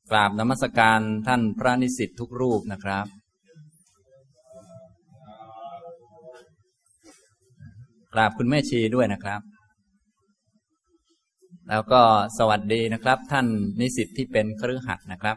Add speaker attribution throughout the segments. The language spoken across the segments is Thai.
Speaker 1: กราบนมัสการท่านพระนิสิตทุกรูปนะครับกราบคุณแม่ชีด้วยนะครับแล้วก็สวัสดีนะครับท่านนิสิตที่เป็นคฤหัสถ์นะครับ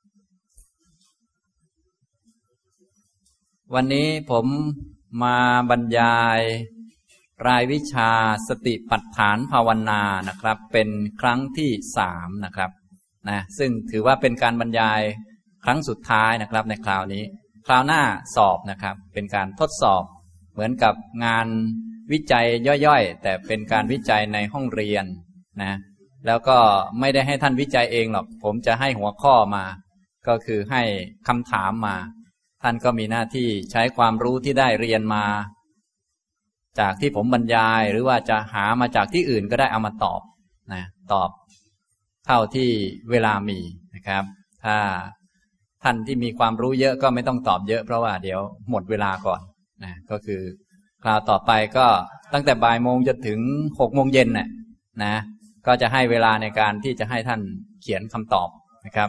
Speaker 1: วันนี้ผมมาบรรยายรายวิชาสติปัฏฐานภาวนานะครับเป็นครั้งที่3นะครับซึ่งถือว่าเป็นการบรรยายครั้งสุดท้ายนะครับในคราวนี้คราวหน้าสอบนะครับเป็นการทดสอบเหมือนกับงานวิจัยย่อยๆแต่เป็นการวิจัยในห้องเรียนแล้วก็ไม่ได้ให้ท่านวิจัยเองหรอกผมจะให้หัวข้อมาก็คือให้คำถามมาท่านก็มีหน้าที่ใช้ความรู้ที่ได้เรียนมาจากที่ผมบรรยายหรือว่าจะหามาจากที่อื่นก็ได้เอามาตอบตอบเท่าที่เวลามีนะครับถ้าท่านที่มีความรู้เยอะก็ไม่ต้องตอบเยอะเพราะว่าเดี๋ยวหมดเวลาก่อนก็คือคราวต่อไปก็ตั้งแต่บ่ายโมงจนถึง6 โมงเย็นก็จะให้เวลาในการที่จะให้ท่านเขียนคำตอบนะครับ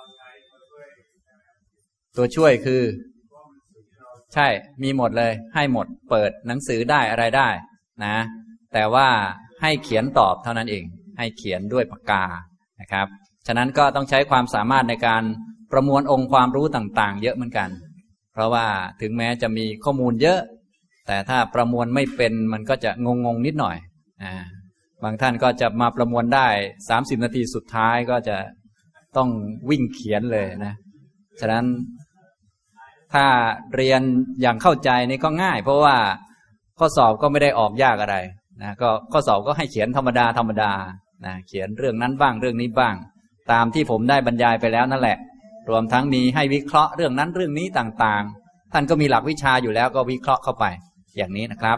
Speaker 1: ตัวช่วยคือใช่มีหมดเลยให้หมดเปิดหนังสือได้อะไรได้แต่ว่าให้เขียนตอบเท่านั้นเองให้เขียนด้วยปากกานะครับฉะนั้นก็ต้องใช้ความสามารถในการประมวลองค์ความรู้ต่างๆเยอะเหมือนกันเพราะว่าถึงแม้จะมีข้อมูลเยอะแต่ถ้าประมวลไม่เป็นมันก็จะงงๆนิดหน่อยบางท่านก็จะมาประมวลได้30 นาทีสุดท้ายก็จะต้องวิ่งเขียนเลยฉะนั้นถ้าเรียนอย่างเข้าใจนี่ก็ง่ายเพราะว่าข้อสอบก็ไม่ได้ออกยากอะไรก็ข้อสอบก็ให้เขียนธรรมดาเขียนเรื่องนั้นบ้างเรื่องนี้บ้างตามที่ผมได้บรรยายไปแล้วนั่นแหละรวมทั้งมีให้วิเคราะห์เรื่องนั้นเรื่องนี้ต่างๆท่านก็มีหลักวิชาอยู่แล้วก็วิเคราะห์เข้าไปอย่างนี้นะครับ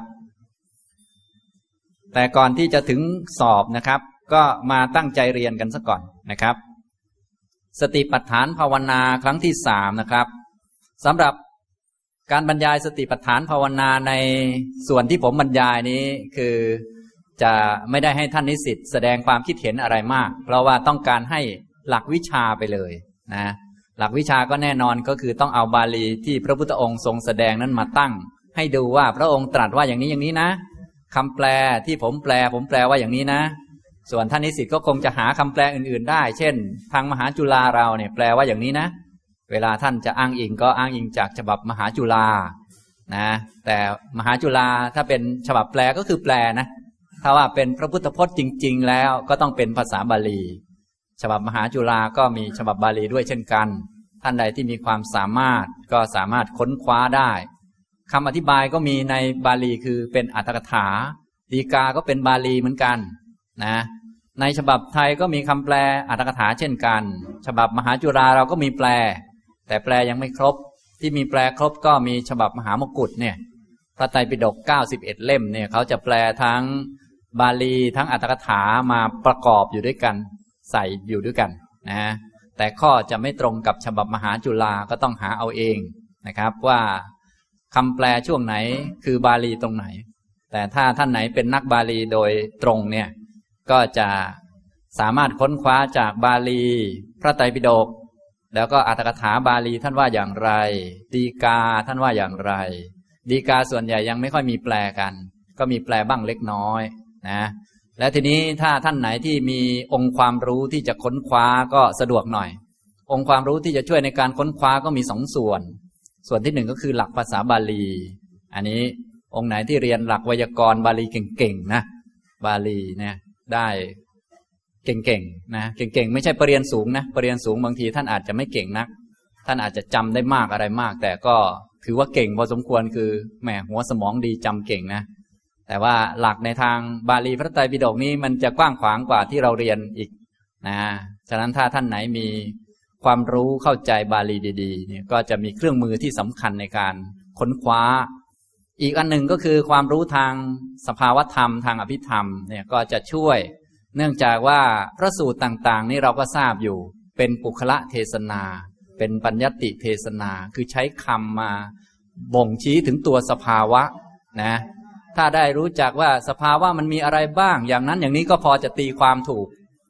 Speaker 1: แต่ก่อนที่จะถึงสอบนะครับก็มาตั้งใจเรียนกันซะก่อนนะครับสติปัฏฐานภาวนาครั้งที่3นะครับสำหรับการบรรยายสติปัฏฐานภาวนาในส่วนที่ผมบรรยายนี้คือจะไม่ได้ให้ท่านนิสิตแสดงความคิดเห็นอะไรมากเพราะว่าต้องการให้หลักวิชาไปเลยหลักวิชาก็แน่นอนก็คือต้องเอาบาลีที่พระพุทธองค์ทรงแสดงนั้นมาตั้งให้ดูว่าพระองค์ตรัสว่าอย่างนี้อย่างนี้นะคำแปลที่ผมแปลว่าอย่างนี้นะส่วนท่านนิสิตก็คงจะหาคำแปลอื่นๆได้เช่นทางมหาจุฬาเราเนี่ยแปลว่าอย่างนี้นะเวลาท่านจะอ้างอิงก็อ้างอิงจากฉบับมหาจุฬาแต่มหาจุฬาถ้าเป็นฉบับแปลก็คือแปลนะถ้าว่าเป็นพระพุทธพจน์จริงๆแล้วก็ต้องเป็นภาษาบาลีฉบับมหาจุฬาก็มีฉบับบาลีด้วยเช่นกันท่านใดที่มีความสามารถก็สามารถค้นคว้าได้คำอธิบายก็มีในบาลีคือเป็นอรรถกถาฎีกาก็เป็นบาลีเหมือนกันในฉบับไทยก็มีคำแปลอรรถกถาเช่นกันฉบับมหาจุฬาเราก็มีแปลแต่แปลยังไม่ครบที่มีแปลครบก็มีฉบับมหามกุฏเนี่ยพระไตรปิฎก91เล่มเนี่ยเขาจะแปลทั้งบาลีทั้งอรรถกถามาประกอบอยู่ด้วยกันใส่อยู่ด้วยกันแต่ข้อจะไม่ตรงกับฉบับมหาจุฬาก็ต้องหาเอาเองนะครับว่าคำแปลช่วงไหนคือบาลีตรงไหนแต่ถ้าท่านไหนเป็นนักบาลีโดยตรงเนี่ยก็จะสามารถค้นคว้าจากบาลีพระไตรปิฎกแล้วก็อรรถกถาบาลีท่านว่าอย่างไรฎีกาท่านว่าอย่างไรฎีกาส่วนใหญ่ยังไม่ค่อยมีแปลกันก็มีแปลบ้างเล็กน้อยและทีนี้ถ้าท่านไหนที่มีองค์ความรู้ที่จะค้นคว้าก็สะดวกหน่อยองค์ความรู้ที่จะช่วยในการค้นคว้าก็มี2 ส่วนที่1ก็คือหลักภาษาบาลีอันนี้องค์ไหนที่เรียนหลักไวยากรณ์บาลีเก่งๆนะบาลีเนี่ยได้เก่งๆนะเก่งๆไม่ใช่ปรริญญาสูงนะปรริญญาสูงบางทีท่านอาจจะไม่เก่งนักท่านอาจจะจำได้มากอะไรมากแต่ก็ถือว่าเก่งพอสมควรคือแหมหัวสมองดีจำเก่งนะแต่ว่าหลักในทางบาลีพระไตรปิฎกนี้มันจะกว้างขวางกว่าที่เราเรียนอีกฉะนั้นถ้าท่านไหนมีความรู้เข้าใจบาลีดีๆเนี่ยก็จะมีเครื่องมือที่สำคัญในการค้นคว้าอีกอันหนึ่งก็คือความรู้ทางสภาวธรรมทางอภิธรรมเนี่ยก็จะช่วยเนื่องจากว่าพระสูตรต่างๆนี่เราก็ทราบอยู่เป็นปุคละเทศนาเป็นปัญญัตติเทศนาคือใช้คำมาบ่งชี้ถึงตัวสภาวะถ้าได้รู้จักว่าสภาวะมันมีอะไรบ้างอย่างนั้นอย่างนี้ก็พอจะตีความถูก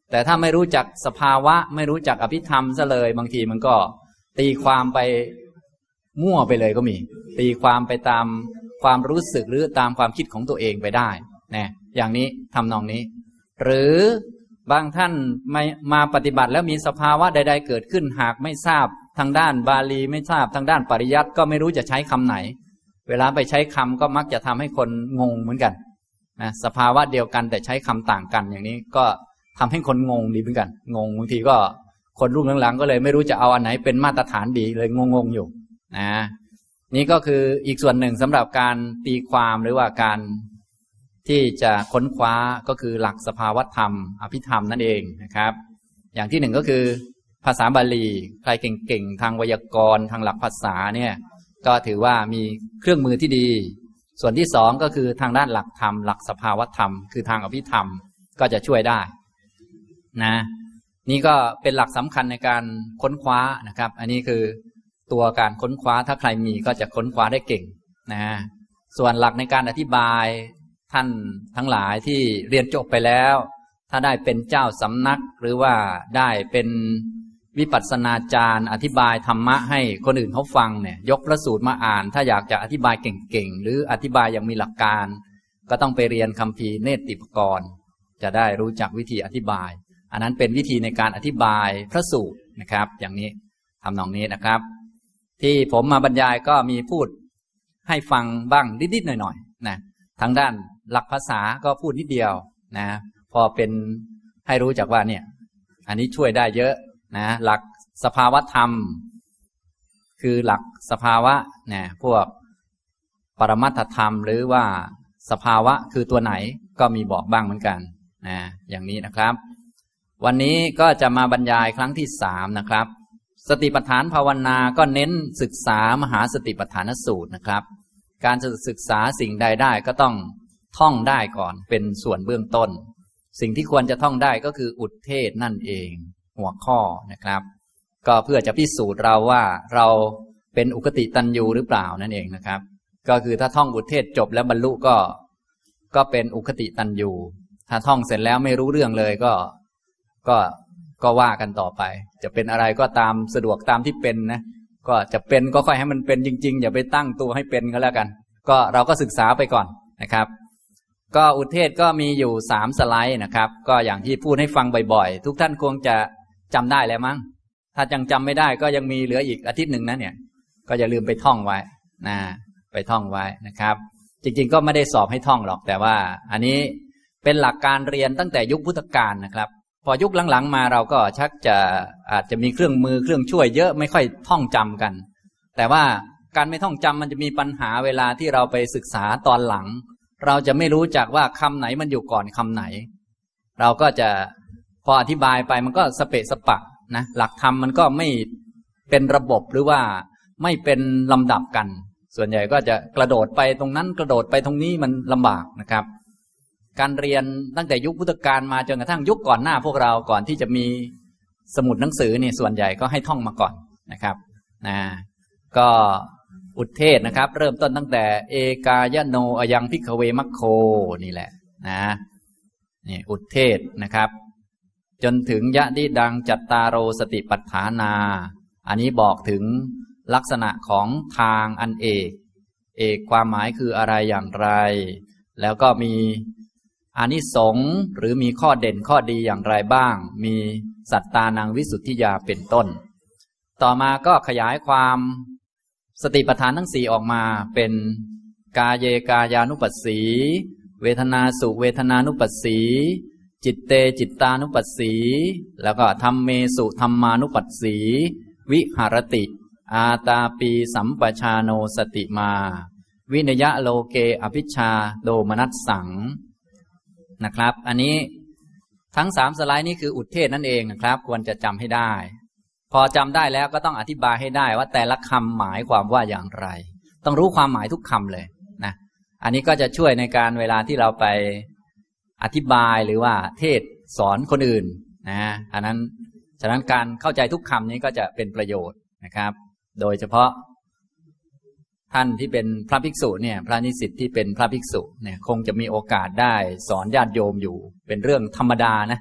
Speaker 1: แต่ถ้าไม่รู้จักสภาวะไม่รู้จักอภิธรรมซะเลยบางทีมันก็ตีความไปมั่วไปเลยก็มีตีความไปตามความรู้สึกหรือตามความคิดของตัวเองไปได้นะอย่างนี้ทำนองนี้หรือบางท่านมาปฏิบัติแล้วมีสภาวะใดๆเกิดขึ้นหากไม่ทราบทางด้านบาลีไม่ทราบทางด้านปริยัติก็ไม่รู้จะใช้คำไหนเวลาไปใช้คำก็มักจะทำให้คนงงเหมือนกันนะสภาวะเดียวกันแต่ใช้คำต่างกันอย่างนี้ก็ทำให้คนงงดีเหมือนกันงงบางทีก็คนรุ่นหลังๆก็เลยไม่รู้จะเอาอันไหนเป็นมาตรฐานดีเลยงงอยู่นะนี่ก็คืออีกส่วนหนึ่งสำหรับการตีความหรือว่าการที่จะค้นคว้าก็คือหลักสภาวธรรมอภิธรรมนั่นเองนะครับอย่างที่หนึ่งก็คือภาษาบาลีใครเก่งๆทางไวยากรณ์ทางหลักภาษาเนี่ยก็ถือว่ามีเครื่องมือที่ดีส่วนที่สองก็คือทางด้านหลักธรรมหลักสภาวธรรมคือทางอภิธรรมก็จะช่วยได้นะนี่ก็เป็นหลักสำคัญในการค้นคว้านะครับอันนี้คือตัวการค้นคว้าถ้าใครมีก็จะค้นคว้าได้เก่งนะส่วนหลักในการอธิบายท่านทั้งหลายที่เรียนจบไปแล้วถ้าได้เป็นเจ้าสำนักหรือว่าได้เป็นวิปัสสนาจารย์อธิบายธรรมะให้คนอื่นเขาฟังเนี่ยยกพระสูตรมาอ่านถ้าอยากจะอธิบายเก่งๆหรืออธิบายอย่างมีหลักการก็ต้องไปเรียนคัมภีร์เนติปกรณ์จะได้รู้จักวิธีอธิบายอันนั้นเป็นวิธีในการอธิบายพระสูตรนะครับอย่างนี้ทำนองนี้นะครับที่ผมมาบรรยายก็มีพูดให้ฟังบ้างนิดๆหน่อยๆนะทางด้านหลักภาษาก็พูดนิดเดียวนะพอเป็นให้รู้จักว่าเนี่ยอันนี้ช่วยได้เยอะนะหลักสภาวธรรมคือหลักสภาวะเนี่ยพวกปรมัตถธรรมหรือว่าสภาวะคือตัวไหนก็มีบอกบ้างเหมือนกันนะอย่างนี้นะครับวันนี้ก็จะมาบรรยายครั้งที่3นะครับสติปัฏฐานภาวนาก็เน้นศึกษามหาสติปัฏฐานสูตรนะครับการจะศึกษาสิ่งใดได้ก็ต้องท่องได้ก่อนเป็นส่วนเบื้องต้นสิ่งที่ควรจะท่องได้ก็คืออุทเทศนั่นเองหัวข้อนะครับก็เพื่อจะพิสูจน์เราว่าเราเป็นอุคติตันยูหรือเปล่านั่นเองนะครับก็คือถ้าท่องอุทเทศจบแล้วบรรลุก็เป็นอุคติตันยูถ้าท่องเสร็จแล้วไม่รู้เรื่องเลยก็ว่ากันต่อไปจะเป็นอะไรก็ตามสะดวกตามที่เป็นนะก็จะเป็นก็ค่อยให้มันเป็นจริงๆอย่าไปตั้งตัวให้เป็นก็แล้วกันก็เราก็ศึกษาไปก่อนนะครับก็อุทเทศก็มีอยู่3สไลด์นะครับก็อย่างที่พูดให้ฟังบ่อยๆทุกท่านคงจะจำได้แล้วมั้งถ้ายังจำไม่ได้ก็ยังมีเหลืออีกอาทิตย์หนึ่งนะเนี่ยก็อย่าลืมไปท่องไว้นะไปท่องไว้นะครับจริงๆก็ไม่ได้สอบให้ท่องหรอกแต่ว่าอันนี้เป็นหลักการเรียนตั้งแต่ยุคพุทธกาลนะครับพอยุคหลังๆมาเราก็ชักจะอาจจะมีเครื่องมือเครื่องช่วยเยอะไม่ค่อยท่องจำกันแต่ว่าการไม่ท่องจำมันจะมีปัญหาเวลาที่เราไปศึกษาตอนหลังเราจะไม่รู้จักว่าคำไหนมันอยู่ก่อนคำไหนเราก็จะพออธิบายไปมันก็สเปะสปะนะหลักธรรมมันก็ไม่เป็นระบบหรือว่าไม่เป็นลำดับกันส่วนใหญ่ก็จะกระโดดไปตรงนั้นกระโดดไปตรงนี้มันลำบากนะครับการเรียนตั้งแต่ยุคพุทธกาลมาจนกระทั่งยุคก่อนหน้าพวกเราก่อนที่จะมีสมุดหนังสือนี่ส่วนใหญ่ก็ให้ท่องมาก่อนนะครับก็อุทเทศนะครับเริ่มต้นตั้งแต่เอกายโนอยังภิกขเวมัคโคนี่แหละนะนี่อุทเทศนะครับจนถึงยะดิดังจัตตารโอสติปัฏฐานาอันนี้บอกถึงลักษณะของทางอันเอกความหมายคืออะไรอย่างไรแล้วก็มีอานิสงส์หรือมีข้อเด่นข้อดีอย่างไรบ้างมีสัตตานังวิสุทธิยาเป็นต้นต่อมาก็ขยายความสติปัฏฐานทั้ง4ออกมาเป็นกายเยกายานุปัสสีเวทนาสุเวทนานุปัสสีจิตเตจิตตานุปัสสีแล้วก็ธัมเมสุธัมมานุปัสสีวิหารติอาตาปีสัมปชาโนสติมาวินยะโลเกอภิชฌาโดมนัสสังนะครับอันนี้ทั้ง3สไลด์นี้คืออุทเทศนั่นเองนะครับควรจะจำให้ได้พอจำได้แล้วก็ต้องอธิบายให้ได้ว่าแต่ละคำหมายความว่าอย่างไรต้องรู้ความหมายทุกคำเลยนะอันนี้ก็จะช่วยในการเวลาที่เราไปอธิบายหรือว่าเทศสอนคนอื่นนะอันนั้นฉะนั้นการเข้าใจทุกคำนี้ก็จะเป็นประโยชน์นะครับโดยเฉพาะท่านที่เป็นพระภิกษุเนี่ยพระนิสิตที่เป็นพระภิกษุเนี่ยคงจะมีโอกาสได้สอนญาติโยมอยู่เป็นเรื่องธรรมดานะ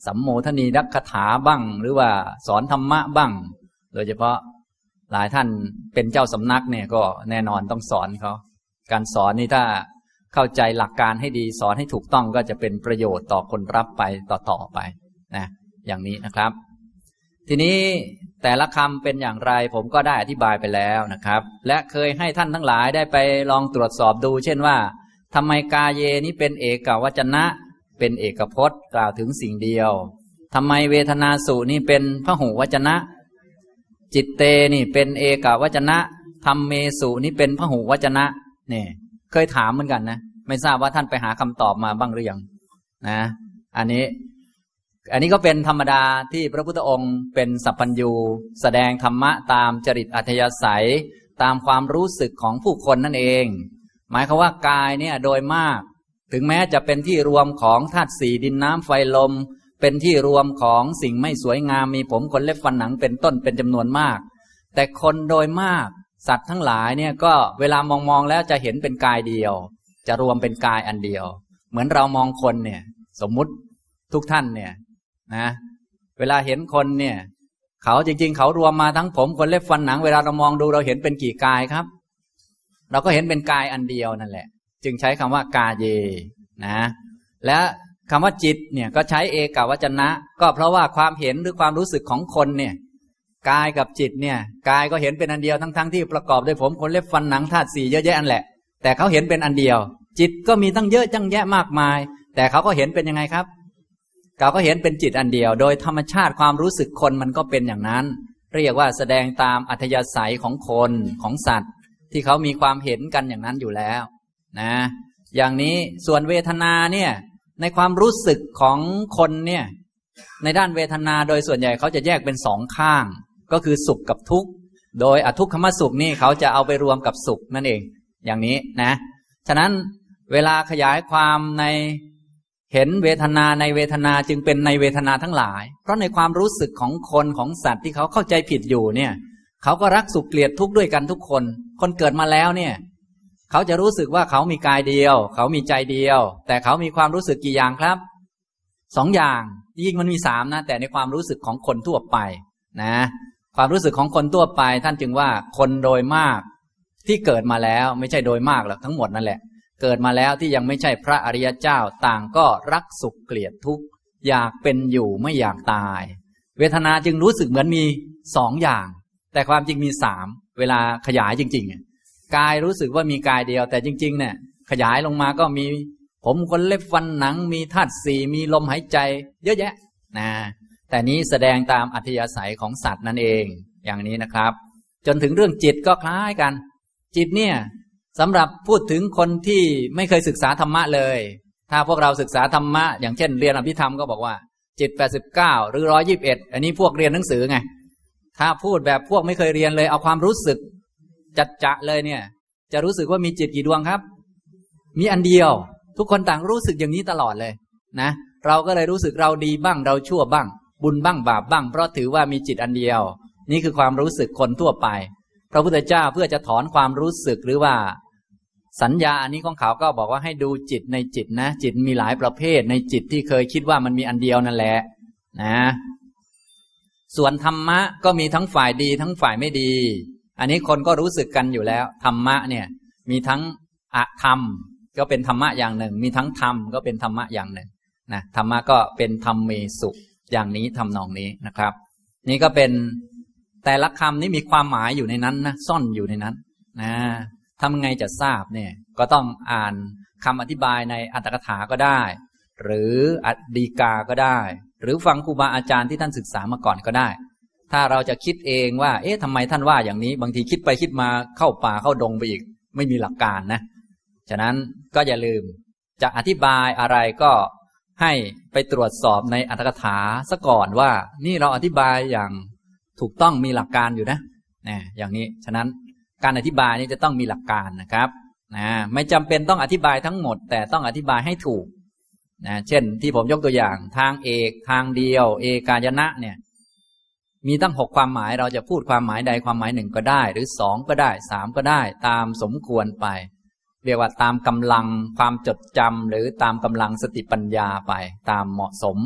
Speaker 1: สัมโมทนีดักคถาบ้างหรือว่าสอนธรรมะบ้างโดยเฉพาะหลายท่านเป็นเจ้าสำนักเนี่ยก็แน่นอนต้องสอนเขาการสอนนี่ถ้าเข้าใจหลักการให้ดีสอนให้ถูกต้องก็จะเป็นประโยชน์ต่อคนรับไปต่อไปนะอย่างนี้นะครับทีนี้แต่ละคำเป็นอย่างไรผมก็ได้อธิบายไปแล้วนะครับและเคยให้ท่านทั้งหลายได้ไปลองตรวจสอบดูเช่นว่าทำไมกาเยนี้เป็นเอกวจนะเป็นเอกพจน์กล่าวถึงสิ่งเดียวทำไมเวทนาสุนี่เป็นพหูวจนะจิตเตนี่เป็นเอกวจนะธรรมเมสุนี่เป็นพหูวจนะเนี่ยเคยถามเหมือนกันนะไม่ทราบว่าท่านไปหาคำตอบมาบ้างหรือยังนะอันนี้ก็เป็นธรรมดาที่พระพุทธองค์เป็นสัพพัญญูแสดงธรรมะตามจริตอัธยาศัยตามความรู้สึกของผู้คนนั่นเองหมายความว่ากายเนี่ยโดยมากถึงแม้จะเป็นที่รวมของธาตุสี่ดินน้ำไฟลมเป็นที่รวมของสิ่งไม่สวยงามมีผมขนเล็บฟันหนังเป็นต้นเป็นจำนวนมากแต่คนโดยมากสัตว์ทั้งหลายเนี่ยก็เวลามองแล้วจะเห็นเป็นกายเดียวจะรวมเป็นกายอันเดียวเหมือนเรามองคนเนี่ยสมมุติทุกท่านเนี่ยนะเวลาเห็นคนเนี่ยเขาจริงๆเขารวมมาทั้งผมขนเล็บฟันหนังเวลาเรามองดูเราเห็นเป็นกี่กายครับเราก็เห็นเป็นกายอันเดียวนั่นแหละจึงใช้คำว่ากาเยนะและคำว่าจิตเนี่ยก็ใช้เอกวจนะก็เพราะว่าความเห็นหรือความรู้สึกของคนเนี่ยกายกับจิตเนี่ยกายก็เห็นเป็นอันเดียวทั้งที่ประกอบด้วยผมขนเล็บฟันหนังธาตุสี่เยอะแยะอันแหละแต่เขาเห็นเป็นอันเดียวจิตก็มีตั้งเยอะจังแยะมากมายแต่เขาก็เห็นเป็นยังไงครับเขาก็เห็นเป็นจิตอันเดียวโดยธรรมชาติความรู้สึกคนมันก็เป็นอย่างนั้นเรียกว่าแสดงตามอัธยาศัยของคนของสัตว์ที่เขามีความเห็นกันอย่างนั้นอยู่แล้วนะอย่างนี้ส่วนเวทนาเนี่ยในความรู้สึกของคนเนี่ยในด้านเวทนาโดยส่วนใหญ่เขาจะแยกเป็นสองข้างก็คือสุขกับทุกข์โดยอทุกขมสุขนี่เขาจะเอาไปรวมกับสุขนั่นเองอย่างนี้นะฉะนั้นเวลาขยายความในเห็นเวทนาในเวทนาจึงเป็นในเวทนาทั้งหลายเพราะในความรู้สึกของคนของสัตว์ที่เขาเข้าใจผิดอยู่เนี่ยเขาก็รักสุขเกลียดทุกข์ด้วยกันทุกคนคนเกิดมาแล้วเนี่ยเขาจะรู้สึกว่าเขามีกายเดียวเขามีใจเดียวแต่เขามีความรู้สึกกี่อย่างครับสองอย่างยิ่งมันมีสามนะแต่ในความรู้สึกของคนทั่วไปนะความรู้สึกของคนทั่วไปท่านจึงว่าคนโดยมากที่เกิดมาแล้วไม่ใช่โดยมากหรอกทั้งหมดนั่นแหละเกิดมาแล้วที่ยังไม่ใช่พระอริยเจ้าต่างก็รักสุขเกลียดทุกข์อยากเป็นอยู่ไม่อยากตายเวทนาจึงรู้สึกเหมือนมีสองอย่างแต่ความจริงมีสามเวลาขยายจริงๆกายรู้สึกว่ามีกายเดียวแต่จริงๆเนี่ยขยายลงมาก็มีผมขนเล็บฟันหนังมีธาตุสี่มีลมหายใจเยอะแยะนะแต่นี้แสดงตามอัธยาศัยของสัตว์นั่นเองอย่างนี้นะครับจนถึงเรื่องจิตก็คล้ายกันจิตเนี่ยสำหรับพูดถึงคนที่ไม่เคยศึกษาธรรมะเลยถ้าพวกเราศึกษาธรรมะอย่างเช่นเรียนอภิธรรมก็บอกว่าจิต89หรือ121อันนี้พวกเรียนหนังสือไงถ้าพูดแบบพวกไม่เคยเรียนเลยเอาความรู้สึกจัดจะเลยเนี่ยจะรู้สึกว่ามีจิตกี่ดวงครับมีอันเดียวทุกคนต่างรู้สึกอย่างนี้ตลอดเลยนะเราก็เลยรู้สึกเราดีบ้างเราชั่วบ้างบุญบ้างบาปบ้างเพราะถือว่ามีจิตอันเดียวนี่คือความรู้สึกคนทั่วไปพระพุทธเจ้าเพื่อจะถอนความรู้สึกหรือว่าสัญญาอันนี้ของเขาก็บอกว่าให้ดูจิตในจิตนะจิตมีหลายประเภทในจิตที่เคยคิดว่ามันมีอันเดียวนั่นแหละนะส่วนธรรมะก็มีทั้งฝ่ายดีทั้งฝ่ายไม่ดีอันนี้คนก็รู้สึกกันอยู่แล้วธรรมะเนี่ยมีทั้งอธรรมก็เป็นธรรมะอย่างหนึ่งมีทั้งธรรมก็เป็นธรรมะอย่างหนึ่งนะธรรมะก็เป็นธรรมเมสุอย่างนี้ทำนองนี้นะครับนี่ก็เป็นแต่ละคำนี้มีความหมายอยู่ในนั้นนะซ่อนอยู่ในนั้นนะทำไงจะทราบเนี่ยก็ต้องอ่านคำอธิบายในอัตถกถาก็ได้หรืออดีกาก็ได้หรือฟังครูบาอาจารย์ที่ท่านศึกษามาก่อนก็ได้ถ้าเราจะคิดเองว่าเอ๊ะทำไมท่านว่าอย่างนี้บางทีคิดไปคิดมาเข้าป่าเข้าดงไปอีกไม่มีหลักการนะฉะนั้นก็อย่าลืมจะอธิบายอะไรก็ให้ไปตรวจสอบในอัตถกถาซะก่อนว่านี่เราอธิบายอย่างถูกต้องมีหลักการอยู่นะอย่างนี้ฉะนั้นการอธิบายนี้จะต้องมีหลักการนะครับไม่จำเป็นต้องอธิบายทั้งหมดแต่ต้องอธิบายให้ถูกเช่นที่ผมยกตัวอย่างทางเอกทางเดียวเอกายนะเนี่ยมีตั้ง6ความหมายเราจะพูดความหมายใดความหมายหนึ่งก็ได้หรือ2ก็ได้3ก็ได้ตามสมควรไปเรียกว่าตามกำลังความจดจำหรือตามกำลังสติปัญญาไปตามเหมาะสม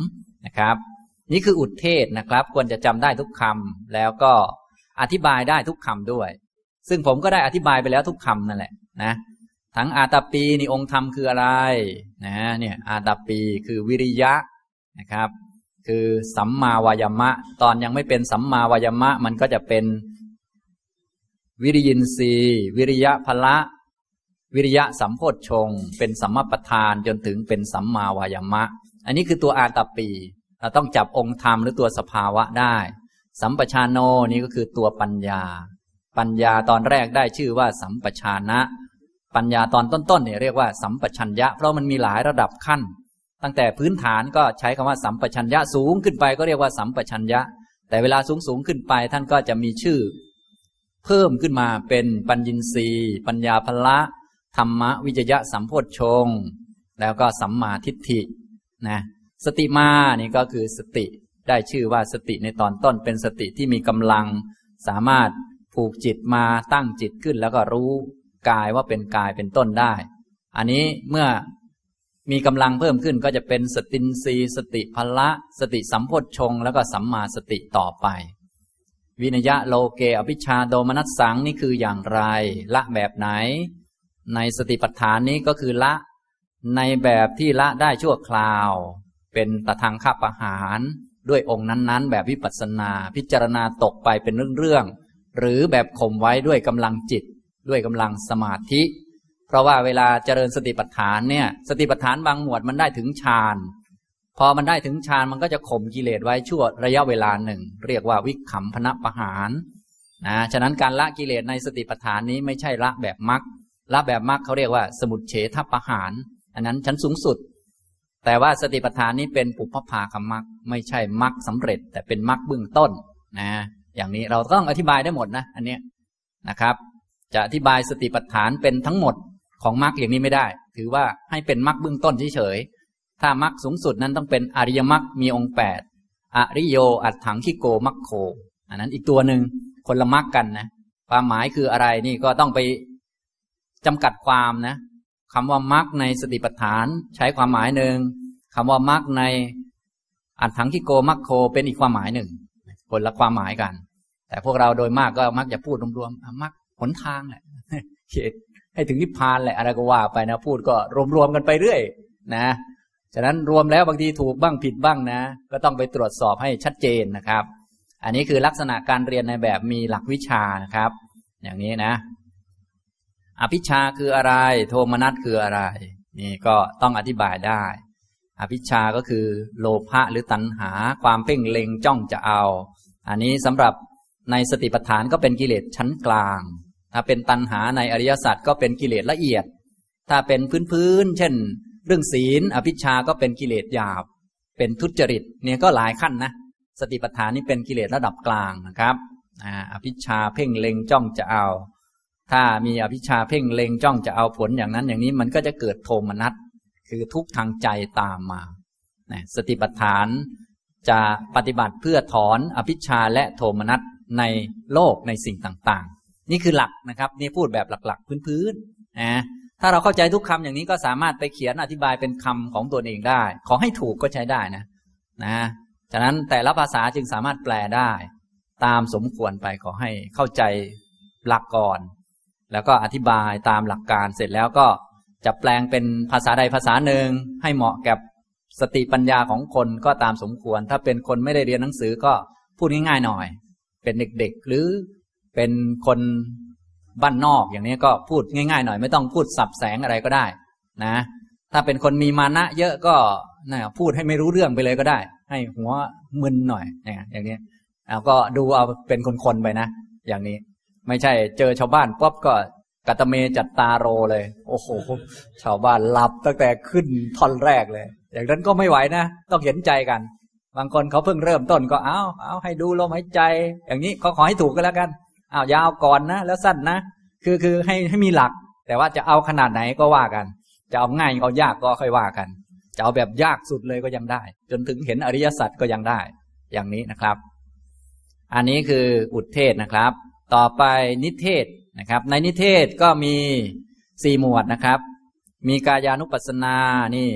Speaker 1: นะครับ นี่คืออุทเทศนะครับควรจะจำได้ทุกคำแล้วก็อธิบายได้ทุกคำด้วย ซึ่งผมก็ได้อธิบายไปแล้วทุกคำนั่นแหละนะทั้งอาตาปีนี่องค์ธรรมคืออะไรนะเนี่ยอาตาปีคือวิริยะนะครับคือสัมมาวายามะตอนยังไม่เป็นสัมมาวายามะมันก็จะเป็นวิริยินทรีย์วิริยะพละวิริยะสัมโพชฌงค์เป็นสัมมาประธานจนถึงเป็นสัมมาวายามะอันนี้คือตัวอาตาปีเราต้องจับองค์ธรรมหรือตัวสภาวะได้สัมปชานโนนี่ก็คือตัวปัญญาปัญญาตอนแรกได้ชื่อว่าสัมปชานะปัญญาตอนต้นๆเนี่ยเรียกว่าสัมปชัญญะเพราะมันมีหลายระดับขั้นตั้งแต่พื้นฐานก็ใช้คำว่าสัมปชัญญะสูงขึ้นไปก็เรียกว่าสัมปชัญญะแต่เวลาสูงขึ้นไปท่านก็จะมีชื่อเพิ่มขึ้นมาเป็นปัญญินทรีย์ปัญญาพละธรรมวิจยะสัมโพชฌงค์แล้วก็สัมมาทิฏฐินะสติมานี่ก็คือสติได้ชื่อว่าสติในตอนต้นเป็นสติที่มีกำลังสามารถผูกจิตมาตั้งจิตขึ้นแล้วก็รู้กายว่าเป็นกายเป็นต้นได้อันนี้เมื่อมีกำลังเพิ่มขึ้นก็จะเป็นสตินทรีย์สติพละสติสัมโพชฌงค์แล้วก็สัมมาสติต่อไปวินยะโลเกอภิชฌาโดมนัสสังนี่คืออย่างไรละแบบไหนในสติปัฏฐานนี้ก็คือละในแบบที่ละได้ชั่วคราวเป็นตทังคปหารด้วยองค์นั้นๆแบบวิปัสสนาพิจารณาตกไปเป็นเรื่องๆหรือแบบข่มไว้ด้วยกำลังจิตด้วยกำลังสมาธิเพราะว่าเวลาเจริญสติปัฏฐานเนี่ยสติปัฏฐานบางหมวดมันได้ถึงฌานพอมันได้ถึงฌานมันก็จะข่มกิเลสไว้ชั่วระยะเวลาหนึ่งเรียกว่าวิคัมภนปหารฉะนั้นการละกิเลสในสติปัฏฐานนี้ไม่ใช่ละแบบมรรคละแบบมรรคเขาเรียกว่าสมุจเฉทปหารอันนั้นชั้นสูงสุดแต่ว่าสติปัฏฐานนี้เป็นปุพพภาคมรรคไม่ใช่มรรคสำเร็จแต่เป็นมรรคเบื้องต้นนะอย่างนี้เราต้องอธิบายได้หมดนะอันนี้นะครับจะอธิบายสติปัฏฐานเป็นทั้งหมดของมรรคอย่างนี้ไม่ได้ถือว่าให้เป็นมรรคเบื้องต้นเฉยๆถ้ามรรคสูงสุดนั้นต้องเป็นอริยมรรคมีองค์8อริโยอัตถังคิโกมรรคโคอันนั้นอีกตัวหนึ่งคนละมรรคกันนะความหมายคืออะไรนี่ก็ต้องไปจำกัดความนะคำว่ามรรคในสติปัฏฐานใช้ความหมายหนึ่งคำว่ามรรคในอัตถังคิโกมรรคโคเป็นอีกความหมายหนึ่งคนละความหมายกันแต่พวกเราโดยมากก็มักจะพูดรวมๆมรรคหนทางแหละให้ถึงนิพพานแหละอะไรก็ว่าไปนะพูดก็รวมๆกันไปเรื่อยนะฉะนั้นรวมแล้วบางทีถูกบ้างผิดบ้างนะก็ต้องไปตรวจสอบให้ชัดเจนนะครับอันนี้คือลักษณะการเรียนในแบบมีหลักวิชานะครับอย่างนี้นะอภิชฌาคืออะไรโทมนัสคืออะไรนี่ก็ต้องอธิบายได้อภิชฌาก็คือโลภะหรือตัณหาความเพ่งเล็งจ้องจะเอาอันนี้สำหรับในสติปัฏฐานก็เป็นกิเลสชั้นกลางถ้าเป็นตัณหาในอริยสัจก็เป็นกิเลสละเอียดถ้าเป็นพื้นๆเช่นเรื่องศีลอภิชฌาก็เป็นกิเลสหยาบเป็นทุจริตเนี่ยก็หลายขั้นนะสติปัฏฐานนี่เป็นกิเลสระดับกลางนะครับอภิชฌาเพ่งเล็งจ้องจะเอาถ้ามีอภิชฌาเพ่งเล็งจ้องจะเอาผลอย่างนั้นอย่างนี้มันก็จะเกิดโทมนัสคือทุกข์ทางใจตามมาสติปัฏฐานจะปฏิบัติเพื่อถอนอภิชฌาและโทมนัสในโลกในสิ่งต่างๆนี่คือหลักนะครับนี่พูดแบบหลักๆพื้นๆนะถ้าเราเข้าใจทุกคำอย่างนี้ก็สามารถไปเขียนอธิบายเป็นคำของตัวเองได้ขอให้ถูกก็ใช้ได้นะฉะนั้นแต่ละภาษาจึงสามารถแปลได้ตามสมควรไปขอให้เข้าใจหลักก่อนแล้วก็อธิบายตามหลักการเสร็จแล้วก็จะแปลงเป็นภาษาใดภาษาหนึ่งให้เหมาะกับสติปัญญาของคนก็ตามสมควรถ้าเป็นคนไม่ได้เรียนหนังสือก็พูดง่ายๆหน่อยเป็นเด็กๆหรือเป็นคนบ้านนอกอย่างนี้ก็พูดง่ายๆหน่อยไม่ต้องพูดสับแสงอะไรก็ได้นะถ้าเป็นคนมีมานะเยอะก็พูดให้ไม่รู้เรื่องไปเลยก็ได้ให้หัวมึนหน่อยอย่างนี้ก็ดูเอาเป็นคนๆไปนะอย่างนี้ไม่ใช่เจอชาวบ้านป๊อบก็กัตเมจัตตาโรเลยโอ้โหชาวบ้านหลับตั้งแต่ขึ้นท่อนแรกเลยอย่างนั้นก็ไม่ไหวนะต้องเห็นใจกันบางคนเขาเพิ่งเริ่มต้นก็เอาให้ดูลมหายใจอย่างนี้ก็ขอให้ถูกก็แล้วกันยาวก่อนนะแล้วสั้นนะคือให้มีหลักแต่ว่าจะเอาขนาดไหนก็ว่ากันจะเอาง่ายเอายากก็ค่อยว่ากันจะเอาแบบยากสุดเลยก็ยังได้จนถึงเห็นอริยสัจก็ยังได้อย่างนี้นะครับอันนี้คืออุทเทศนะครับต่อไปนิเทศนะครับในนิเทศก็มี4หมวดนะครับมีกายานุปัสสนานี่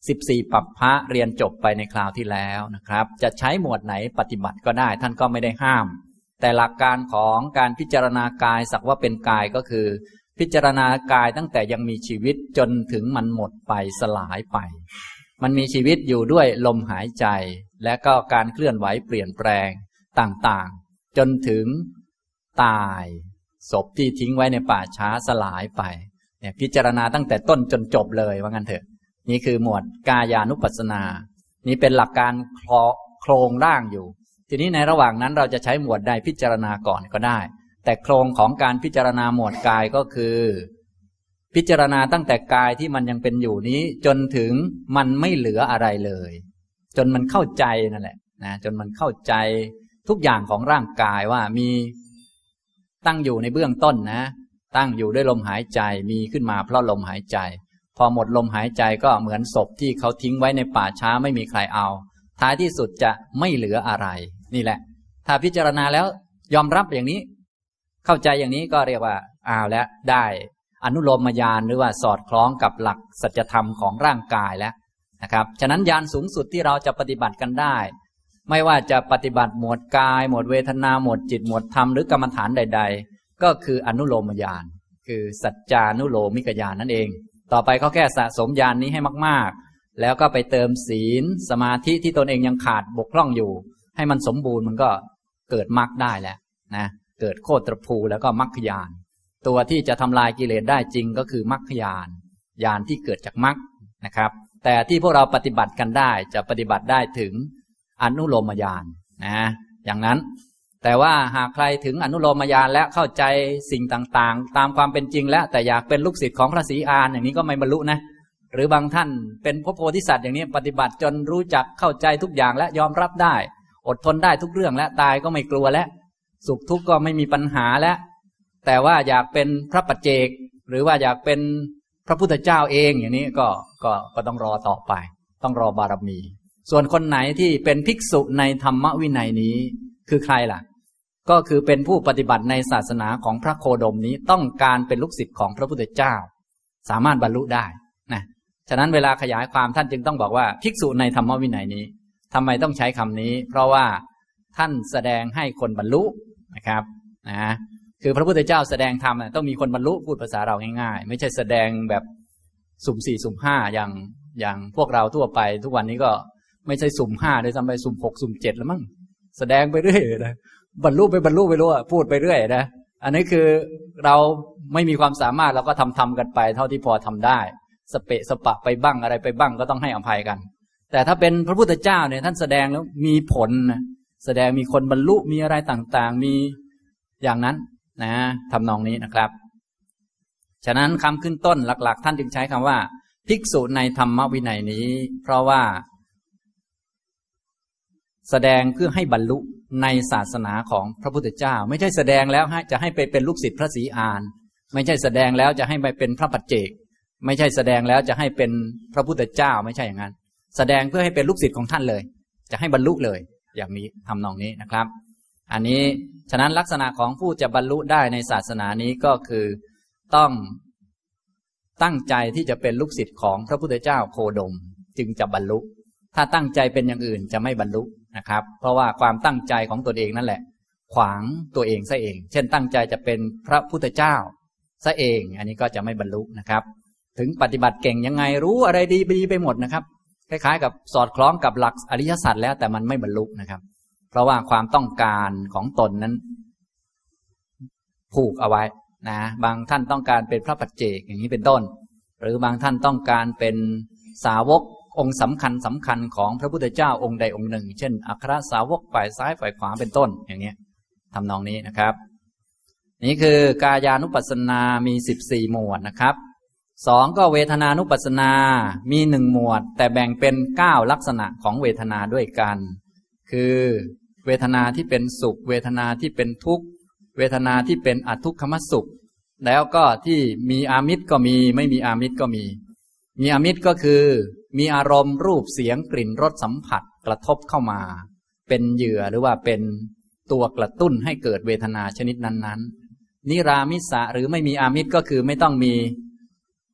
Speaker 1: 14 ปัปพะเรียนจบไปในคราวที่แล้วนะครับจะใช้หมวดไหนปฏิบัติก็ได้ท่านก็ไม่ได้ห้ามแต่หลักการของการพิจารณากายสักว่าเป็นกายก็คือพิจารณากายตั้งแต่ยังมีชีวิตจนถึงมันหมดไปสลายไปมันมีชีวิตอยู่ด้วยลมหายใจและก็การเคลื่อนไหวเปลี่ยนแปลงต่างๆจนถึงตายศพที่ทิ้งไว้ในป่าช้าสลายไปเนี่ยพิจารณาตั้งแต่ต้นจนจบเลยว่างั้นเถอะนี่คือหมวดกายานุปัสสนานี่เป็นหลักการโครงร่างอยู่ทีนี้ในระหว่างนั้นเราจะใช้หมวดใดพิจารณาก่อนก็ได้แต่โครงของการพิจารณาหมวดกายก็คือพิจารณาตั้งแต่กายที่มันยังเป็นอยู่นี้จนถึงมันไม่เหลืออะไรเลยจนมันเข้าใจนั่นแหละนะจนมันเข้าใจทุกอย่างของร่างกายว่ามีตั้งอยู่ในเบื้องต้นนะตั้งอยู่ด้วยลมหายใจมีขึ้นมาเพราะลมหายใจพอหมดลมหายใจก็เหมือนศพที่เขาทิ้งไว้ในป่าช้าไม่มีใครเอาท้ายที่สุดจะไม่เหลืออะไรนี่แหละถ้าพิจารณาแล้วยอมรับอย่างนี้เข้าใจอย่างนี้ก็เรียกว่าแล้วได้อนุโลมญาณหรือว่าสอดคล้องกับหลักสัจธรรมของร่างกายแล้วนะครับฉะนั้นญาณสูงสุดที่เราจะปฏิบัติกันได้ไม่ว่าจะปฏิบัติหมวดกายหมวดเวทนาหมวดจิตหมวดธรรมหรือกรรมฐานใดๆก็คืออนุโลมญาณคือสัจจานุโลมิกญาณนั่นเองต่อไปก็แค่สะสมญาณนี้ให้มากๆแล้วก็ไปเติมศีลสมาธิที่ตนเองยังขาดบกพร่องอยู่ให้มันสมบูรณ์มันก็เกิดมรรคได้แล้วนะเกิดโคตรภูแล้วก็มรรคญาณตัวที่จะทำลายกิเลสได้จริงก็คือมรรคญาณญาณที่เกิดจากมรรคนะครับแต่ที่พวกเราปฏิบัติกันได้จะปฏิบัติได้ถึงอนุโลมญาณนะอย่างนั้นแต่ว่าหากใครถึงอนุโลมญาณและเข้าใจสิ่งต่างๆตามความเป็นจริงแล้วแต่อยากเป็นลูกศิษย์ของพระศรีอานอย่างนี้ก็ไม่บรรลุนะหรือบางท่านเป็นพระโพธิสัตว์อย่างนี้ปฏิบัติจนรู้จักเข้าใจทุกอย่างและยอมรับได้อดทนได้ทุกเรื่องและตายก็ไม่กลัวและสุขทุกข์ก็ไม่มีปัญหาแล้วแต่ว่าอยากเป็นพระปัจเจกหรือว่าอยากเป็นพระพุทธเจ้าเองอย่างนี้ก็ต้องรอต่อไปต้องรอบารมีส่วนคนไหนที่เป็นภิกษุในธรรมวินัยนี้คือใครล่ะก็คือเป็นผู้ปฏิบัติในศาสนาของพระโคดมนี้ต้องการเป็นลูกศิษย์ของพระพุทธเจ้าสามารถบรรลุได้นะฉะนั้นเวลาขยายความท่านจึงต้องบอกว่าภิกษุในธรรมวินัยนี้ทำไมต้องใช้คำนี้เพราะว่าท่านแสดงให้คนบรรลุนะครับคือพระพุทธเจ้าแสดงธรรมต้องมีคนบรรลุพูดภาษาเราง่ายๆไม่ใช่แสดงแบบสุ่ม4สุ่ม5อย่างพวกเราทั่วไปทุกวันนี้ก็ไม่ใช่สุ่ม5ด้วยซ้ำไปสุ่ม6สุ่ม7แล้วมั้งแสดงไปเรื่อยนะบรรลุไปรู้พูดไปเรื่อยนะอันนี้คือเราไม่มีความสามารถเราก็ทำกันไปเท่าที่พอทำได้สเปะสปะไปบ้างอะไรไปบ้างก็ต้องให้อภัยกันแต่ถ้าเป็นพระพุทธเจ้าเนี่ยท่านแสดงแล้วมีผลนะแสดงมีคนบรรลุมีอะไรต่างๆมีอย่างนั้นนะทำนองนี้นะครับฉะนั้นคำขึ้นต้นหลักๆท่านจึงใช้คำว่าภิกษุในธรรมวินัยนี้เพราะว่าแสดงเพื่อให้บรรลุในศาสนาของพระพุทธเจ้าไม่ใช่แสดงแล้วจะให้ไปเป็นลูกศิษย์พระศรีอานไม่ใช่แสดงแล้วจะให้ไปเป็นพระปัจเจกไม่ใช่แสดงแล้วจะให้เป็นพระพุทธเจ้าไม่ใช่อย่างนั้นแสดงเพื่อให้เป็นลูกศิษย์ของท่านเลยจะให้บรรลุเลยอย่างนี้ทำนองนี้นะครับอันนี้ฉะนั้นลักษณะของผู้จะบรรลุได้ในศาสนานี้ก็คือต้องตั้งใจที่จะเป็นลูกศิษย์ของพระพุทธเจ้าโคดมจึงจะบรรลุถ้าตั้งใจเป็นอย่างอื่นจะไม่บรรลุนะครับเพราะว่าความตั้งใจของตนเองนั่นแหละขวางตัวเองซะเองเช่นตั้งใจจะเป็นพระพุทธเจ้าซะเองอันนี้ก็จะไม่บรรลุนะครับถึงปฏิบัติเก่งยังไงรู้อะไรดีไปหมดนะครับคล้ายๆกับสอดคล้องกับหลักอริยสัจแล้วแต่มันไม่บรรลุนะครับเพราะว่าความต้องการของตนนั้นผูกเอาไว้นะบางท่านต้องการเป็นพระปัจเจกอย่างนี้เป็นต้นหรือบางท่านต้องการเป็นสาวกองค์สำคัญของพระพุทธเจ้าองค์ใดองค์หนึ่งเช่นอัครสาวกฝ่ายซ้ายฝ่ายขวาเป็นต้นอย่างนี้ทำนองนี้นะครับนี่คือกายานุปัสสนามี14หมวดนะครับ2ก็เวทนานุปัสสนามี1หมวดแต่แบ่งเป็น9ลักษณะของเวทนาด้วยกันคือเวทนาที่เป็นสุขเวทนาที่เป็นทุกข์เวทนาที่เป็นอทุกขมสุขแล้วก็ที่มีอามิตรก็มีไม่มีอามิตรก็มีอามิตรก็คือมีอารมณ์รูปเสียงกลิ่นรสสัมผัสกระทบเข้ามาเป็นเหยื่อหรือว่าเป็นตัวกระตุ้นให้เกิดเวทนาชนิดนั้นๆนิรามิสะหรือไม่มีอามิตรก็คือไม่ต้องมี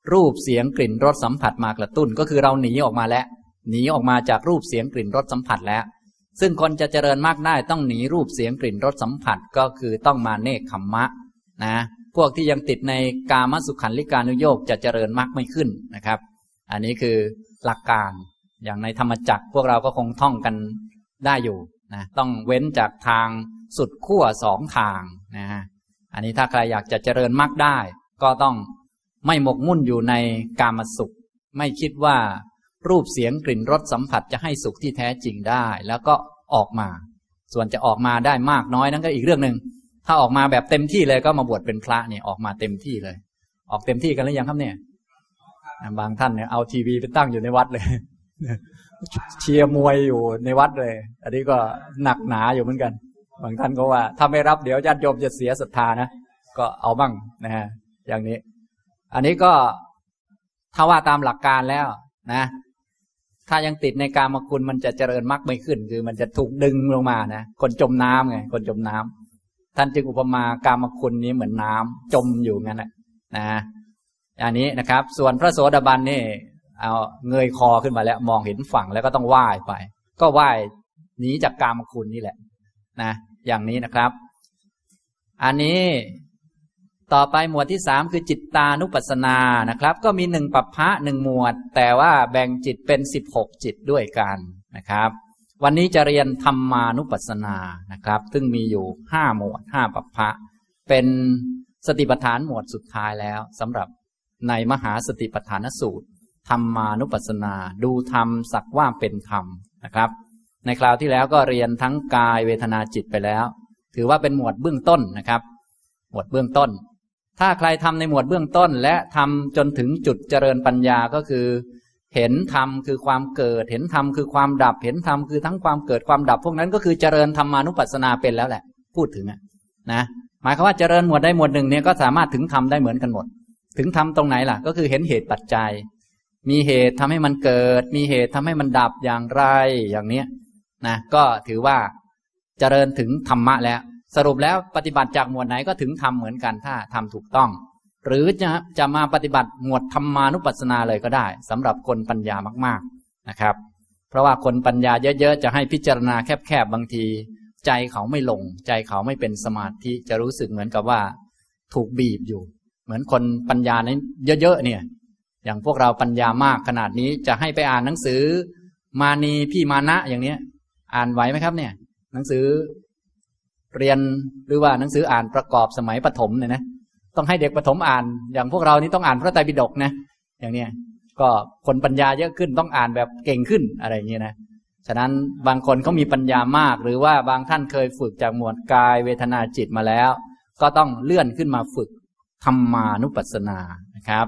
Speaker 1: รูปเสียงกลิ่นรสสัมผัสมากระตุ้นก็คือเราหนีออกมาแล้วหนีออกมาจากรูปเสียงกลิ่นรสสัมผัสแล้วซึ่งคนจะเจริญมากได้ต้องหนีรูปเสียงกลิ่นรสสัมผัสก็คือต้องมาเนกขัมมะนะพวกที่ยังติดในกามสุขันลิกานุโยคจะเจริญมากไม่ขึ้นนะครับอันนี้คือหลักการอย่างในธรรมจักรพวกเราก็คงท่องกันได้อยู่นะต้องเว้นจากทางสุดขั้วสองทางนะอันนี้ถ้าใครอยากจะเจริญมากได้ก็ต้องไม่หมกมุ่นอยู่ในกามสุขไม่คิดว่ารูปเสียงกลิ่นรสสัมผัสจะให้สุขที่แท้จริงได้แล้วก็ออกมาส่วนจะออกมาได้มากน้อยนั่นก็อีกเรื่องนึงถ้าออกมาแบบเต็มที่เลยก็มาบวชเป็นพระเนี่ยออกมาเต็มที่เลยออกเต็มที่กันหรือยังครับเนี่ยบางท่านเนี่ยเอาทีวีไปตั้งอยู่ในวัดเลยเชียร์มวยอยู่ในวัดเลยอันนี้ก็หนักหนาอยู่เหมือนกันบางท่านก็ว่าถ้าไม่รับเดี๋ยวญาติโยมจะเสียศรัทธานะก็เอาบ้างนะฮะอย่างนี้อันนี้ก็ถ้าว่าตามหลักการแล้วนะถ้ายังติดในกามคุณมันจะเจริญมรรคไม่ขึ้นคือมันจะถูกดึงลงมานะคนจมน้ำไงคนจมน้ำท่านจึงอุปมากามคุณนี้เหมือนน้ำจมอยู่งั้นนะอันนี้นะครับส่วนพระโสดาบันนี่เอาเงยคอขึ้นมาแล้วมองเห็นฝั่งแล้วก็ต้องว่ายไปก็ว่ายหนีจากกามคุณนี่แหละนะอย่างนี้นะครับอันนี้ต่อไปหมวดที่สามคือจิตตานุปัสสนานะครับก็มี1ปัปพะ1หมวดแต่ว่าแบ่งจิตเป็น16จิตด้วยกันนะครับวันนี้จะเรียนธรรมานุปัสสนานะครับซึ่งมีอยู่5หมวด5ปัปพะเป็นสติปัฏฐานหมวดสุดท้ายแล้วสำหรับในมหาสติปัฏฐานสูตรธรรมานุปัสสนาดูธรรมสักว่าเป็นธรรมนะครับในคราวที่แล้วก็เรียนทั้งกายเวทนาจิตไปแล้วถือว่าเป็นหมวดเบื้องต้นนะครับหมวดเบื้องต้นถ้าใครทำในหมวดเบื้องต้นและทำจนถึงจุดเจริญปัญญาก็คือเห็นธรรมคือความเกิดเห็นธรรมคือความดับเห็นธรรมคือทั้งความเกิดความดับพวกนั้นก็คือเจริญธรรมานุปัสสนาเป็นแล้วแหละพูดถึงนะหมายความว่าเจริญหมวดใดหมวดหนึ่งเนี่ยก็สามารถถึงธรรมได้เหมือนกันหมดถึงธรรมตรงไหนล่ะก็คือเห็นเหตุปัจจัยมีเหตุทำให้มันเกิดมีเหตุทำให้มันดับอย่างไรอย่างเนี้ยนะก็ถือว่าเจริญถึงธรรมะแล้วสรุปแล้วปฏิบัติจากหมวดไหนก็ถึงธรรมเหมือนกันถ้าทำถูกต้องหรือจะมาปฏิบัติหมวดธรรมานุปัสสนาเลยก็ได้สำหรับคนปัญญามากๆนะครับเพราะว่าคนปัญญาเยอะๆจะให้พิจารณาแคบๆบางทีใจเขาไม่ลงใจเขาไม่เป็นสมาธิจะรู้สึกเหมือนกับว่าถูกบีบอยู่เหมือนคนปัญญานั้นเยอะๆเนี่ยอย่างพวกเราปัญญามากขนาดนี้จะให้ไปอ่านหนังสือมานีพี่มานะอย่างนี้อ่านไหวไหมครับเนี่ยหนังสือเรียนหรือว่าหนังสืออ่านประกอบสมัยประถมเนี่ยนะต้องให้เด็กประถมอ่านอย่างพวกเรานี่ต้องอ่านพระไตรปิฎกนะอย่างเนี้ยก็คนปัญญาเยอะขึ้นต้องอ่านแบบเก่งขึ้นอะไรอย่างเงี้ยนะฉะนั้นบางคนเขามีปัญญามากหรือว่าบางท่านเคยฝึกจากหมวดกายเวทนาจิตมาแล้วก็ต้องเลื่อนขึ้นมาฝึกธรรมานุปัสสนานะครับ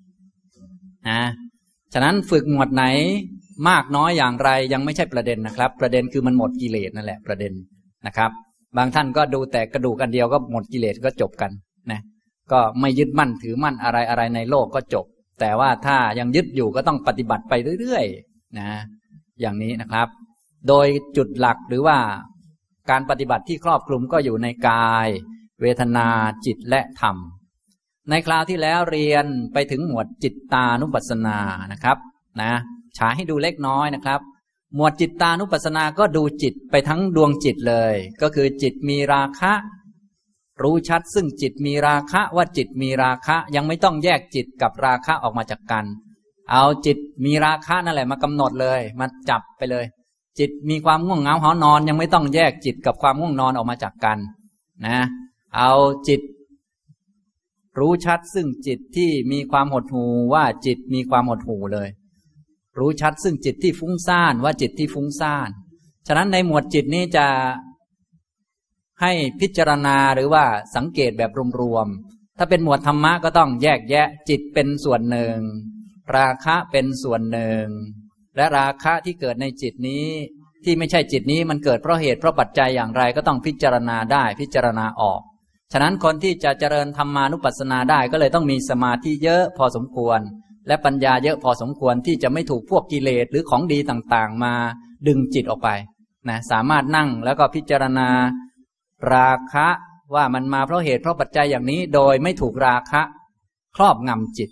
Speaker 1: ฉะนั้นฝึกหมวดไหนมากน้อยอย่างไรยังไม่ใช่ประเด็นนะครับประเด็นคือมันหมดกิเลสนั่นแหละประเด็นนะครับบางท่านก็ดูแต่กระดูกอันเดียวก็หมดกิเลสก็จบกันนะก็ไม่ยึดมั่นถือมั่นอะไรในโลกก็จบแต่ว่าถ้ายังยึดอยู่ก็ต้องปฏิบัติไปเรื่อยๆนะอย่างนี้นะครับโดยจุดหลักหรือว่าการปฏิบัติที่ครอบคลุมก็อยู่ในกายเวทนาจิตและธรรมในคราวที่แล้วเรียนไปถึงหมวดจิตตานุปัสสนานะครับนะฉายให้ดูเล็กน้อยนะครับหมวดจิตตานุปัสสนาก็ดูจิตไปทั้งดวงจิตเลยก็คือจิตมีราคะรู้ชัดซึ่งจิตมีราคะว่าจิตมีราคะยังไม่ต้องแยกจิตกับราคะออกมาจากกันเอาจิตมีราคะนั่นแหละมากำหนดเลยมาจับไปเลยจิตมีความง่วงเหงาหอนอนยังไม่ต้องแยกจิตกับความง่วงนอนออกมาจากกันนะเอาจิตรู้ชัดซึ่งจิตที่มีความหดหู่ว่าจิตมีความหดหู่เลยรู้ชัดซึ่งจิตที่ฟุ้งซ่านว่าจิตที่ฟุ้งซ่านฉะนั้นในหมวดจิตนี้จะให้พิจารณาหรือว่าสังเกตแบบรวมๆถ้าเป็นหมวดธรรมะก็ต้องแยกแยะจิตเป็นส่วนหนึ่งราคะเป็นส่วนหนึ่งและราคะที่เกิดในจิตนี้ที่ไม่ใช่จิตนี้มันเกิดเพราะเหตุเพราะปัจจัยอย่างไรก็ต้องพิจารณาได้พิจารณาออกฉะนั้นคนที่จะเจริญธรรมานุปัสสนาได้ก็เลยต้องมีสมาธิเยอะพอสมควรและปัญญาเยอะพอสมควรที่จะไม่ถูกพวกกิเลสหรือของดีต่างๆมาดึงจิตออกไปนะสามารถนั่งแล้วก็พิจารณาราคะว่ามันมาเพราะเหตุเพราะปัจจัยอย่างนี้โดยไม่ถูกราคะครอบงำจิต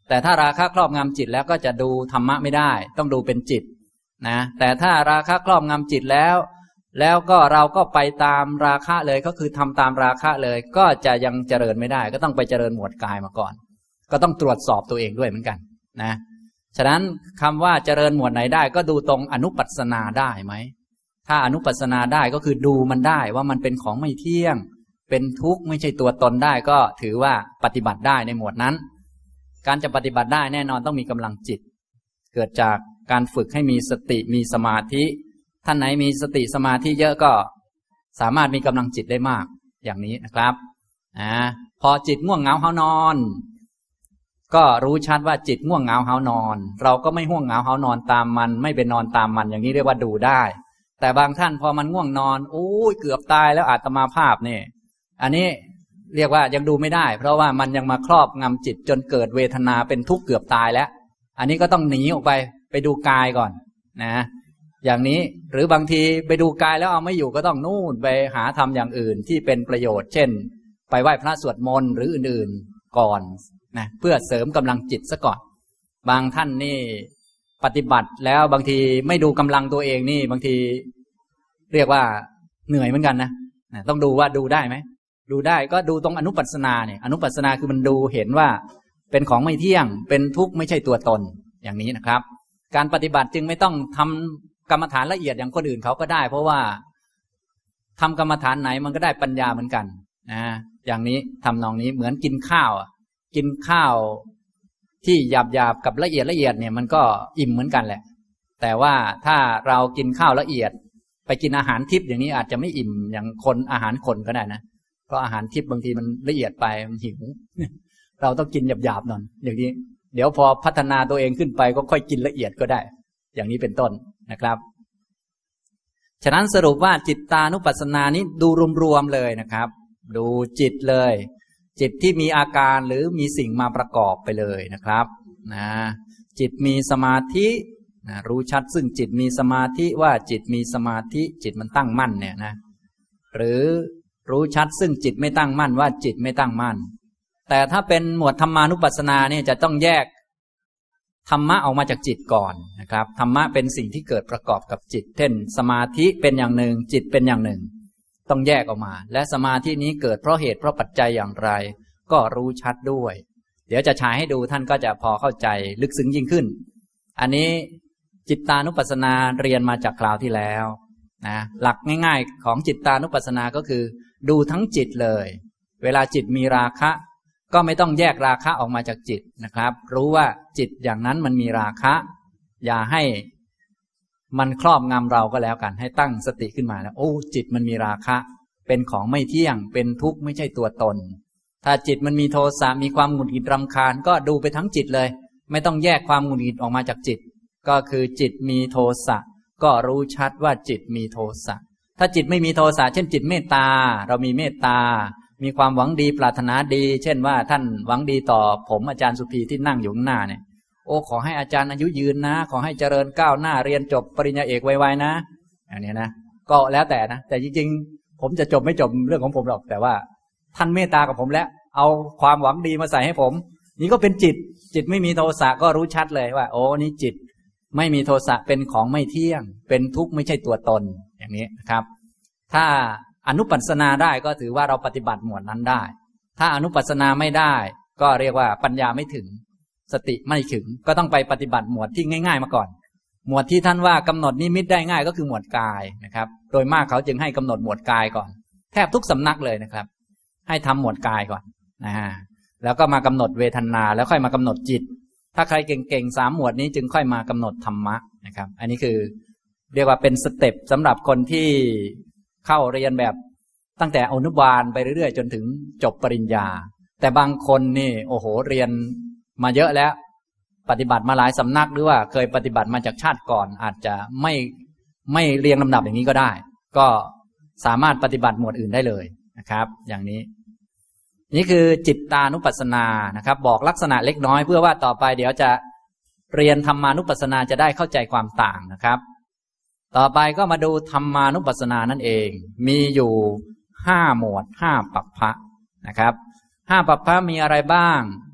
Speaker 1: แต่ถ้าราคะครอบงำจิตแล้วก็จะดูธรรมะไม่ได้ต้องดูเป็นจิตนะแต่ถ้าราคะครอบงำจิตแล้วก็เราก็ไปตามราคะเลยก็คือทำตามราคะเลยก็จะยังเจริญไม่ได้ก็ต้องไปเจริญหมวดกายมาก่อนก็ต้องตรวจสอบตัวเองด้วยเหมือนกันนะฉะนั้นคำว่าเจริญหมวดไหนได้ก็ดูตรงอนุปัสสนาได้ไหมถ้าอนุปัสสนาได้ก็คือดูมันได้ว่ามันเป็นของไม่เที่ยงเป็นทุกข์ไม่ใช่ตัวตนได้ก็ถือว่าปฏิบัติได้ในหมวดนั้นการจะปฏิบัติได้แน่นอนต้องมีกำลังจิตเกิดจากการฝึกให้มีสติมีสมาธิท่านไหนมีสติสมาธิเยอะก็สามารถมีกำลังจิตได้มากอย่างนี้นะครับพอจิตง่วงเหงาหานอนก็รู้ชัดว่าจิตง่วงเหงาหานอนเราก็ไม่ง่วงเหงาหานอนตามมันไม่เป็นนอนตามมันอย่างนี้เรียกว่าดูได้แต่บางท่านพอมันง่วงนอนโอ้ยเกือบตายแล้วอาตมาภาพเนี่ยอันนี้เรียกว่ายังดูไม่ได้เพราะว่ามันยังมาครอบงำจิตจนเกิดเวทนาเป็นทุกข์เกือบตายแล้วอันนี้ก็ต้องหนีออกไปดูกายก่อนนะอย่างนี้หรือบางทีไปดูกายแล้วเอาไม่อยู่ก็ต้องนู่นไปหาทำอย่างอื่นที่เป็นประโยชน์เช่นไปไหว้พระสวดมนต์หรืออื่นๆก่อนนะเพื่อเสริมกำลังจิตซะก่อนบางท่านนี่ปฏิบัติแล้วบางทีไม่ดูกำลังตัวเองนี่บางทีเรียกว่าเหนื่อยเหมือนกันนะต้องดูว่าดูได้ไหมดูได้ก็ดูตรงอนุปัสสนาเนี่ยอนุปัสสนาคือมันดูเห็นว่าเป็นของไม่เที่ยงเป็นทุกข์ไม่ใช่ตัวตนอย่างนี้นะครับการปฏิบัติจึงไม่ต้องทำกรรมฐานละเอียดอย่างคนอื่นเขาก็ได้เพราะว่าทำกรรมฐานไหนมันก็ได้ปัญญาเหมือนกันนะอย่างนี้ทำนองนี้เหมือนกินข้าวกินข้าวที่หยาบๆกับละเอียดเนี่ยมันก็อิ่มเหมือนกันแหละแต่ว่าถ้าเรากินข้าวละเอียดไปกินอาหารทิพย์อย่างนี้อาจจะไม่อิ่มอย่างคนอาหารคนก็ได้นะเพราะอาหารทิพย์บางทีมันละเอียดไปมันหิวเราต้องกินหยาบๆหน่อยอย่างนี้เดี๋ยวพอพัฒนาตัวเองขึ้นไปก็ค่อยกินละเอียดก็ได้อย่างนี้เป็นต้นนะครับฉะนั้นสรุปว่าจิตตานุปัสสนานี้ดูรวมๆเลยนะครับดูจิตเลยจิตที่มีอาการหรือมีสิ่งมาประกอบไปเลยนะครับนะจิตมีสมาธินะรู้ชัดซึ่งจิตมีสมาธิว่าจิตมีสมาธิจิตมันตั้งมั่นเนี่ยนะหรือรู้ชัดซึ่งจิตไม่ตั้งมั่นว่าจิตไม่ตั้งมั่นแต่ถ้าเป็นหมวดธรรมานุปัสสนาเนี่ยจะต้องแยกธรรมะออกมาจากจิตก่อนนะครับธรรมะเป็นสิ่งที่เกิดประกอบกับจิตเช่นสมาธิเป็นอย่างหนึ่งจิตเป็นอย่างหนึ่งต้องแยกออกมาและสมาธินี้เกิดเพราะเหตุเพราะปัจจัยอย่างไรก็รู้ชัดด้วยเดี๋ยวจะฉายให้ดูท่านก็จะพอเข้าใจลึกซึ้งยิ่งขึ้นอันนี้จิตตานุปัสสนาเรียนมาจากคราวที่แล้วนะหลักง่ายๆของจิตตานุปัสสนาก็คือดูทั้งจิตเลยเวลาจิตมีราคะก็ไม่ต้องแยกราคะออกมาจากจิตนะครับรู้ว่าจิตอย่างนั้นมันมีราคะอย่าให้มันครอบงำเราก็แล้วกันให้ตั้งสติขึ้นมาแล้วโอ้จิตมันมีราคะเป็นของไม่เที่ยงเป็นทุกข์ไม่ใช่ตัวตนถ้าจิตมันมีโทสะมีความหงุดหงิดรำคาญก็ดูไปทั้งจิตเลยไม่ต้องแยกความหงุดหงิดออกมาจากจิตก็คือจิตมีโทสะก็รู้ชัดว่าจิตมีโทสะถ้าจิตไม่มีโทสะเช่นจิตเมตตาเรามีเมตตามีความหวังดีปรารถนาดีเช่นว่าท่านหวังดีต่อผมอาจารย์สุภีที่นั่งอยู่ข้างหน้าเนี่ยโอ้ขอให้อาจารย์อายุยืนนะขอให้เจริญก้าวหน้าเรียนจบปริญญาเอกไวๆนะอย่างนี้นะก็แล้วแต่นะแต่จริงๆผมจะจบไม่จบเรื่องของผมหรอกแต่ว่าท่านเมตตากับผมแล้วเอาความหวังดีมาใส่ให้ผมนี่ก็เป็นจิตไม่มีโทสะก็รู้ชัดเลยว่าโอ้นี่จิตไม่มีโทสะเป็นของไม่เที่ยงเป็นทุกข์ไม่ใช่ตัวตนอย่างนี้นะครับถ้าอนุปัสสนาได้ก็ถือว่าเราปฏิบัติหมวดนั้นได้ถ้าอนุปัสสนาไม่ได้ก็เรียกว่าปัญญาไม่ถึงสติไม่ถึงก็ต้องไปปฏิบัติหมวดที่ง่ายๆมาก่อนหมวดที่ท่านว่ากำหนดนิมิตได้ง่ายก็คือหมวดกายนะครับโดยมากเขาจึงให้กำหนดหมวดกายก่อนแทบทุกสำนักเลยนะครับให้ทำหมวดกายก่อนแล้วก็มากำหนดเวทนาแล้วค่อยมากำหนดจิตถ้าใครเก่งๆ3หมวดนี้จึงค่อยมากำหนดธรรมะนะครับอันนี้คือเรียกว่าเป็นสเต็ปสำหรับคนที่เข้าเรียนแบบตั้งแต่อนุบาลไปเรื่อยๆจนถึงจบปริญญาแต่บางคนนี่โอ้โหเรียนมาเยอะแล้วปฏิบัติมาหลายสำนักหรือว่าเคยปฏิบัติมาจากชาติก่อนอาจจะไม่เรียงลำดับอย่างนี้ก็ได้ก็สามารถปฏิบัติหมวดอื่นได้เลยนะครับอย่างนี้นี่คือจิตตานุปัสสนานะครับบอกลักษณะเล็กน้อยเพื่อว่าต่อไปเดี๋ยวจะเรียนธรรมานุปัสสนาจะได้เข้าใจความต่างนะครับต่อไปก็มาดูธรรมานุปัสสนานั่นเองมีอยู่5หมวด5ปัปพะนะครับ5ปัปพะมีอะไรบ้าง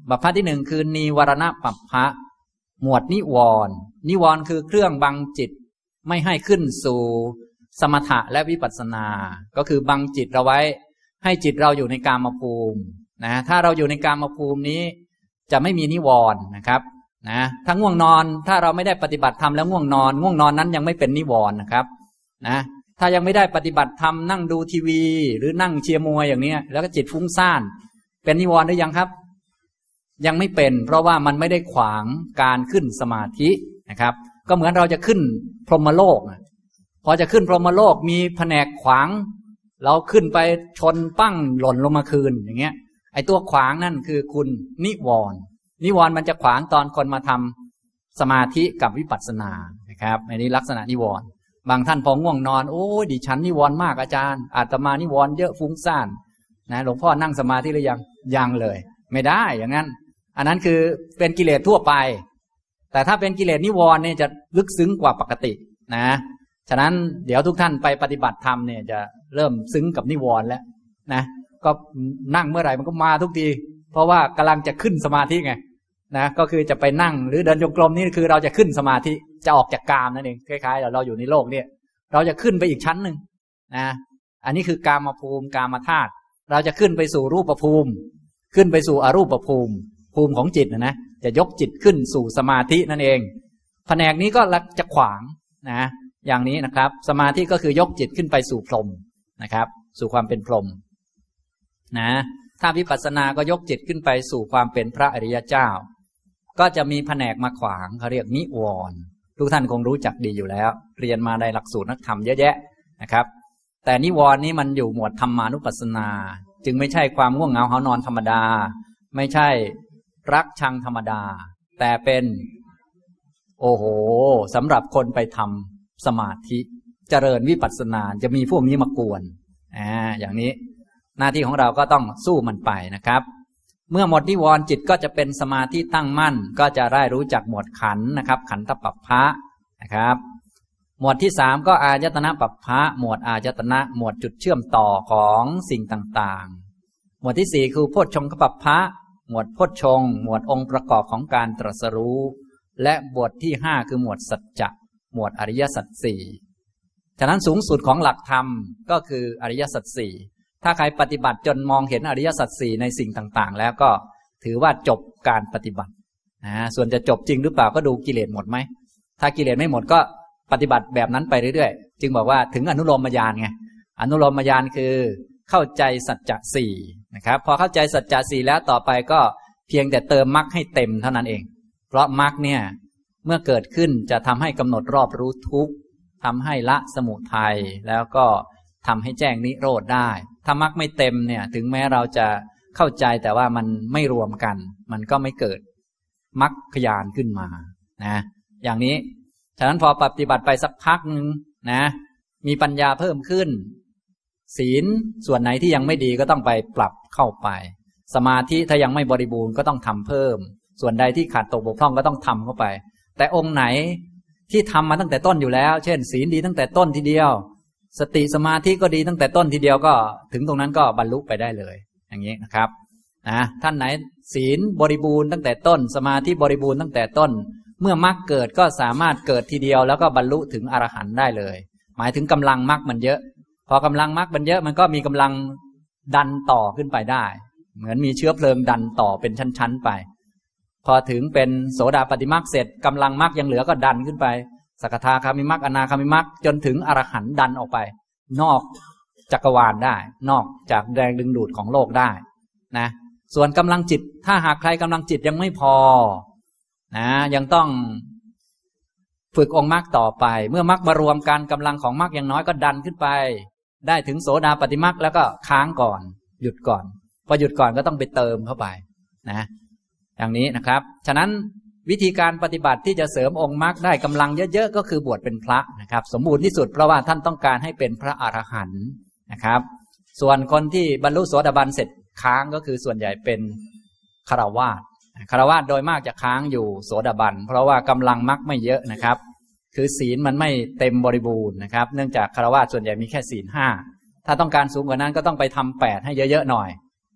Speaker 1: บัพพะที่หนึ่งคือนิวรณปัปพะหมวดนิวรณ์นิวรณ์คือเครื่องบังจิตไม่ให้ขึ้นสู่สมถะและวิปัสสนาก็คือบังจิตเราไว้ให้จิตเราอยู่ในกามภูมินะถ้าเราอยู่ในกามภูมินี้จะไม่มีนิวรณ์นะครับนะถ้าง่วงนอนถ้าเราไม่ได้ปฏิบัติธรรมแล้วง่วงนอนนั้นยังไม่เป็นนิวรณ์นะครับนะถ้ายังไม่ได้ปฏิบัติธรรมนั่งดูทีวีหรือนั่งเชียร์มวยอย่างนี้แล้วก็จิตฟุ้งซ่านเป็นนิวรณ์หรือยังครับยังไม่เป็นเพราะว่ามันไม่ได้ขวางการขึ้นสมาธินะครับก็เหมือนเราจะขึ้นพรหมโลกพอจะขึ้นพรหมโลกมีแผนกขวางเราขึ้นไปชนปั้งหล่นลงมาคืนอย่างเงี้ยไอ้ตัวขวางนั่นคือคุณนิวรณ์นิวรณ์มันจะขวางตอนคนมาทำสมาธิกับวิปัสสนานะครับอันนี้ลักษณะนิวรณ์บางท่านพอง่วงนอนโอ้ยดิฉันนิวรณ์มากอาจารย์อาตมานิวรณ์เยอะฟุ้งซ่านนะหลวงพ่อนั่งสมาธิหรือยังเลยไม่ได้อย่างนั้นอันนั้นคือเป็นกิเลสทั่วไปแต่ถ้าเป็นกิเลสนิวรณ์เนี่ยจะลึกซึ้งกว่าปกตินะฉะนั้นเดี๋ยวทุกท่านไปปฏิบัติธรรมเนี่ยจะเริ่มซึ้งกับนิวรณ์แล้วนะก็นั่งเมื่อไหร่มันก็มาทุกทีเพราะว่ากำลังจะขึ้นสมาธิไงนะก็คือจะไปนั่งหรือเดินจงกรมนี่คือเราจะขึ้นสมาธิจะออกจากกามนั่นเองคล้ายๆเราอยู่ในโลกเนี่ยเราจะขึ้นไปอีกชั้นหนึ่งนะอันนี้คือกามภูมิกามธาตุเราจะขึ้นไปสู่รูปภูมิขึ้นไปสู่อรูปภูมิภูมิของจิตนะจะยกจิตขึ้นสู่สมาธินั่นเองแผนกนี้ก็จะขวางนะอย่างนี้นะครับสมาธิก็คือยกจิตขึ้นไปสู่พรหมนะครับสู่ความเป็นพรหมนะถ้าวิปัสสนาก็ยกจิตขึ้นไปสู่ความเป็นพระอริยเจ้าก็จะมีแผนกมาขวางเขาเรียกนิวรณ์ทุกท่านคงรู้จักดีอยู่แล้วเรียนมาในหลักสูตรนักธรรมเยอะแยะนะครับแต่นิวรณ์นี้มันอยู่หมวดธรรมานุปัสสนาจึงไม่ใช่ความง่วงเหงาหานอนธรรมดาไม่ใช่รักชังธรรมดาแต่เป็นโอ้โหสำหรับคนไปทำสมาธิเจริญวิปัสสนาจะมีพวกนี้มากวนอย่างนี้หน้าที่ของเราก็ต้องสู้มันไปนะครับเมื่อหมดนิวรณ์จิตก็จะเป็นสมาธิตั้งมั่นก็จะได้รู้จักหมวดขันธ์นะครับขันธปัปพะนะครับหมวดที่สามก็อายตนะปัปพะหมวดอายตนะหมวดจุดเชื่อมต่อของสิ่งต่างๆหมวดที่สี่คือโพชฌงคปัปพะหมวดโพชฌงค์หมวดองค์ประกอบของการตรัสรู้และบทที่ห้าคือหมวดสัจจะหมวดอริยสัจสี่ฉะนั้นสูงสุดของหลักธรรมก็คืออริยสัจสี่ถ้าใครปฏิบัติจนมองเห็นอริยสัจสี่ในสิ่งต่างๆแล้วก็ถือว่าจบการปฏิบัติส่วนจะจบจริงหรือเปล่าก็ดูกิเลสหมดไหมถ้ากิเลสไม่หมดก็ปฏิบัติแบบนั้นไปเรื่อยๆจึงบอกว่าถึงอนุโลมญาณไงอนุโลมญาณคือเข้าใจสัจจะสี่นะครับพอเข้าใจสัจจะสี่แล้วต่อไปก็เพียงแต่เติมมรรคให้เต็มเท่านั้นเองเพราะมรรคเนี่ยเมื่อเกิดขึ้นจะทำให้กำหนดรอบรู้ทุกข์ทำให้ละสมุทัยแล้วก็ทำให้แจ้งนิโรธได้ถ้ามรรคไม่เต็มเนี่ยถึงแม้เราจะเข้าใจแต่ว่ามันไม่รวมกันมันก็ไม่เกิดมรรคญาณขึ้นมานะอย่างนี้ฉะนั้นพอปฏิบัติไปสักพักนึงนะมีปัญญาเพิ่มขึ้นศีลส่วนไหนที่ยังไม่ดีก็ต้องไปปรับเข้าไปสมาธิถ้ายังไม่บริบูรณ์ก็ต้องทำเพิ่มส่วนใดที่ขาดตกบกพร่องก็ต้องทำเข้าไปแต่องค์ไหนที่ทำมาตั้งแต่ต้นอยู่แล้วเช่นศีลดีตั้งแต่ต้นทีเดียวสติสมาธิก็ดีตั้งแต่ต้นทีเดียวก็ถึงตรงนั้นก็บรรลุไปได้เลยอย่างนี้นะครับท่านไหนศีลบริบูรณ์ตั้งแต่ต้นสมาธิบริบูรณ์ตั้งแต่ต้นเมื่อมรรคเกิดก็สามารถเกิดทีเดียวแล้วก็บรรลุถึงอรหันต์ได้เลยหมายถึงกำลังมรรคมันเยอะพอกำลังมรรคมันเยอะมันก็มีกำลังดันต่อขึ้นไปได้เหมือนมีเชื้อเพลิงดันต่อเป็นชั้นๆไปพอถึงเป็นโสดาปัตติมรรคเสร็จกำลังมรรคยังเหลือก็ดันขึ้นไปสกทาคามิมรรคอนาคามิมรรคจนถึงอรหันต์ดันออกไปนอกจักรวาลได้นอกจากแรงดึงดูดของโลกได้นะส่วนกำลังจิตถ้าหากใครกำลังจิตยังไม่พอนะยังต้องฝึกองค์มรรคต่อไปเมื่อมรรคมารวมกันกำลังของมรรคอย่างน้อยก็ดันขึ้นไปได้ถึงโสดาปัตติมรรคแล้วก็ค้างก่อนหยุดก่อนพอหยุดก่อนก็ต้องไปเติมเข้าไปนะอย่างนี้นะครับฉะนั้นวิธีการปฏิบัติที่จะเสริมองค์มรรคได้กำลังเยอะๆก็คือบวชเป็นพระนะครับสมบูรณ์ที่สุดเพราะว่าท่านต้องการให้เป็นพระอรหันต์นะครับส่วนคนที่บรรลุโสดาบันเสร็จค้างก็คือส่วนใหญ่เป็นฆราวาสโดยมากจะค้างอยู่โสดาบันเพราะว่ากำลังมรรคไม่เยอะนะครับคือศีลมันไม่เต็มบริบูรณ์นะครับเนื่องจากฆราวาสส่วนใหญ่มีแค่ศีล 5ถ้าต้องการสูงกว่านั้นก็ต้องไปทำ8ให้เยอะๆหน่อย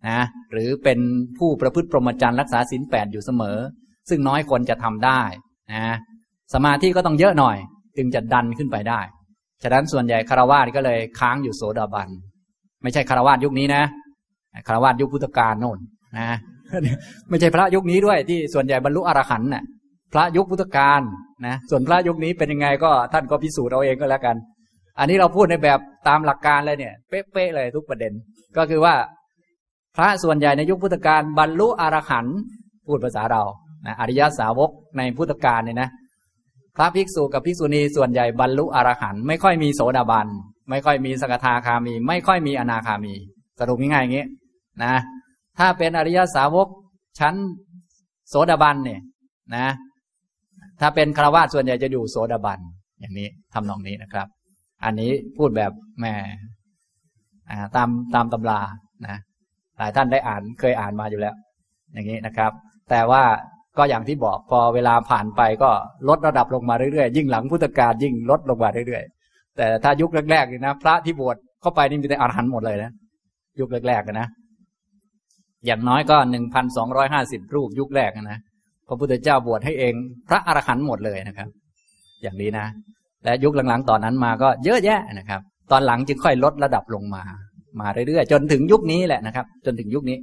Speaker 1: นะหรือเป็นผู้ประพฤติพรหมจรรย์รักษาศีล 8อยู่เสมอซึ่งน้อยคนจะทำได้นะสมาธิก็ต้องเยอะหน่อยจึงจะดันขึ้นไปได้ฉะนั้นส่วนใหญ่ฆราวาสก็เลยค้างอยู่โสดาบันไม่ใช่ฆราวาสยุคนี้นะฆราวาสยุคพุทธกาลโน่นนะไม่ใช่พระยุคนี้ด้วยที่ส่วนใหญ่บรรลุอรหันต์น่ะพระยุคพุทธกาลนะส่วนพระยุคนี้เป็นยังไงก็ท่านก็พิสูจน์เอาเองก็แล้วกันอันนี้เราพูดในแบบตามหลักการเลยเนี่ยเป๊ะๆเลยทุกประเด็นก็คือว่าพระส่วนใหญ่ในยุคพุทธกาลบรรลุอรหันต์พูดภาษาเรานะอริยสาวกในพุทธกาลเนี่ยนะพระภิกษุกับภิกษุณีส่วนใหญ่บรรลุอรหันต์ไม่ค่อยมีโสดาบันไม่ค่อยมีสกทาคามีไม่ค่อยมีอนาคามีสรุปง่ายๆอย่างนี้นะถ้าเป็นอริยสาวกชั้นโสดาบันเนี่ยนะถ้าเป็นฆราวาสส่วนใหญ่จะอยู่โสดาบันอย่างนี้ทำนองนี้นะครับอันนี้พูดแบบแหมตามตำรานะหลายท่านได้อ่านเคยอ่านมาอยู่แล้วอย่างนี้นะครับแต่ว่าก็อย่างที่บอกพอเวลาผ่านไปก็ลดระดับลงมาเรื่อยๆยิ่งหลังพุทธกาลยิ่งลดลงมาเรื่อยๆแต่ถ้ายุคแรกๆนี่นะพระที่บวชเข้าไปนี่มีแต่อรหันต์หมดเลยนะยุคแรกๆนะอย่างน้อยก็ 1,250 รูปยุคแรกนะพระพุทธเจ้าบวชให้เองพระอรหันต์หมดเลยนะครับอย่างนี้นะและยุคหลังๆตอนนั้นมาก็เยอะแยะนะครับตอนหลังจึงค่อยลดระดับลงมาเรื่อยๆจนถึงยุคนี้แหละนะครับจนถึงยุคนี้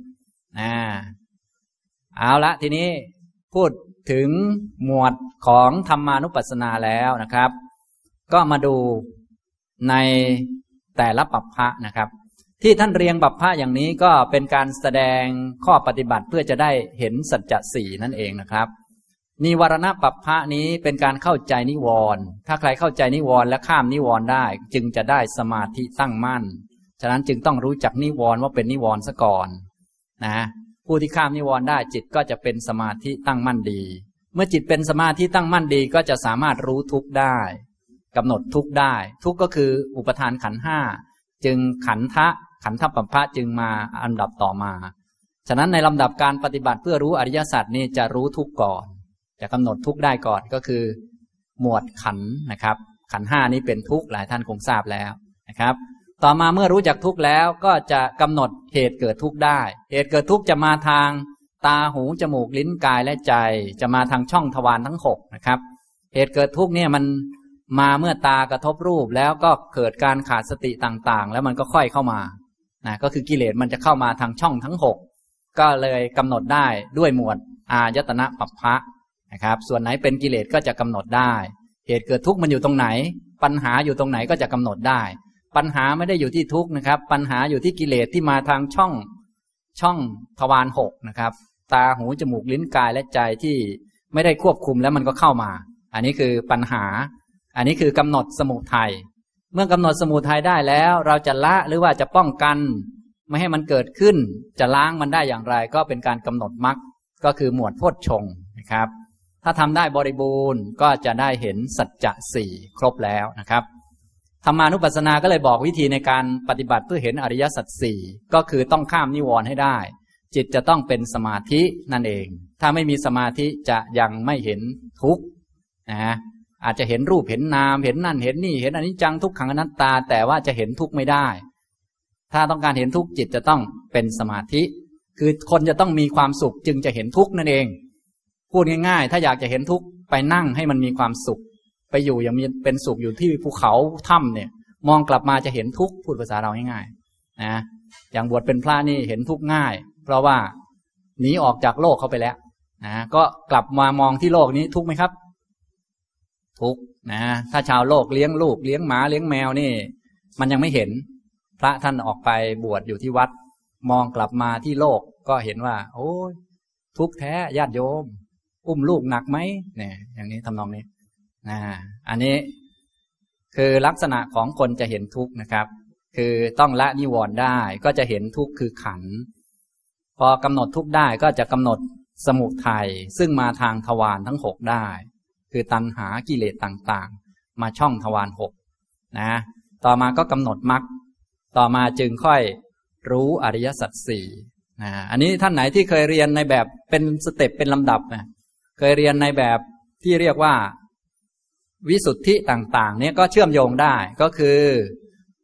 Speaker 1: เอาละทีนี้พูดถึงหมวดของธรรมานุปัสสนาแล้วนะครับก็มาดูในแต่ละปัปพะนะครับที่ท่านเรียงปัปพะอย่างนี้ก็เป็นการแสดงข้อปฏิบัติเพื่อจะได้เห็นสัจจะสี่นั่นเองนะครับนิวรณปัปพะนี้เป็นการเข้าใจนิวรณ์ถ้าใครเข้าใจนิวรณ์และข้ามนิวรณ์ได้จึงจะได้สมาธิตั้งมั่นฉะนั้นจึงต้องรู้จักนิวรณ์ว่าเป็นนิวรณ์ซะก่อนนะผู้ที่ข้ามนิวรณ์ได้จิตก็จะเป็นสมาธิตั้งมั่นดีเมื่อจิตเป็นสมาธิตั้งมั่นดีก็จะสามารถรู้ทุกข์ได้กำหนดทุกข์ได้ทุกข์ก็คืออุปทานขันธ์ห้าจึงขันธปัปพะจึงมาอันดับต่อมาฉะนั้นในลำดับการปฏิบัติเพื่อรู้อริยสัจนี่จะรู้ทุกข์ก่อนจะกำหนดทุกข์ได้ก่อนก็คือหมวดขันธ์นะครับขันธ์ห้านี้เป็นทุกข์หลายท่านคงทราบแล้วนะครับต่อมาเมื่อรู้จักทุกข์แล้วก็จะกำหนดเหตุเกิดทุกข์ได้เหตุเกิดทุกข์จะมาทางตาหูจมูกลิ้นกายและใจจะมาทางช่องทวารทั้ง6นะครับเหตุเกิดทุกข์เนี่ยมันมาเมื่อตากระทบรูปแล้วก็เกิดการขาดสติต่างๆแล้วมันก็ค่อยเข้ามานะก็คือกิเลสมันจะเข้ามาทางช่องทั้ง6ก็เลยกำหนดได้ด้วยหมวดอายตนะปัปพะนะครับส่วนไหนเป็นกิเลสก็จะกำหนดได้เหตุเกิดทุกข์มันอยู่ตรงไหนปัญหาอยู่ตรงไหนก็จะกำหนดได้ปัญหาไม่ได้อยู่ที่ทุกข์นะครับปัญหาอยู่ที่กิเลสที่มาทางช่องทวาร6นะครับตาหูจมูกลิ้นกายและใจที่ไม่ได้ควบคุมแล้วมันก็เข้ามาอันนี้คือปัญหาอันนี้คือกำหนดสมุทัยเมื่อกำหนดสมุทัยได้แล้วเราจะละหรือว่าจะป้องกันไม่ให้มันเกิดขึ้นจะล้างมันได้อย่างไรก็เป็นการกำหนดมรรคก็คือหมวดโพชฌงค์นะครับถ้าทำได้บริบูรณ์ก็จะได้เห็นสัจจะสี่ครบแล้วนะครับธรรมานุปัสสนาก็เลยบอกวิธีในการปฏิบัติเพื่อเห็นอริยสัจสี่ก็คือต้องข้ามนิวรณ์ให้ได้จิตจะต้องเป็นสมาธินั่นเองถ้าไม่มีสมาธิจะยังไม่เห็นทุกข์นะอาจจะเห็นรูปเห็นนามเห็นนั่นเห็นนี่เห็นอนิจจังทุกขังอนัตตาแต่ว่าจะเห็นทุกข์ไม่ได้ถ้าต้องการเห็นทุกข์จิตจะต้องเป็นสมาธิคือคนจะต้องมีความสุขจึงจะเห็นทุกข์นั่นเองพูดง่ายๆถ้าอยากจะเห็นทุกข์ไปนั่งให้มันมีความสุขไปอยู่อย่างมีเป็นสุขอยู่ที่ภูเขาถ้ำเนี่ยมองกลับมาจะเห็นทุกข์พูดภาษาเราง่ายๆนะอย่างบวชเป็นพระนี่เห็นทุกข์ง่ายเพราะว่าหนีออกจากโลกเข้าไปแล้วนะก็กลับมามองที่โลกนี้ทุกข์ไหมครับทุกข์นะถ้าชาวโลกเลี้ยงลูกเลี้ยงหมาเลี้ยงแมวนี่มันยังไม่เห็นพระท่านออกไปบวชอยู่ที่วัดมองกลับมาที่โลกก็เห็นว่าโอ้ยทุกข์แท้ญาติโยมอุ้มลูกหนักไหมเนี่ยอย่างนี้ทำนองนี้อันนี้คือลักษณะของคนจะเห็นทุกข์นะครับคือต้องละนิวรณ์ได้ก็จะเห็นทุกข์คือขันธ์พอกำหนดทุกข์ได้ก็จะกำหนดสมุทัยซึ่งมาทางทวารทั้ง6ได้คือตัณหากิเลสต่างๆมาช่องทวาร6นะต่อมาก็กำหนดมรรคต่อมาจึงค่อยรู้อริยสัจสี่อันนี้ท่านไหนที่เคยเรียนในแบบเป็นสเต็ปเป็นลำดับนะเคยเรียนในแบบที่เรียกว่าวิสุทธิต่างๆเนี่ยก็เชื่อมโยงได้ก็คือ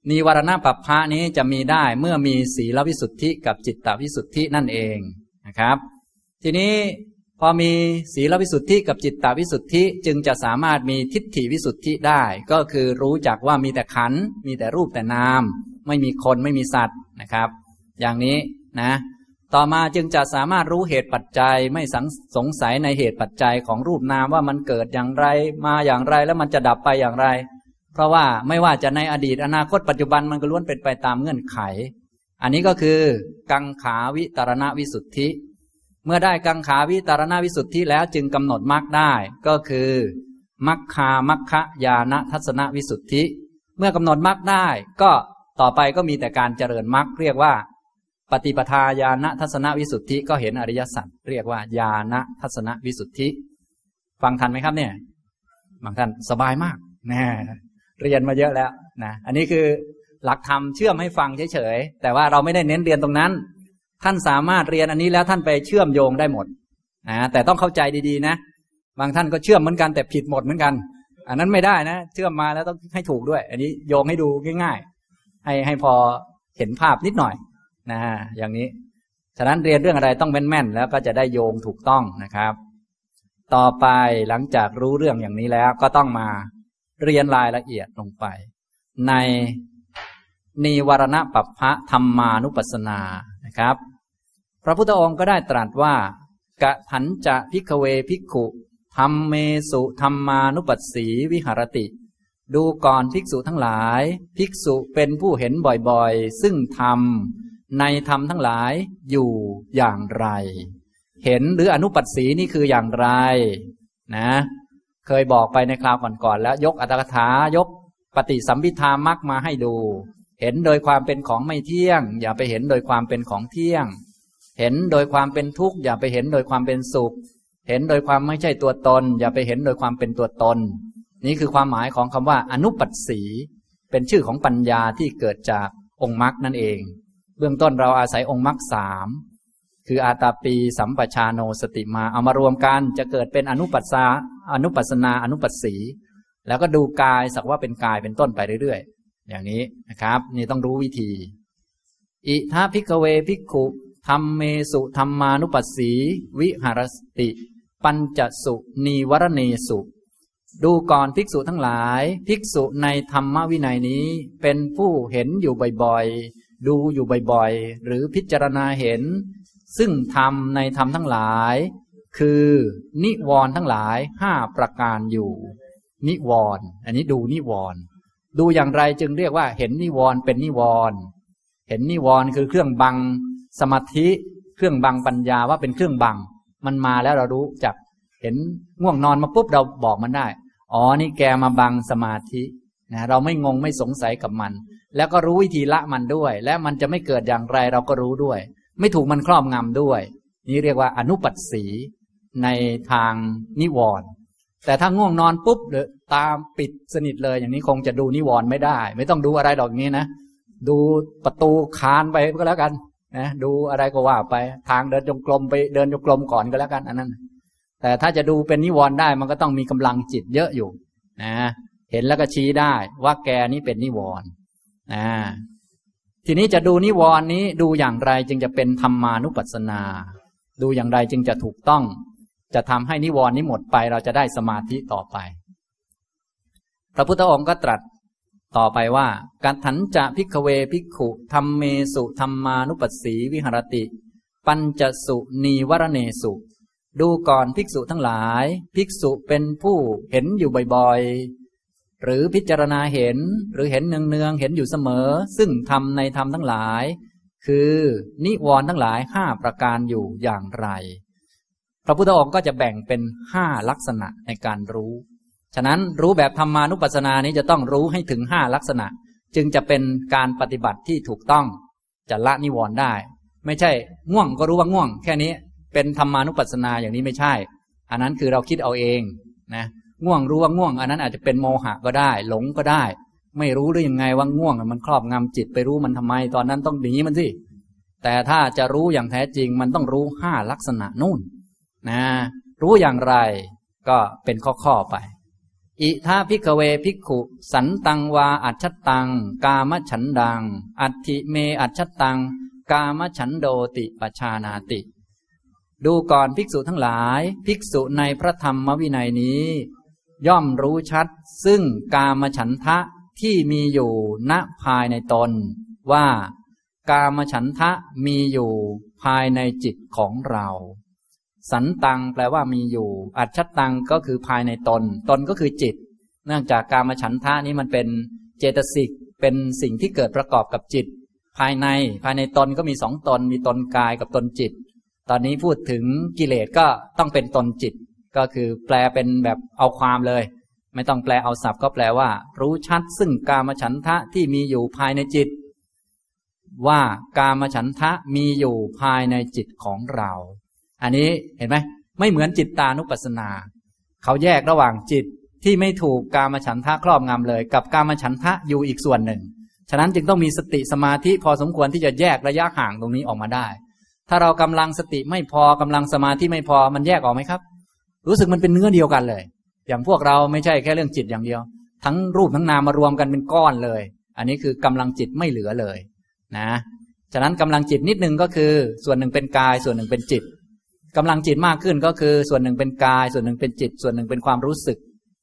Speaker 1: นิวรณปัปพะนี้จะมีได้เมื่อมีศีลวิสุทธิกับจิตตวิสุทธินั่นเองนะครับทีนี้พอมีศีลวิสุทธิกับจิตตวิสุทธิจึงจะสามารถมีทิฏฐิวิสุทธิได้ก็คือรู้จักว่ามีแต่ขันธ์มีแต่รูปแต่นามไม่มีคนไม่มีสัตว์นะครับอย่างนี้นะต่อมาจึงจะสามารถรู้เหตุปัจจัยไม่สงสัยในเหตุปัจจัยของรูปนามว่ามันเกิดอย่างไรมาอย่างไรแล้วมันจะดับไปอย่างไรเพราะว่าไม่ว่าจะในอดีตอนาคตปัจจุบันมันก็ล้วนเป็นไปตามเงื่อนไขอันนี้ก็คือกังขาวิตรณวิสุทธิเมื่อได้กังขาวิตรณวิสุทธิแล้วจึงกำหนดมรรคได้ก็คือมัคคามัคคะญาณทัศนวิสุทธิเมื่อกำหนดมรรคได้ก็ต่อไปก็มีแต่การเจริญมรรคเรียกว่าปฏิปทาญาณทัศนวิสุทธิก็เห็นอริยสัจเรียกว่าญาณทัศนวิสุทธิฟังทันไหมครับเนี่ยบางท่านสบายมากนะเรียนมาเยอะแล้วนะอันนี้คือหลักธรรมเชื่อมให้ฟังเฉยๆแต่ว่าเราไม่ได้เน้นเรียนตรงนั้นท่านสามารถเรียนอันนี้แล้วท่านไปเชื่อมโยงได้หมดนะแต่ต้องเข้าใจดีๆนะบางท่านก็เชื่อมเหมือนกันแต่ผิดหมดเหมือนกันอันนั้นไม่ได้นะเชื่อมมาแล้วต้องให้ถูกด้วยอันนี้โยงให้ดูง่ายๆให้พอเห็นภาพนิดหน่อยนะอย่างนี้ฉะนั้นเรียนเรื่องอะไรต้องแม่นๆแล้วก็จะได้โยงถูกต้องนะครับต่อไปหลังจากรู้เรื่องอย่างนี้แล้วก็ต้องมาเรียนรายละเอียดลงไปในนิวรณปัปพะธรรมานุปัสสนานะครับพระพุทธองค์ก็ได้ตรัสว่ากะถันจะภิกขเวภิกขุธัมเมสุธัมมานุปัสสีวิหรติดูก่อนภิกษุทั้งหลายภิกษุเป็นผู้เห็นบ่อยๆซึ่งธรรมในธรรมทั้งหลายอยู่อย่างไรเห็นหรืออนุปัสสีนี่คืออย่างไรนะเคยบอกไปในคราวก่อนๆแล้วยกอัตถกถายกปฏิสัมภิทามรรคมาให้ดูเห็นโดยความเป็นของไม่เที่ยงอย่าไปเห็นโดยความเป็นของเที่ยงเห็นโดยความเป็นทุกข์อย่าไปเห็นโดยความเป็นสุขเห็นโดยความไม่ใช่ตัวตนอย่าไปเห็นโดยความเป็นตัวตนนี่คือความหมายของคำว่าอนุปัสสีเป็นชื่อของปัญญาที่เกิดจากองค์มรรคนั่นเองเบื้องต้นเราอาศัยองค์มรรคสามคืออาตาปีสัมปชาโนสติมาเอามารวมกันจะเกิดเป็นอนุปัสสนาอนุปัสสีแล้วก็ดูกายสักว่าเป็นกายเป็นต้นไปเรื่อยๆอย่างนี้นะครับนี่ต้องรู้วิธีอิทาภิกขเวภิกขุธัมเมสุธัมมานุปัสสีวิหรติปัญจสุนีวรเนสุดูก่อนภิกษุทั้งหลายภิกษุในธรรมวินัยนี้เป็นผู้เห็นอยู่บ่อยๆดูอยู่บ่อยๆหรือพิจารณาเห็นซึ่งธรรมในธรรมทั้งหลายคือนิวรณ์ทั้งหลาย5ประการอยู่นิวรณ์อันนี้ดูนิวรณ์ดูอย่างไรจึงเรียกว่าเห็นนิวรณ์เป็นนิวรณ์เห็นนิวรณ์คือเครื่องบังสมาธิเครื่องบังปัญญาว่าเป็นเครื่องบังมันมาแล้วเรารู้จักเห็นง่วงนอนมาปุ๊บเราบอกมันได้อ๋อนี่แกมาบังสมาธินะเราไม่งงไม่สงสัยกับมันแล้วก็รู้วิธีละมันด้วยและมันจะไม่เกิดอย่างไรเราก็รู้ด้วยไม่ถูกมันครอบงำด้วยนี่เรียกว่าอนุปัสสีในทางนิวรณ์แต่ถ้าง่วงนอนปุ๊บหรือตามปิดสนิทเลยอย่างนี้คงจะดูนิวรณ์ไม่ได้ไม่ต้องดูอะไรดอกนี้นะดูประตูคานไปก็แล้วกันนะดูอะไรก็ว่าไปทางเดินจงกรมไปเดินจงกรมก่อนก็แล้วกันอันนั้นแต่ถ้าจะดูเป็นนิวรณ์ได้มันก็ต้องมีกำลังจิตเยอะอยู่นะเห็นแล้วก็ชี้ได้ว่าแกนี้เป็นนิวรณ์ทีนี้จะดูนิวรณ์นี้ดูอย่างไรจึงจะเป็นธรรมานุปัสสนาดูอย่างไรจึงจะถูกต้องจะทำให้นิวรณ์นี้หมดไปเราจะได้สมาธิต่อไปพระพุทธองค์ก็ตรัสต่อไปว่ากัฏถันจะภิกขเวภิกขุธัมเมสุธัมมานุปัสสีวิหรติปัญจสุนีวรเนสุดูก่อนภิกษุทั้งหลายภิกษุเป็นผู้เห็นอยู่บ่อยๆหรือพิจารณาเห็นหรือเห็นเนืองๆเห็นอยู่เสมอซึ่งธรรมในธรรมทั้งหลายคือนิวรณ์ทั้งหลาย5ประการอยู่อย่างไรพระพุทธองค์ก็จะแบ่งเป็น5ลักษณะในการรู้ฉะนั้นรู้แบบธรรมานุปัสสนานี้จะต้องรู้ให้ถึง5ลักษณะจึงจะเป็นการปฏิบัติที่ถูกต้องจะละนิวรณ์ได้ไม่ใช่ง่วงก็รู้ว่าง่วงแค่นี้เป็นธรรมานุปัสสนาอย่างนี้ไม่ใช่อันนั้นคือเราคิดเอาเองนะง่วงรู้ว่าง่วงอันนั้นอาจจะเป็นโมหะก็ได้หลงก็ได้ไม่รู้หรือยังไงว่าง่วงมันครอบงำจิตไปรู้มันทำไมตอนนั้นต้องหนีมันสิแต่ถ้าจะรู้อย่างแท้จริงมันต้องรู้5ลักษณะนู่นนะรู้อย่างไรก็เป็นข้อๆไปอิทาภิกขเวภิกขุสันตังวาอัจฉตังกามฉันดังอัตถิเมอัจฉตังกามฉันโดติปชานาติดูก่อนภิกษุทั้งหลายภิกษุในพระธรรมวินัยนี้ย่อมรู้ชัดซึ่งกามฉันทะที่มีอยู่ณภายในตนว่ากามฉันทะมีอยู่ภายในจิตของเราสันตังแปลว่ามีอยู่อัจฉตังก็คือภายในตนตนก็คือจิตเนื่องจากกามฉันทะนี้มันเป็นเจตสิกเป็นสิ่งที่เกิดประกอบกับจิตภายในตนก็มีสองตนมีตนกายกับตนจิตตอนนี้พูดถึงกิเลสก็ต้องเป็นตนจิตก็คือแปลเป็นแบบเอาความเลยไม่ต้องแปลเอาศัพท์ก็แปลว่ารู้ชัดซึ่งกามฉันทะที่มีอยู่ภายในจิตว่ากามฉันทะมีอยู่ภายในจิตของเราอันนี้เห็นไหมไม่เหมือนจิตตานุปัสสนาเขาแยกระหว่างจิตที่ไม่ถูกกามฉันทะครอบงำเลยกับกามฉันทะอยู่อีกส่วนหนึ่งฉะนั้นจึงต้องมีสติสมาธิพอสมควรที่จะแยกระยะห่างตรงนี้ออกมาได้ถ้าเรากำลังสติไม่พอกำลังสมาธิไม่พอมันแยกออกไหมครับรู้สึกมันเป็นเนื้อเดียวกันเลยอย่างพวกเราไม่ใช่แค่เรื่องจิตอย่างเดียวทั้งรูปทั้งนามมารวมกันเป็นก้อนเลยอันนี้คือกำลังจิตไม่เหลือเลยนะฉะนั้นกำลังจิตนิดนึงก็คือส่วนหนึ่งเป็นกายส่วนหนึ่งเป็นจิตกำลังจิตมากขึ้นก็คือส่วนหนึ่งเป็นกายส่วนหนึ่งเป็นจิตส่วนหนึ่งเป็นความรู้สึก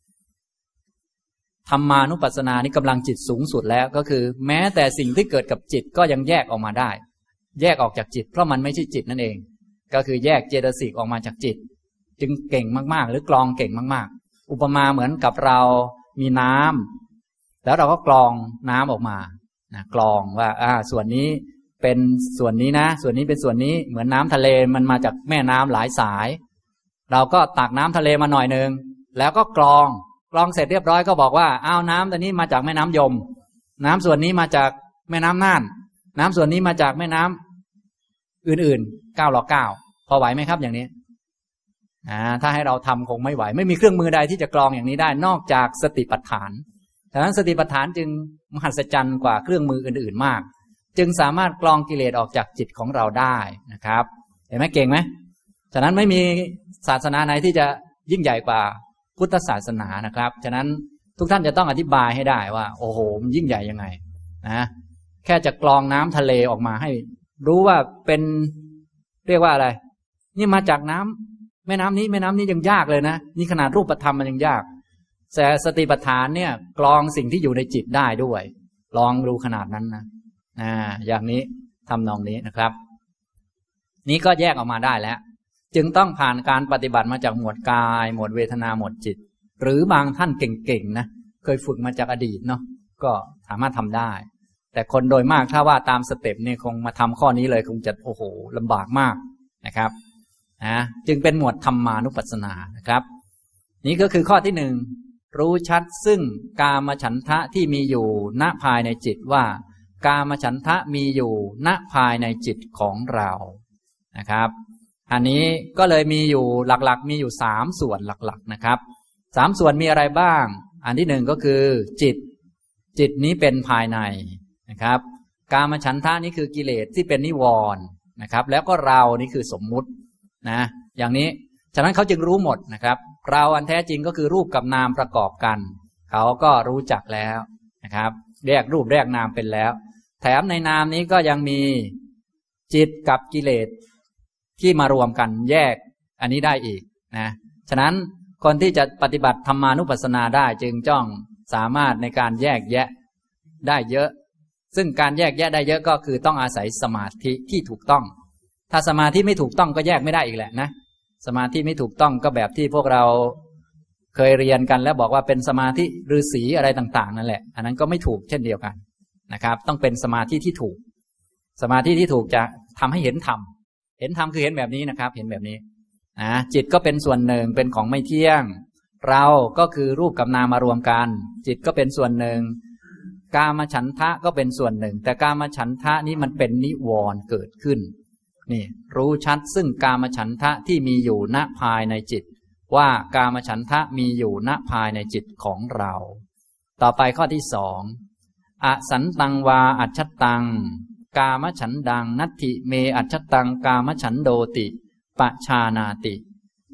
Speaker 1: ธรรมานุปัสสนานี่กำลังจิตสูงสุดแล้วก็คือแม้แต่สิ่งที่เกิดกับจิตก็ยังแยกออกมาได้แยกออกจากจิตเพราะมันไม่ใช่จิตนั่นเองก็คือแยกเจตสิกออกมาจากจิตจึงเก่งมากๆหรือกรองเก่งมากๆอุปมาเหมือนกับเรามีน้ำแล้วเราก็กรองน้ำออกมานะกรองว่าส่วนนี้เป็นส่วนนี้นะส่วนนี้เป็นส่วนนี้เหมือนน้ำทะเลมันมาจากแม่น้ำหลายสายเราก็ตักน้ำทะเลมาหน่อยนึงแล้วก็กรองเสร็จเรียบร้อยก็บอกว่าน้ำตัวนี้มาจากแม่น้ำยมน้ำส่วนนี้มาจากแม่น้ำน่านน้ำส่วนนี้มาจากแม่น้ำอื่นๆ9 พอไหวไหมครับอย่างนี้ถ้าให้เราทำคงไม่ไหวไม่มีเครื่องมือใดที่จะกรองอย่างนี้ได้นอกจากสติปัฏฐานฉะนั้นสติปัฏฐานจึงมหัศจรรย์กว่าเครื่องมืออื่นๆมากจึงสามารถกรองกิเลสออกจากจิตของเราได้นะครับเห็นไหมเก่งไหมฉะนั้นไม่มีศาสนาไหนที่จะยิ่งใหญ่กว่าพุทธศาสนานะครับฉะนั้นทุกท่านจะต้องอธิบายให้ได้ว่าโอ้โหมันยิ่งใหญ่ยังไงนะแค่จะกรองน้ำทะเลออกมาให้รู้ว่าเป็นเรียกว่าอะไรนี่มาจากน้ำแม่น้ำนี้ยังยากเลยนะนี่ขนาดรูปธรรมมันยังยากแต่สติปัฏฐานเนี่ยกรองสิ่งที่อยู่ในจิตได้ด้วยลองดูขนาดนั้นนะอย่างนี้ทำนองนี้นะครับนี้ก็แยกออกมาได้แล้วจึงต้องผ่านการปฏิบัติมาจากหมวดกายหมวดเวทนาหมวดจิตหรือบางท่านเก่งๆนะเคยฝึกมาจากอดีตเนาะก็สามารถทำได้แต่คนโดยมากถ้าว่าตามสเต็ปนี่คงมาทำข้อนี้เลยคงจะโอ้โหลำบากมากนะครับจึงเป็นหมวดธรรมานุปัสสนานะครับนี่ก็คือข้อที่หนึ่งรู้ชัดซึ่งกามฉันทะที่มีอยู่ณภายในจิตว่ากามฉันทะมีอยู่ณภายในจิตของเรานะครับอันนี้ก็เลยมีอยู่หลักๆมีอยู่3ส่วนหลักๆนะครับ3ส่วนมีอะไรบ้างอันที่หนึ่งก็คือจิตนี้เป็นภายในนะครับกามฉันทะนี้คือกิเลสที่เป็นนิวรณ์นะครับแล้วก็เรานี่คือสมมุตินะอย่างนี้ฉะนั้นเขาจึงรู้หมดนะครับเราอันแท้จริงก็คือรูปกับนามประกอบกันเขาก็รู้จักแล้วนะครับแยกรูปแยกนามเป็นแล้วแถมในนามนี้ก็ยังมีจิตกับกิเลสที่มารวมกันแยกอันนี้ได้อีกนะฉะนั้นคนที่จะปฏิบัติธรรมานุปัสสนาได้จึงจ้องสามารถในการแยกแยะได้เยอะซึ่งการแยกแยะได้เยอะก็คือต้องอาศัยสมาธิที่ถูกต้องถ้าสมาธิไม่ถูกต้องก็แยกไม่ได้อีกแหละนะสมาธิไม่ถูกต้องก็แบบที่พวกเราเคยเรียนกันแล้วบอกว่าเป็นสมาธิฤาษีอะไรต่างๆนั่นแหละอันนั้นก็ไม่ถูกเช่นเดียวกันนะครับต้องเป็นสมาธิที่ถูกสมาธิที่ถูกจะทำให้เห็นธรรมคือเห็นแบบนี้นะครับเห็นแบบนี้จิตก็เป็นส่วนหนึ่งเป็นของไม่เที่ยงเราก็คือรูปกับนามมารวมกันจิตก็เป็นส่วนหนึ่งกามฉันทะก็เป็นส่วนหนึ่งแต่กามฉันทะนี้มันเป็นนิวรณ์เกิดขึ้นนี่รู้ชัดซึ่งกามฉันทะที่มีอยู่ณภายในจิตว่ากามฉันทะมีอยู่ณภายในจิตของเราต่อไปข้อที่2อสันตังวาอัจฉตังกามฉันดังนัตถิเมอัจฉตังกามฉันโดติปชานาติ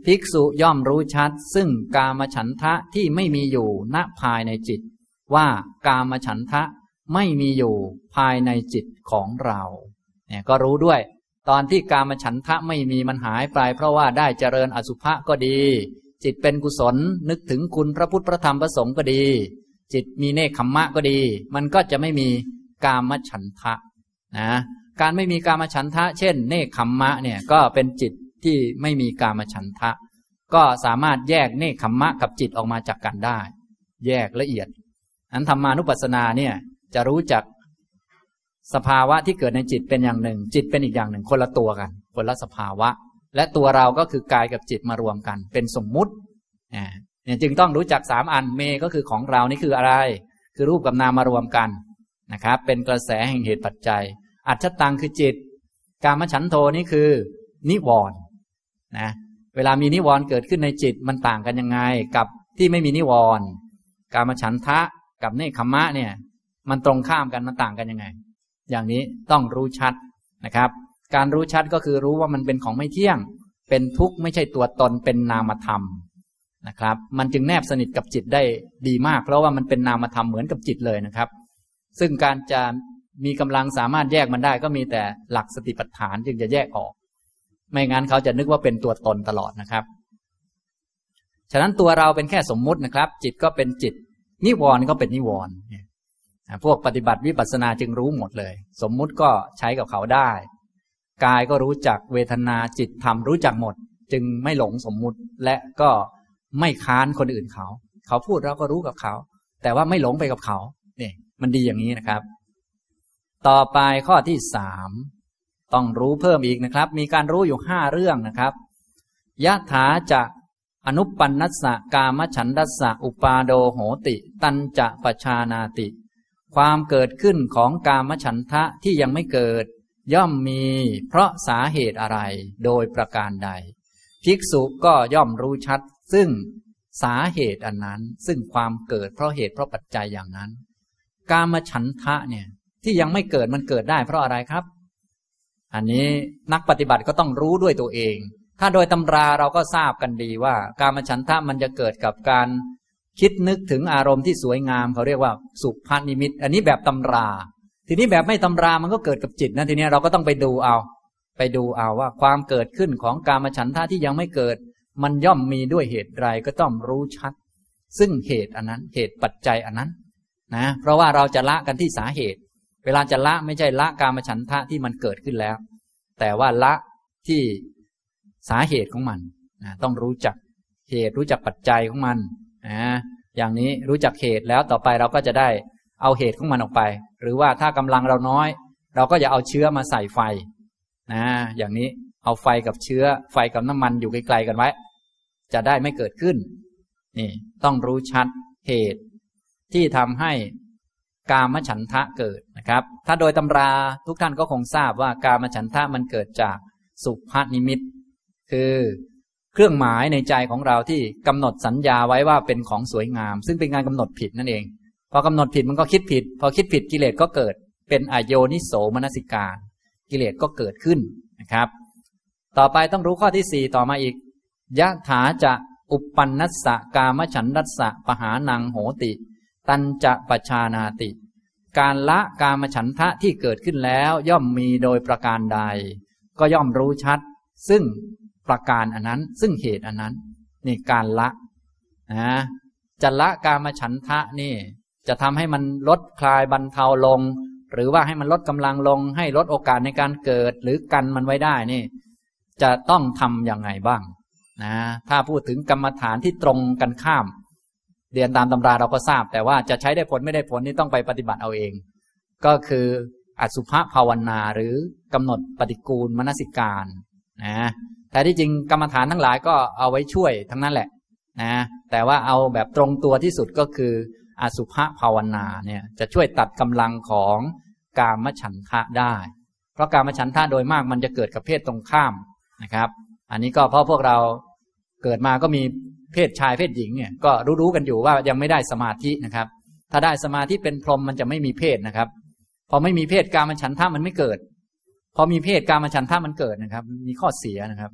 Speaker 1: ภิกษุย่อมรู้ชัดซึ่งกามฉันทะที่ไม่มีอยู่ณภายในจิตว่ากามฉันทะไม่มีอยู่ภายในจิตของเราเนี่ยก็รู้ด้วยตอนที่กามฉันทะไม่มีมันหายไปเพราะว่าได้เจริญอสุภะก็ดีจิตเป็นกุศลนึกถึงคุณพระพุทธพระธรรมพระสงฆ์ก็ดีจิตมีเนคขมมะก็ดีมันก็จะไม่มีกามฉันทะนะการไม่มีกามฉันทะเช่นเนคขมมะเนี่ยก็เป็นจิตที่ไม่มีกามฉันทะก็สามารถแยกเนคขมมะกับจิตออกมาจากกันได้แยกละเอียดนั้นธรรมานุปัสสนาเนี่ยจะรู้จักสภาวะที่เกิดในจิตเป็นอย่างหนึ่งจิตเป็นอีกอย่างหนึ่งคนละตัวกันคนละสภาวะและตัวเราก็คือกายกับจิตมารวมกันเป็นสมมุติเนี่ยจึงต้องรู้จัก3อันเมก็คือของเรานี่คืออะไรคือรูปกับนามมารวมกันนะครับเป็นกระแสแห่งเหตุปัจจัยอัจฉตังคือจิตกามฉันโทนี่คือนิวรณ์นะเวลามีนิวรณ์เกิดขึ้นในจิตมันต่างกันยังไงกับที่ไม่มีนิวรณ์กามฉันทะกับเนคขมมะเนี่ยมันตรงข้ามกันมันต่างกันยังไงอย่างนี้ต้องรู้ชัดนะครับการรู้ชัดก็คือรู้ว่ามันเป็นของไม่เที่ยงเป็นทุกข์ไม่ใช่ตัวตนเป็นนามธรรมนะครับมันจึงแนบสนิทกับจิตได้ดีมากเพราะว่ามันเป็นนามธรรมเหมือนกับจิตเลยนะครับซึ่งการจะมีกำลังสามารถแยกมันได้ก็มีแต่หลักสติปัฏฐานจึงจะแยกออกไม่งั้นเขาจะนึกว่าเป็นตัวตนตลอดนะครับฉะนั้นตัวเราเป็นแค่สมมุตินะครับจิตก็เป็นจิตนิวรณ์ก็เป็นนิวรณ์พวกปฏิบัติวิปัสสนาจึงรู้หมดเลยสมมุติก็ใช้กับเขาได้กายก็รู้จักเวทนาจิตธรรมรู้จักหมดจึงไม่หลงสมมุติและก็ไม่ค้านคนอื่นเขาพูดเราก็รู้กับเขาแต่ว่าไม่หลงไปกับเขาเนี่ยมันดีอย่างนี้นะครับต่อไปข้อที่3ต้องรู้เพิ่มอีกนะครับมีการรู้อยู่5เรื่องนะครับยะถาจะอนุปปันนัสสะกามฉันทัสสะอุปาโดโหติตัญจะปชานาติความเกิดขึ้นของกามฉันทะที่ยังไม่เกิดย่อมมีเพราะสาเหตุอะไรโดยประการใดภิกษุก็ย่อมรู้ชัดซึ่งสาเหตุอันนั้นซึ่งความเกิดเพราะเหตุเพราะปัจจัยอย่างนั้นกามฉันทะเนี่ยที่ยังไม่เกิดมันเกิดได้เพราะอะไรครับอันนี้นักปฏิบัติก็ต้องรู้ด้วยตัวเองถ้าโดยตำราเราก็ทราบกันดีว่ากามฉันทะมันจะเกิดกับการคิดนึกถึงอารมณ์ที่สวยงามเขาเรียกว่าสุภนิมิตอันนี้แบบตำราทีนี้แบบไม่ตำรามันก็เกิดกับจิตนะทีนี้เราก็ต้องไปดูเอาว่าความเกิดขึ้นของกามฉันทะที่ยังไม่เกิดมันย่อมมีด้วยเหตุใดก็ต้องรู้ชัดซึ่งเหตุอันนั้นเหตุปัจจัยอันนั้นนะเพราะว่าเราจะละกันที่สาเหตุเวลาจะละไม่ใช่ละกามฉันทะที่มันเกิดขึ้นแล้วแต่ว่าละที่สาเหตุของมันนะต้องรู้จักเหตุรู้จักปัจจัยของมันอย่างนี้รู้จักเหตุแล้วต่อไปเราก็จะได้เอาเหตุของมันออกไปหรือว่าถ้ากำลังเราน้อยเราก็อย่าเอาเชื้อมาใส่ไฟนะอย่างนี้เอาไฟกับเชื้อไฟกับน้ำมันอยู่ไกลๆกันไว้จะได้ไม่เกิดขึ้นนี่ต้องรู้ชัดเหตุที่ทำให้กามฉันทะเกิดนะครับถ้าโดยตำราทุกท่านก็คงทราบว่ากามฉันทะมันเกิดจากสุภนิมิตคือเครื่องหมายในใจของเราที่กำหนดสัญญาไว้ว่าเป็นของสวยงามซึ่งเป็นการกำหนดผิดนั่นเองพอกำหนดผิดมันก็คิดผิดพอคิดผิดกิเลสก็เกิดเป็นอโยนิโสมนสิการกิเลสก็เกิดขึ้นนะครับต่อไปต้องรู้ข้อที่4ต่อมาอีกยะถาจะอุปปันนัสสะกามฉันทัสสะปหานังโหติตัญจะปชานาติการละกามฉันทะที่เกิดขึ้นแล้วย่อมมีโดยประการใดก็ย่อมรู้ชัดซึ่งประการอันนั้นซึ่งเหตุอันนั้นนี่การละนะจะละกามฉันทะนี่จะทำให้มันลดคลายบรรเทาลงหรือว่าให้มันลดกำลังลงให้ลดโอกาสในการเกิดหรือกันมันไว้ได้นี่จะต้องทำอย่างไงบ้างนะถ้าพูดถึงกรรมฐานที่ตรงกันข้ามเรียนตามตำราเราก็ทราบแต่ว่าจะใช้ได้ผลไม่ได้ผลนี่ต้องไปปฏิบัติเอาเองก็คืออสุภภาวนาหรือกำหนดปฏิกูลมนสิการนะแต่ที่จริงกรรมฐานทั้งหลายก็เอาไว้ช่วยทั้งนั้นแหละนะแต่ว่าเอาแบบตรงตัวที่สุดก็คืออสุภภาวนาเนี่ยจะช่วยตัดกำลังของกามฉันทะได้เพราะกามฉันทะโดยมากมันจะเกิดกับเพศตรงข้ามนะครับอันนี้ก็เพราะพวกเราเกิดมาก็มีเพศชายเพศหญิงเนี่ยก็รู้กันอยู่ว่ายังไม่ได้สมาธินะครับถ้าได้สมาธิเป็นพรหมมันจะไม่มีเพศนะครับพอไม่มีเพศกามฉันทะมันไม่เกิดพอมีเพศกามฉันทะมันเกิดนะครับมีข้อเสียนะครับ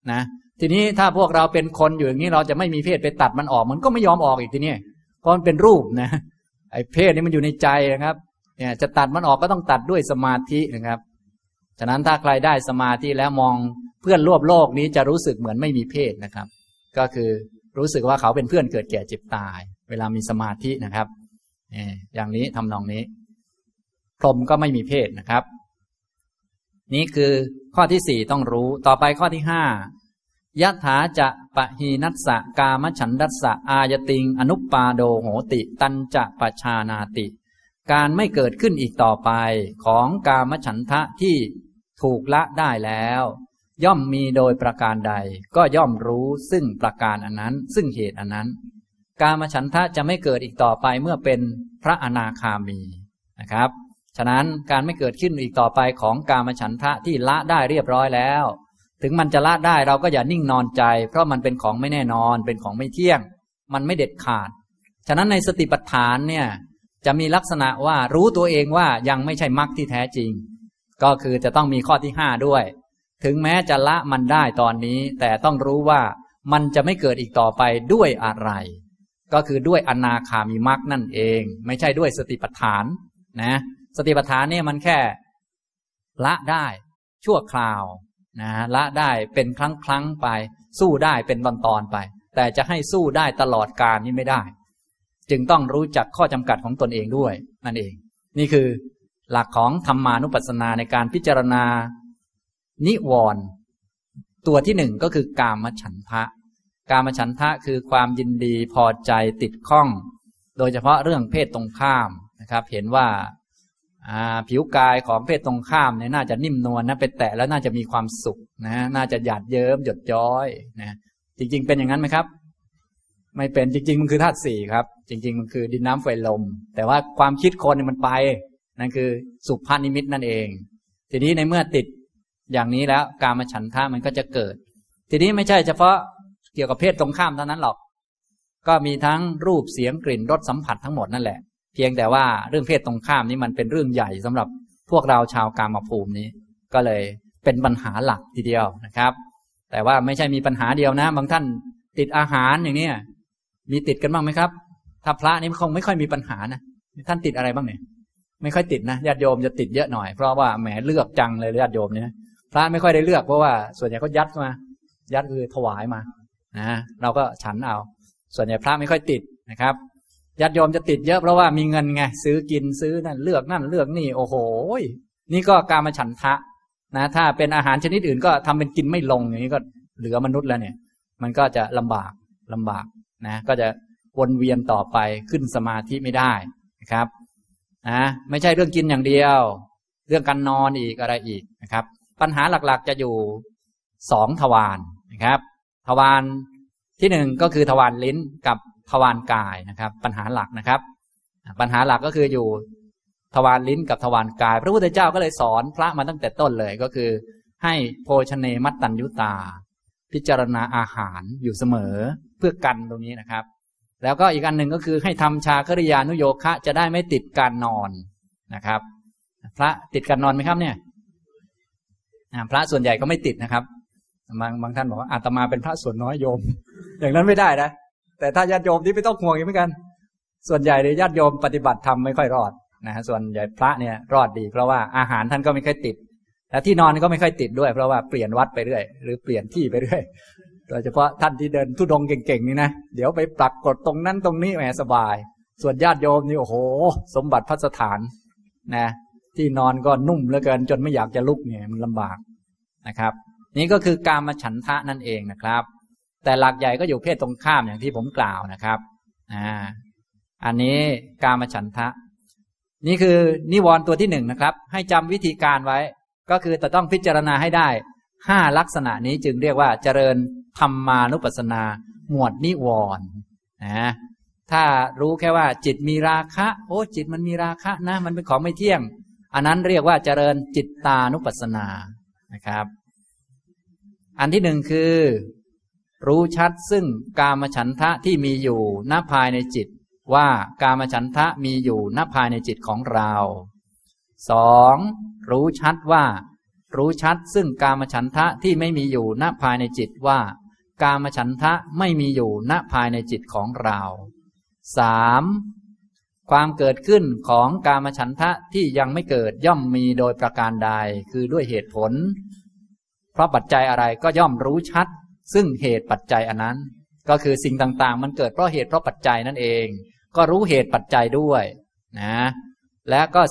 Speaker 1: นะทีนี้ถ้าพวกเราเป็นคนอยู่อย่างนี้เราจะไม่มีเพศไปตัดมันออกมันก็ไม่ยอมออกอีกทีนี้เพราะมันเป็นรูปนะไอ้เพศนี่มันอยู่ในใจนะครับเนี่ยจะตัดมันออกก็ต้องตัดด้วยสมาธินะครับฉะนั้นถ้าใครได้สมาธิแล้วมองเพื่อนร่วมโลกนี้จะรู้สึกเหมือนไม่มีเพศนะครับก็คือรู้สึกว่าเขาเป็นเพื่อนเกิดแก่เจ็บตายเวลามีสมาธินะครับอย่างนี้ทำนองนี้พรหมก็ไม่มีเพศนะครับนี่คือข้อที่สี่ต้องรู้ต่อไปข้อที่ห้ายะถาจะปะหีนัสสะกามฉันดัสสะอายติงอนุปปาโดโหติตัญจะปชานาติการไม่เกิดขึ้นอีกต่อไปของกามฉันทะที่ถูกละได้แล้วย่อมมีโดยประการใดก็ย่อมรู้ซึ่งประการอันนั้นซึ่งเหตุอันนั้นกามฉันทะจะไม่เกิดอีกต่อไปเมื่อเป็นพระอนาคามีนะครับฉะนั้นการไม่เกิดขึ้นอีกต่อไปของกามฉันทะที่ละได้เรียบร้อยแล้วถึงมันจะละได้เราก็อย่านิ่งนอนใจเพราะมันเป็นของไม่แน่นอนเป็นของไม่เที่ยงมันไม่เด็ดขาดฉะนั้นในสติปัฏฐานเนี่ยจะมีลักษณะว่ารู้ตัวเองว่ายังไม่ใช่มรรคที่แท้จริงก็คือจะต้องมีข้อที่ห้าด้วยถึงแม้จะละมันได้ตอนนี้แต่ต้องรู้ว่ามันจะไม่เกิดอีกต่อไปด้วยอะไรก็คือด้วยอนาคามิมรรคนั่นเองไม่ใช่ด้วยสติปัฏฐานนะสติปัฏฐานเนี่ยมันแค่ละได้ชั่วคราวนะละได้เป็นครั้งไปสู้ได้เป็นตอนไปแต่จะให้สู้ได้ตลอดกาลนี่ไม่ได้จึงต้องรู้จักข้อจำกัดของตนเองด้วยนั่นเองนี่คือหลักของธรรมานุปัสสนาในการพิจารณานิวรณ์ตัวที่หนึ่งก็คือกามฉันทะกามฉันทะคือความยินดีพอใจติดข้องโดยเฉพาะเรื่องเพศตรงข้ามนะครับเห็นว่าผิวกายของเพศตรงข้ามเนี่ยน่าจะนิ่มนวลนะไปแตะแล้วน่าจะมีความสุขนะน่าจะหยาดเยิ้มหยดย้อยนะจริงๆเป็นอย่างนั้นไหมครับไม่เป็นจริงๆมันคือธาตุสี่ครับจริงๆมันคือดินน้ำไฟลมแต่ว่าความคิดคนเนี่ยมันไปนั่นคือสุภานิมิตนั่นเองทีนี้ในเมื่อติดอย่างนี้แล้วกามฉันทะมันก็จะเกิดทีนี้ไม่ใช่เฉพาะเกี่ยวกับเพศตรงข้ามเท่านั้นหรอกก็มีทั้งรูปเสียงกลิ่นรสสัมผัสทั้งหมดนั่นแหละเพียงแต่ว่าเรื่องเพศตรงข้ามนี้มันเป็นเรื่องใหญ่สำหรับพวกเราชาวกามภูมินี้ก็เลยเป็นปัญหาหลักทีเดียวนะครับแต่ว่าไม่ใช่มีปัญหาเดียวนะบางท่านติดอาหารอย่างนี้มีติดกันบ้างไหมครับถ้าพระนี่คงไม่ค่อยมีปัญหานะท่านติดอะไรบ้างเนี่ยไม่ค่อยติดนะญาติโยมจะติดเยอะหน่อยเพราะว่าแหมเลือกจังเลยญาติโยมเนี่ยพระไม่ค่อยได้เลือกเพราะว่าส่วนใหญ่เขายัดมายัดคือถวายมานะเราก็ฉันเอาส่วนใหญ่พระไม่ค่อยติดนะครับญาติโยมจะติดเยอะเพราะว่ามีเงินไงซื้อกินซื้อนั่นเลือกนั่นเลือกนี่โอ้โหนี่ก็กามฉันทะนะถ้าเป็นอาหารชนิดอื่นก็ทำเป็นกินไม่ลงอย่างนี้ก็เหลือมนุษย์แล้วเนี่ยมันก็จะลำบากนะก็จะวนเวียนต่อไปขึ้นสมาธิไม่ได้นะครับนะไม่ใช่เรื่องกินอย่างเดียวเรื่องการนอนอีกอะไรอีกนะครับปัญหาหลักๆจะอยู่2ทวารนะครับทวารที่หนึ่งก็คือทวารลิ้นกับทวารกายนะครับปัญหาหลักนะครับปัญหาหลักก็คืออยู่ทวารลิ้นกับทวารกายพระพุทธเจ้าก็เลยสอนพระมาตั้งแต่ต้นเลยก็คือให้โภชเนมัตตัญญุตาพิจารณาอาหารอยู่เสมอเพื่อกันตรงนี้นะครับแล้วก็อีกอันหนึ่งก็คือให้ทำชาคริยานุโยคะจะได้ไม่ติดการนอนนะครับพระติดการนอนไหมครับเนี่ยพระส่วนใหญ่ก็ไม่ติดนะครับบางท่านบอกว่าอาตมาเป็นพระส่วนน้อยโยมอย่างนั้นไม่ได้นะแต่ถ้าญาติโยมที่ไม่ต้องห่วงเหมือนกันส่วนใหญ่เลยญาติโยมปฏิบัติธรรมไม่ค่อยรอดนะฮะส่วนใหญ่พระเนี่ยรอดดีเพราะว่าอาหารท่านก็ไม่ค่อยติดและที่นอนก็ไม่ค่อยติดด้วยเพราะว่าเปลี่ยนวัดไปเรื่อยหรือเปลี่ยนที่ไปเรื่อยโดยเฉพาะท่านที่เดินธุดงค์เก่งๆนี่นะเดี๋ยวไปปรากฏตรงนั้นตรงนี้แหมสบายส่วนญาติโยมนี่โอ้โหสมบัติพัสถานนะที่นอนก็นุ่มเหลือเกินจนไม่อยากจะลุกเนี่ยมันลำบากนะครับนี่ก็คือกามฉันทะนั่นเองนะครับแต่หลักใหญ่ก็อยู่เพศตรงข้ามอย่างที่ผมกล่าวนะครับอันนี้กามฉันทะนี่คือนิวรณ์ตัวที่หนึ่งนะครับให้จำวิธีการไว้ก็คือจะต้องพิจารณาให้ได้5ลักษณะนี้จึงเรียกว่าเจริญธรรมานุปัสสนาหมวดนิวรณ์นะถ้ารู้แค่ว่าจิตมีราคะโอ้จิตมันมีราคะนะมันเป็นของไม่เที่ยงอันนั้นเรียกว่าเจริญจิตตานุปัสสนานะครับอันที่หนึ่งคือรู้ชัดซึ่งกามฉันทะที่มีอยู่ณภายในจิตว่ากามฉันทะมีอยู่ณภายในจิตของเรา2รู้ชัดว่ารู้ชัดซึ่งกามฉันทะที่ไม่มีอยู่ณภายในจิตว่ากามฉันทะไม่มีอยู่ณภายในจิตของเรา 3. ความเกิดขึ้นของกามฉันทะที่ยังไม่เกิดย่อมมีโดยประการใดคือด้วยเหตุผลเพราะปัจจัยอะไรก็ย่อมรู้ชัดซึ่งเหตุปัจจัยอันนั้นก็คือสิ่งต่างๆมันเกิดเพราะเหตุเพราะปัจจัยนั่นเองก็รู้เหตุปัจจัยด้วยนะและก็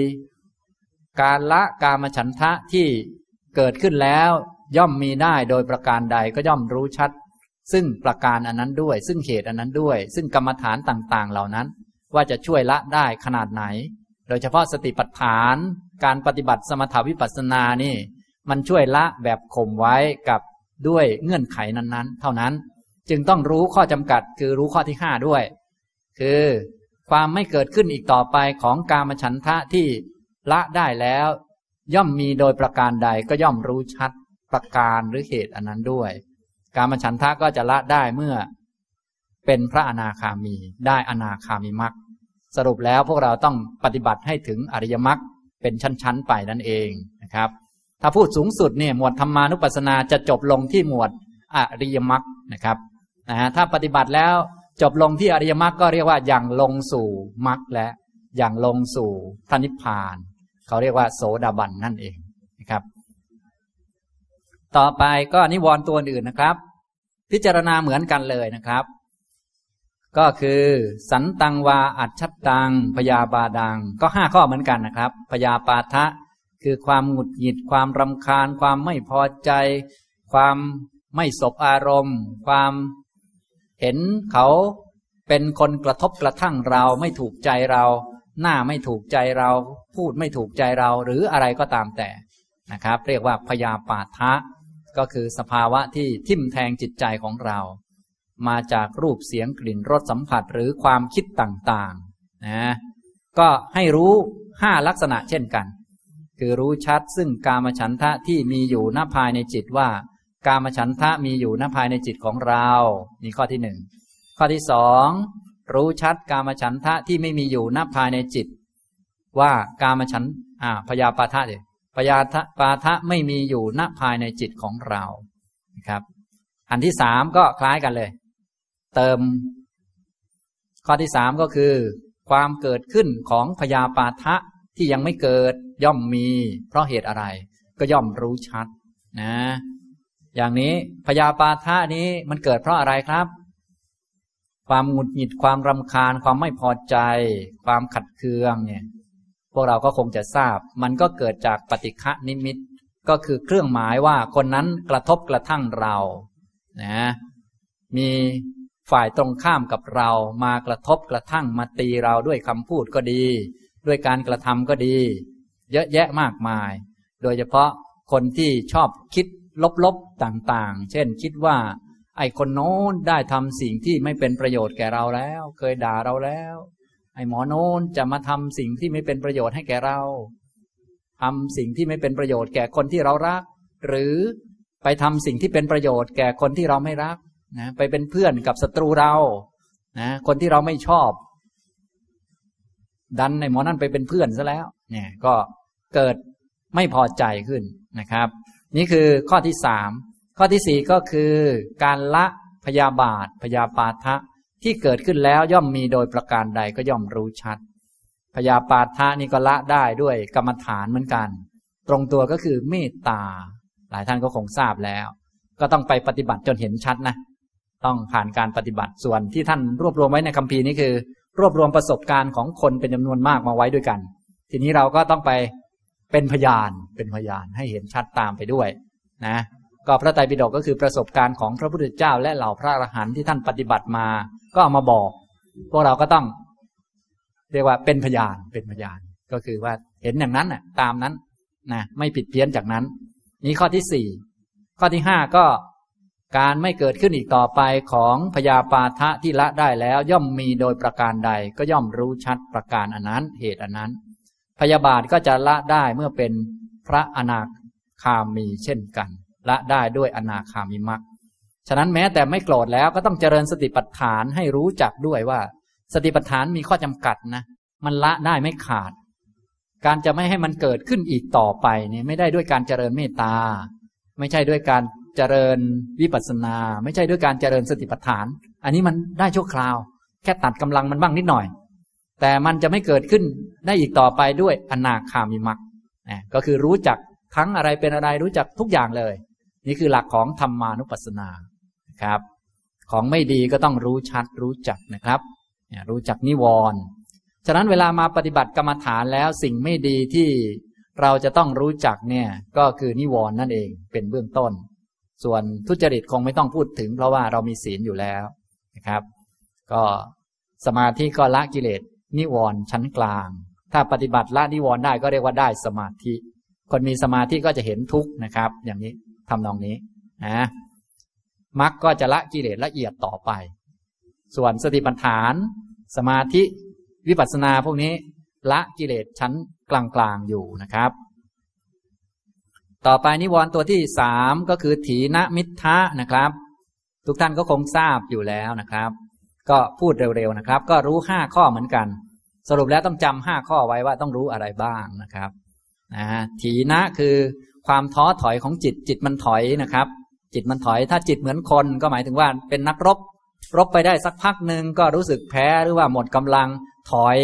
Speaker 1: 4. การละกามฉันทะที่เกิดขึ้นแล้วย่อมมีได้โดยประการใดก็ย่อมรู้ชัดซึ่งประการอันนั้นด้วยซึ่งเหตุอันนั้นด้วยซึ่งกรรมฐานต่างๆเหล่านั้นว่าจะช่วยละได้ขนาดไหนโดยเฉพาะสติปัฏฐานการปฏิบัติสมถวิปัสสนานี่มันช่วยละแบบข่มไว้กับด้วยเงื่อนไขนั้นๆเท่านั้นจึงต้องรู้ข้อจำกัดคือรู้ข้อที่5ด้วยคือความไม่เกิดขึ้นอีกต่อไปของกามฉันทะที่ละได้แล้วย่อมมีโดยประการใดก็ย่อมรู้ชัดประการหรือเหตุอันนั้นด้วยกามฉันทะก็จะละได้เมื่อเป็นพระอนาคามีได้อนาคามิมรรคสรุปแล้วพวกเราต้องปฏิบัติให้ถึงอริยมรรคเป็นชั้นๆไปนั่นเองนะครับถ้าพูดสูงสุดเนี่ยหมวดธรรมานุปัสสนาจะจบลงที่หมวดอริยมรรคนะครับถ้าปฏิบัติแล้วจบลงที่อริยมรรคก็เรียกว่าอย่างลงสู่มรรคและอย่างลงสู่พระนิพพานเขาเรียกว่าโสดาบันนั่นเองนะครับต่อไปก็นิวรณ์ตัวอื่นนะครับพิจารณาเหมือนกันเลยนะครับก็คือสันตังวาอัจฉตังพยาบาดังก็5ข้อเหมือนกันนะครับพยาปาทะคือความหงุดหงิดความรำคาญความไม่พอใจความไม่สบอารมณ์ความเห็นเขาเป็นคนกระทบกระทั่งเราไม่ถูกใจเราหน้าไม่ถูกใจเราพูดไม่ถูกใจเราหรืออะไรก็ตามแต่นะครับเรียกว่าพยาปาทะก็คือสภาวะที่ทิ่มแทงจิตใจของเรามาจากรูปเสียงกลิ่นรสสัมผัสหรือความคิดต่างๆนะก็ให้รู้5ลักษณะเช่นกันคือรู้ชัดซึ่งกามฉันทะที่มีอยู่ณภายในจิตว่ากามฉันทะมีอยู่ณภายในจิตของเรานี่ข้อที่1ข้อที่2รู้ชัดกามฉันทะที่ไม่มีอยู่ณภายในจิตว่ากามฉันพยาปาทะพยาปาทะไม่มีอยู่ณภายในจิตของเรานะครับอันที่3ก็คล้ายกันเลยเติมข้อที่3ก็คือความเกิดขึ้นของพยาปาทะที่ยังไม่เกิดย่อมมีเพราะเหตุอะไรก็ย่อมรู้ชัดนะอย่างนี้พยาปาทะนี้มันเกิดเพราะอะไรครับความหงุดหงิดความรำคาญความไม่พอใจความขัดเคืองเนี่ยพวกเราก็คงจะทราบมันก็เกิดจากปฏิฆะนิมิตก็คือเครื่องหมายว่าคนนั้นกระทบกระทั่งเรานะมีฝ่ายตรงข้ามกับเรามากระทบกระทั่งมาตีเราด้วยคำพูดก็ดีด้วยการกระทำก็ดีเยอะแยะมากมายโดยเฉพาะคนที่ชอบคิดลบๆต่างๆเช่นคิดว่าไอ้คนโน้นได้ทำสิ่งที่ไม่เป็นประโยชน์แก่เราแล้วเคยด่าเราแล้วไอ้หมอโน้นจะมาทำสิ่งที่ไม่เป็นประโยชน์ให้แก่เราทำสิ่งที่ไม่เป็นประโยชน์แก่คนที่เรารักหรือไปทำสิ่งที่เป็นประโยชน์แก่คนที่เราไม่รักนะไปเป็นเพื่อนกับศัตรูเรานะคนที่เราไม่ชอบดันไอ้หมอนั่นไปเป็นเพื่อนซะแล้วเนี่ยก็เกิดไม่พอใจขึ้นนะครับนี่คือข้อที่3ข้อที่4ก็คือการละพยาบาทพยาปาทะที่เกิดขึ้นแล้วย่อมมีโดยประการใดก็ย่อมรู้ชัดพยาปาทะนี่ก็ละได้ด้วยกรรมฐานเหมือนกันตรงตัวก็คือเมตตาหลายท่านก็คงทราบแล้วก็ต้องไปปฏิบัติจนเห็นชัดนะต้องผ่านการปฏิบัติส่วนที่ท่านรวบรวมไว้ในคัมภีร์นี้คือรวบรวมประสบการณ์ของคนเป็นจำนวนมากมาไว้ด้วยกันทีนี้เราก็ต้องไปเป็นพยานให้เห็นชัดตามไปด้วยนะก็พระไตรปิฎกก็คือประสบการณ์ของพระพุทธเจ้าและเหล่าพระอรหันต์ที่ท่านปฏิบัติมาก็เอามาบอกพวกเราก็ต้องเรียกว่าเป็นพยานก็คือว่าเห็นอย่างนั้นน่ะตามนั้นนะไม่ผิดเพี้ยนจากนั้นนี้ข้อที่4ข้อที่5ก็การไม่เกิดขึ้นอีกต่อไปของพยาปาทะที่ละได้แล้วย่อมมีโดยประการใดก็ย่อมรู้ชัดประการอันนั้นเหตุอันนั้นพยาบาทก็จะละได้เมื่อเป็นพระอนาคามีเช่นกันละได้ด้วยอนาคามิมรรคฉะนั้นแม้แต่ไม่โกรธแล้วก็ต้องเจริญสติปัฏฐานให้รู้จักด้วยว่าสติปัฏฐานมีข้อจำกัดนะมันละได้ไม่ขาดการจะไม่ให้มันเกิดขึ้นอีกต่อไปเนี่ยไม่ได้ด้วยการเจริญเมตตาไม่ใช่ด้วยการเจริญวิปัสสนาไม่ใช่ด้วยการเจริญสติปัฏฐานอันนี้มันได้ชั่วคราวแค่ตัดกำลังมันบ้างนิดหน่อยแต่มันจะไม่เกิดขึ้นได้อีกต่อไปด้วยอนาคามิมรรคก็คือรู้จักทั้งอะไรเป็นอะไรรู้จักทุกอย่างเลยนี่คือหลักของธรรมานุปัสสนาครับของไม่ดีก็ต้องรู้ชัดรู้จักนะครับรู้จักนิวรณ์ฉะนั้นเวลามาปฏิบัติกรรมฐานแล้วสิ่งไม่ดีที่เราจะต้องรู้จักเนี่ยก็คือนิวรณ์นั่นเองเป็นเบื้องต้นส่วนทุจริตคงไม่ต้องพูดถึงเพราะว่าเรามีศีลอยู่แล้วนะครับก็สมาธิก็ละกิเลสนิวรณ์ชั้นกลางถ้าปฏิบัติละนิวรณ์ได้ก็เรียกว่าได้สมาธิคนมีสมาธิก็จะเห็นทุกข์นะครับอย่างนี้ทำนองนี้นะมรรคก็จะละกิเลสละเอียดต่อไปส่วนสติปัฏฐานสมาธิวิปัสสนาพวกนี้ละกิเลสชั้นกลางๆอยู่นะครับต่อไปนิวรณ์ตัวที่สามก็คือถีนมิทธะนะครับทุกท่านก็คงทราบอยู่แล้วนะครับก็พูดเร็วๆนะครับก็รู้5ข้อเหมือนกันสรุปแล้วต้องจำ5ข้อไว้ว่าต้องรู้อะไรบ้างนะครับถีนะคือความท้อถอยของจิตมันถอยนะครับจิตมันถอยถ้าจิตเหมือนคนก็หมายถึงว่าเป็นนักรบไปได้สักพักหนึ่งก็รู้สึกแพ้หรือว่าหมดกำลังถอย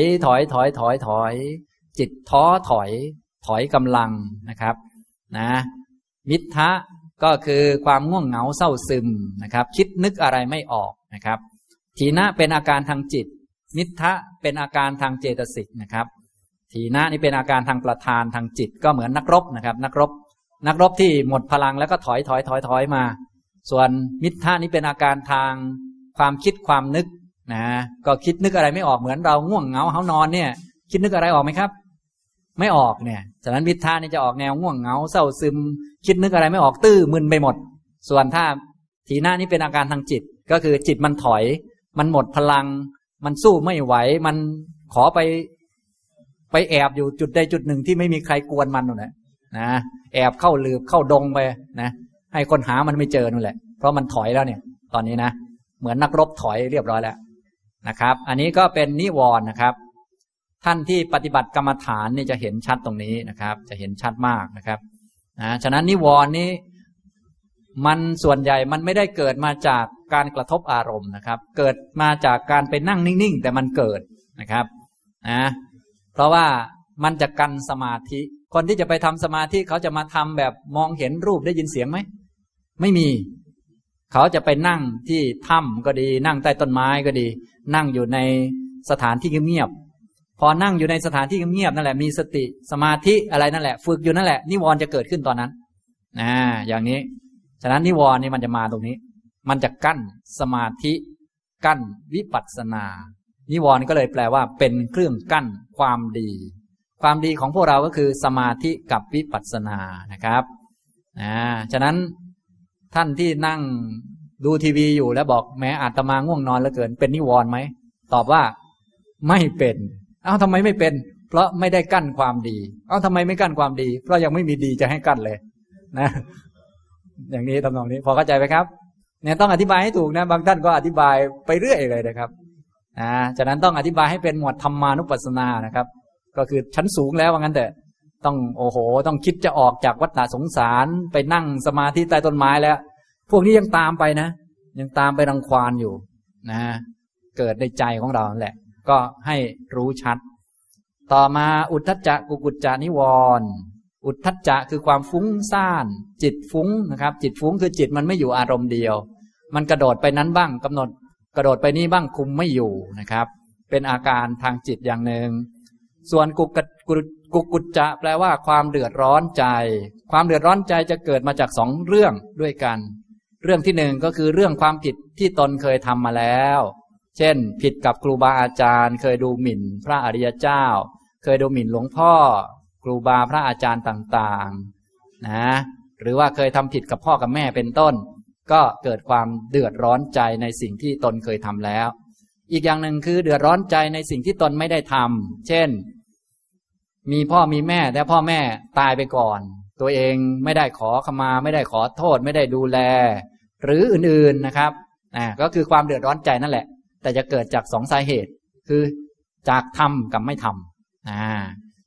Speaker 1: จิตท้อถอยกำลังนะครับมิทธะก็คือความง่วงเหงาเศร้าซึมนะครับคิดนึกอะไรไม่ออกนะครับถีนะเป็นอาการทางจิตมิทธะเป็นอาการทางเจตสิกนะครับถีนะนี่เป็นอาการทางประธานทางจิตก็เหมือนนักรบนะครับนักรบที่หมดพลังแล้วก็ถอยมาส่วนมิทธะนี่เป็นอาการทางความคิดความนึกก็คิดนึกอะไรไม่ออกเหมือนเราง่วงเหงาเฮานอนเนี่ยคิดนึกอะไรออกไหมครับไม่ออกเนี่ยฉะนั้นมิทธะนี่จะออกแนวง่วงเหงาเศร้าซึมคิดนึกอะไรไม่ออกตื้อมึนไปหมดส่วนถ้าถีนะนี่เป็นอาการทางจิตก็คือจิตมันถอยมันหมดพลังมันสู้ไม่ไหวมันขอไปแอบอยู่จุดใดจุดหนึ่งที่ไม่มีใครกวนมันนั่นแหละแอบเข้าหลืบเข้าดงไปนะให้คนหามันไม่เจอนั่นแหละเพราะมันถอยแล้วเนี่ยตอนนี้นะเหมือนนักรบถอยเรียบร้อยแล้วนะครับอันนี้ก็เป็นนิวรณ์นะครับท่านที่ปฏิบัติกรรมฐานนี่จะเห็นชัดตรงนี้นะครับจะเห็นชัดมากนะครับฉะนั้นนิวรณ์นี้มันส่วนใหญ่มันไม่ได้เกิดมาจากการกระทบอารมณ์นะครับเกิดมาจากการไปนั่งนิ่งๆแต่มันเกิดนะครับเพราะว่ามันจะกันสมาธิคนที่จะไปทำสมาธิเขาจะมาทำแบบมองเห็นรูปได้ยินเสียงไหมไม่มีเขาจะไปนั่งที่ถ้ำก็ดีนั่งใต้ต้นไม้ก็ดีนั่งอยู่ในสถานที่เงียบๆพอนั่งอยู่ในสถานที่เงียบๆนั่นแหละมีสติสมาธิอะไรนั่นแหละฝึกอยู่นั่นแหละนิวรณ์จะเกิดขึ้นตอนนั้นอย่างนี้ฉะนั้นนิวรณ์นี่มันจะมาตรงนี้มันจะกั้นสมาธิกั้นวิปัสสนานิวรณ์ก็เลยแปลว่าเป็นเครื่องกั้นความดีของพวกเราก็คือสมาธิกับวิปัสสนานะครับฉะนั้นท่านที่นั่งดูทีวีอยู่แล้วบอกแม้อาตมาง่วงนอนเหลือเกินเป็นนิวรณ์ไหมตอบว่าไม่เป็นทำไมไม่เป็นเพราะไม่ได้กั้นความดีทำไมไม่กั้นความดีเพราะยังไม่มีดีจะให้กั้นเลยนะอย่างนี้ตำนองนี้พอเข้าใจไหมครับเนี่ยต้องอธิบายให้ถูกนะบางท่านก็อธิบายไปเรื่อยเลยนะครับฉะนั้นต้องอธิบายให้เป็นหมวดธรรมานุปัสสนานะครับก็คือชั้นสูงแล้วว่างั้นแต่ต้องต้องคิดจะออกจากวัฏฏะสงสารไปนั่งสมาธิใต้ต้นไม้แล้วพวกนี้ยังตามไปนะยังตามไปรังควานอยู่เกิดในใจของเราแหละก็ให้รู้ชัดต่อมาอุทธัจจะกุกุจจานิวรณ์อุทธัจจะคือความฟุ้งซ่านจิตฟุ้งนะครับจิตฟุ้งคือจิตมันไม่อยู่อารมณ์เดียวมันกระโดดไปนั้นบ้างกำหนดกระโดดไปนี่บ้างคุมไม่อยู่นะครับเป็นอาการทางจิตอย่างหนึ่งส่วนกุกุจจะแปลว่าความเดือดร้อนใจความเดือดร้อนใจจะเกิดมาจาก2เรื่องด้วยกันเรื่องที่1ก็คือเรื่องความผิดที่ตนเคยทำมาแล้วเช่นผิดกับครูบาอาจารย์เคยดูหมิ่นพระอริยเจ้าเคยดูหมิ่นหลวงพ่อครูบาพระอาจารย์ต่างๆหรือว่าเคยทำผิดกับพ่อกับแม่เป็นต้นก็เกิดความเดือดร้อนใจในสิ่งที่ตนเคยทำแล้วอีกอย่างหนึ่งคือเดือดร้อนใจในสิ่งที่ตนไม่ได้ทำเช่นมีพ่อมีแม่แต่พ่อแม่ตายไปก่อนตัวเองไม่ได้ขอขมาไม่ได้ขอโทษไม่ได้ดูแลหรืออื่นๆนะครับก็คือความเดือดร้อนใจนั่นแหละแต่จะเกิดจาก2สาเหตุคือจากทำกับไม่ทำ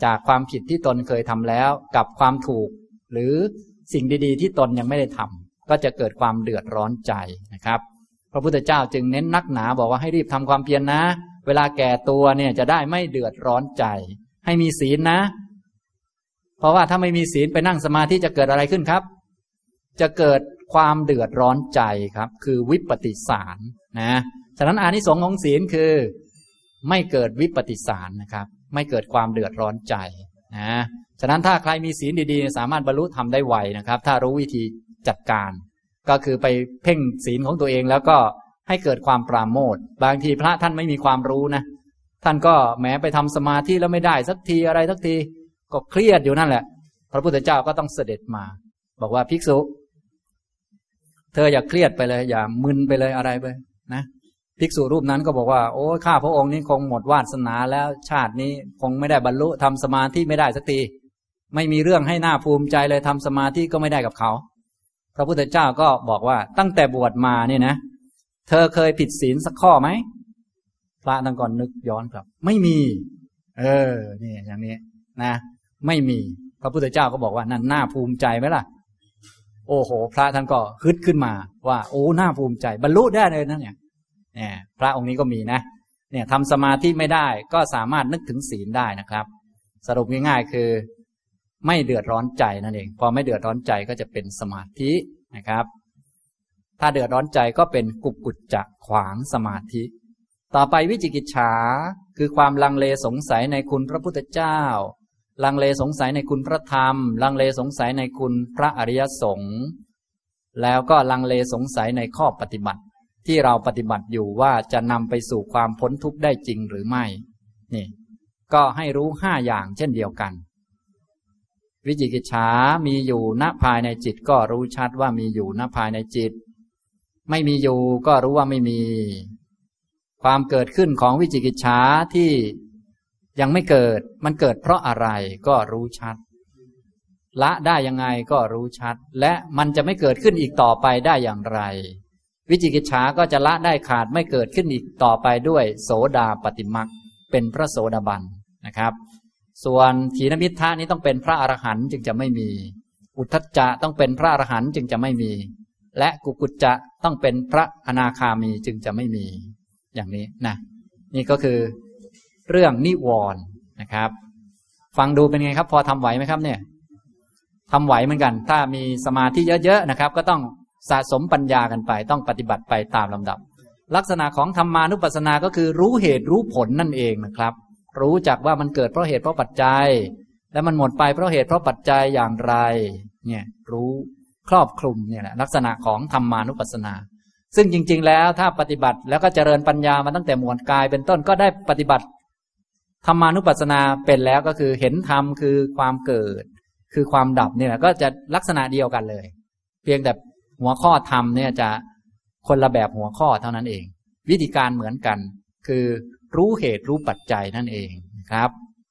Speaker 1: จากความผิดที่ตนเคยทำแล้วกับความถูกหรือสิ่งดีๆที่ตนยังไม่ได้ทำก็จะเกิดความเดือดร้อนใจนะครับพระพุทธเจ้าจึงเน้นนักหนาบอกว่าให้รีบทำความเพียรนะเวลาแก่ตัวเนี่ยจะได้ไม่เดือดร้อนใจให้มีศีลนะเพราะว่าถ้าไม่มีศีลไปนั่งสมาธิจะเกิดอะไรขึ้นครับจะเกิดความเดือดร้อนใจครับคือวิปฏิสารนะฉะนั้นอานิสงส์ของศีลคือไม่เกิดวิปฏิสารนะครับไม่เกิดความเดือดร้อนใจนะฉะนั้นถ้าใครมีศีลดีๆสามารถบรรลุธรรมได้ไวนะครับถ้ารู้วิธีจัดการก็คือไปเพ่งศีลของตัวเองแล้วก็ให้เกิดความปราโมทย์บางทีพระท่านไม่มีความรู้นะท่านก็แม้ไปทำสมาธิแล้วไม่ได้สักทีอะไรสักทีก็เครียดอยู่นั่นแหละพระพุทธเจ้าก็ต้องเสด็จมาบอกว่าภิกษุเธออย่าเครียดไปเลยอย่ามึนไปเลยอะไรไปนะภิกษุรูปนั้นก็บอกว่าโอ้ข้าพระองค์นี้คงหมดวาสนาแล้วชาตินี้คงไม่ได้บรรลุทำสมาธิไม่ได้สักทีไม่มีเรื่องให้น่าภูมิใจเลยทำสมาธิก็ไม่ได้กับเขาพระพุทธเจ้าก็บอกว่าตั้งแต่บวชมาเนี่ยนะเธอเคยผิดศีลสักข้อไหมพระตั้งก่อนนึกย้อนกลับไม่มีนี่อย่างนี้นะไม่มีพระพุทธเจ้าก็บอกว่านั่นน่าภูมิใจไหมล่ะโอ้โหพระท่านก็ฮึดขึ้นมาว่าโอ้น่าภูมิใจบรรลุได้เลยนะเนี่ยพระองค์นี้ก็มีนะเนี่ยทำสมาธิไม่ได้ก็สามารถนึกถึงศีลได้นะครับสรุปง่ายๆคือไม่เดือดร้อนใจนั่นเองพอไม่เดือดร้อนใจก็จะเป็นสมาธินะครับถ้าเดือดร้อนใจก็เป็นกุกุจจะขวางสมาธิต่อไปวิจิกิจฉาคือความลังเลสงสัยในคุณพระพุทธเจ้าลังเลสงสัยในคุณพระธรรมลังเลสงสัยในคุณพระอริยสงฆ์แล้วก็ลังเลสงสัยในข้อปฏิบัติที่เราปฏิบัติอยู่ว่าจะนำไปสู่ความพ้นทุกข์ได้จริงหรือไม่นี่ก็ให้รู้5อย่างเช่นเดียวกันวิจิกิจฉามีอยู่ณภายในจิตก็รู้ชัดว่ามีอยู่ณภายในจิตไม่มีอยู่ก็รู้ว่าไม่มีความเกิดขึ้นของวิจิกิจฉาที่ยังไม่เกิดมันเกิดเพราะอะไรก็รู้ชัดละได้ยังไงก็รู้ชัดและมันจะไม่เกิดขึ้นอีกต่อไปได้อย่างไรวิจิกิจฉาก็จะละได้ขาดไม่เกิดขึ้นอีกต่อไปด้วยโสดาปัตติมรรคเป็นพระโสดาบันนะครับส่วนถีนมิทธะนี้ต้องเป็นพระอรหันต์จึงจะไม่มีอุทธัจจะต้องเป็นพระอรหันต์จึงจะไม่มีและกุกุจจะต้องเป็นพระอนาคามีจึงจะไม่มีอย่างนี้นะนี่ก็คือเรื่องนิวรณ์นะครับฟังดูเป็นไงครับพอทำไหวไหมครับเนี่ยทำไหวเหมือนกันถ้ามีสมาธิเยอะๆนะครับก็ต้องสะสมปัญญากันไปต้องปฏิบัติไปตามลำดับลักษณะของธรรมานุปัสสนาก็คือรู้เหตุรู้ผลนั่นเองนะครับรู้จักว่ามันเกิดเพราะเหตุเพราะปัจจัยและมันหมดไปเพราะเหตุเพราะปัจจัยอย่างไรเนี่ยรู้ครอบคลุมเนี่ยแหละลักษณะของธรรมานุปัสสนาซึ่งจริงๆแล้วถ้าปฏิบัติแล้วก็เจริญปัญญามาตั้งแต่หมวดกายเป็นต้นก็ได้ปฏิบัติธรรมานุปัสสนาเป็นแล้วก็คือเห็นธรรมคือความเกิดคือความดับเนี่ยก็จะลักษณะเดียวกันเลยเพียงแต่หัวข้อธรรมเนี่ยจะคนละแบบหัวข้อเท่านั้นเองวิธีการเหมือนกันคือรู้เหตุรู้ปัจจัยนั่นเองนะครับ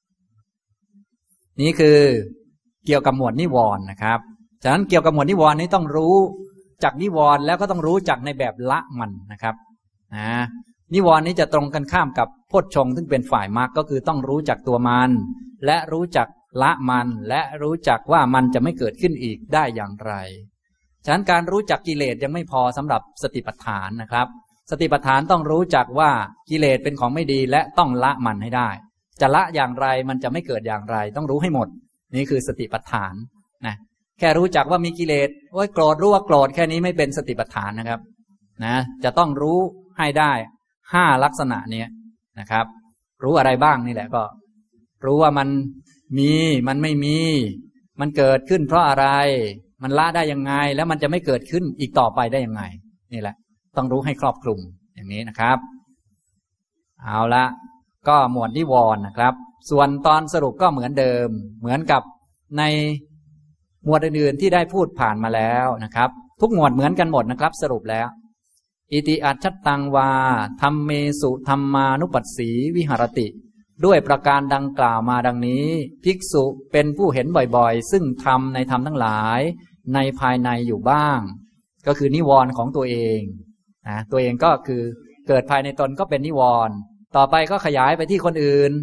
Speaker 1: นี่คือเกี่ยวกับหมวดนิวรณ์นะครับฉะนั้นเกี่ยวกับหมวดนิวรณ์นี้ต้องรู้จักนิวรณ์แล้วก็ต้องรู้จักในแบบละมันนะครับนิวรณ์นี้จะตรงกันข้ามกับโพชฌงค์ซึ่งเป็นฝ่ายมรรคก็คือต้องรู้จักตัวมันและรู้จักละมันและรู้จักว่ามันจะไม่เกิดขึ้นอีกได้อย่างไรฉะนั้นการรู้จักกิเลสยังไม่พอสำหรับสติปัฏฐานนะครับสติปัฏฐานต้องรู้จักว่ากิเลสเป็นของไม่ดีและต้องละมันให้ได้จะละอย่างไรมันจะไม่เกิดอย่างไรต้องรู้ให้หมดนี่คือสติปัฏฐานนะแค่รู้จักว่ามีกิเลสโอ้ยโกรธรู้ว่าโกรธแค่นี้ไม่เป็นสติปัฏฐานนะครับนะจะต้องรู้ให้ได้5ลักษณะนี้นะครับรู้อะไรบ้างนี่แหละก็รู้ว่ามันมีมันไม่มีมันเกิดขึ้นเพราะอะไรมันละได้ยังไงแล้วมันจะไม่เกิดขึ้นอีกต่อไปได้ยังไงนี่แหละต้องรู้ให้ครอบคลุมอย่างนี้นะครับเอาละก็หมวดนิวรณ์นะครับส่วนตอนสรุปก็เหมือนเดิมเหมือนกับในหมวดอื่นๆที่ได้พูดผ่านมาแล้วนะครับทุกหมวดเหมือนกันหมดนะครับสรุปแล้วอิติอัจฉตังวาธัมเมสุธัมมานุปัสสีวิหรติด้วยประการดังกล่าวมาดังนี้ภิกษุเป็นผู้เห็นบ่อยๆซึ่งธรรมในธรรมทั้งหลายในภายในอยู่บ้างก็คือนิวรณ์ของตัวเองนะตัวเองก็คือเกิดภายในตนก็เป็นนิวรณ์ต่อไปก็ขยายไปที่คนอื่น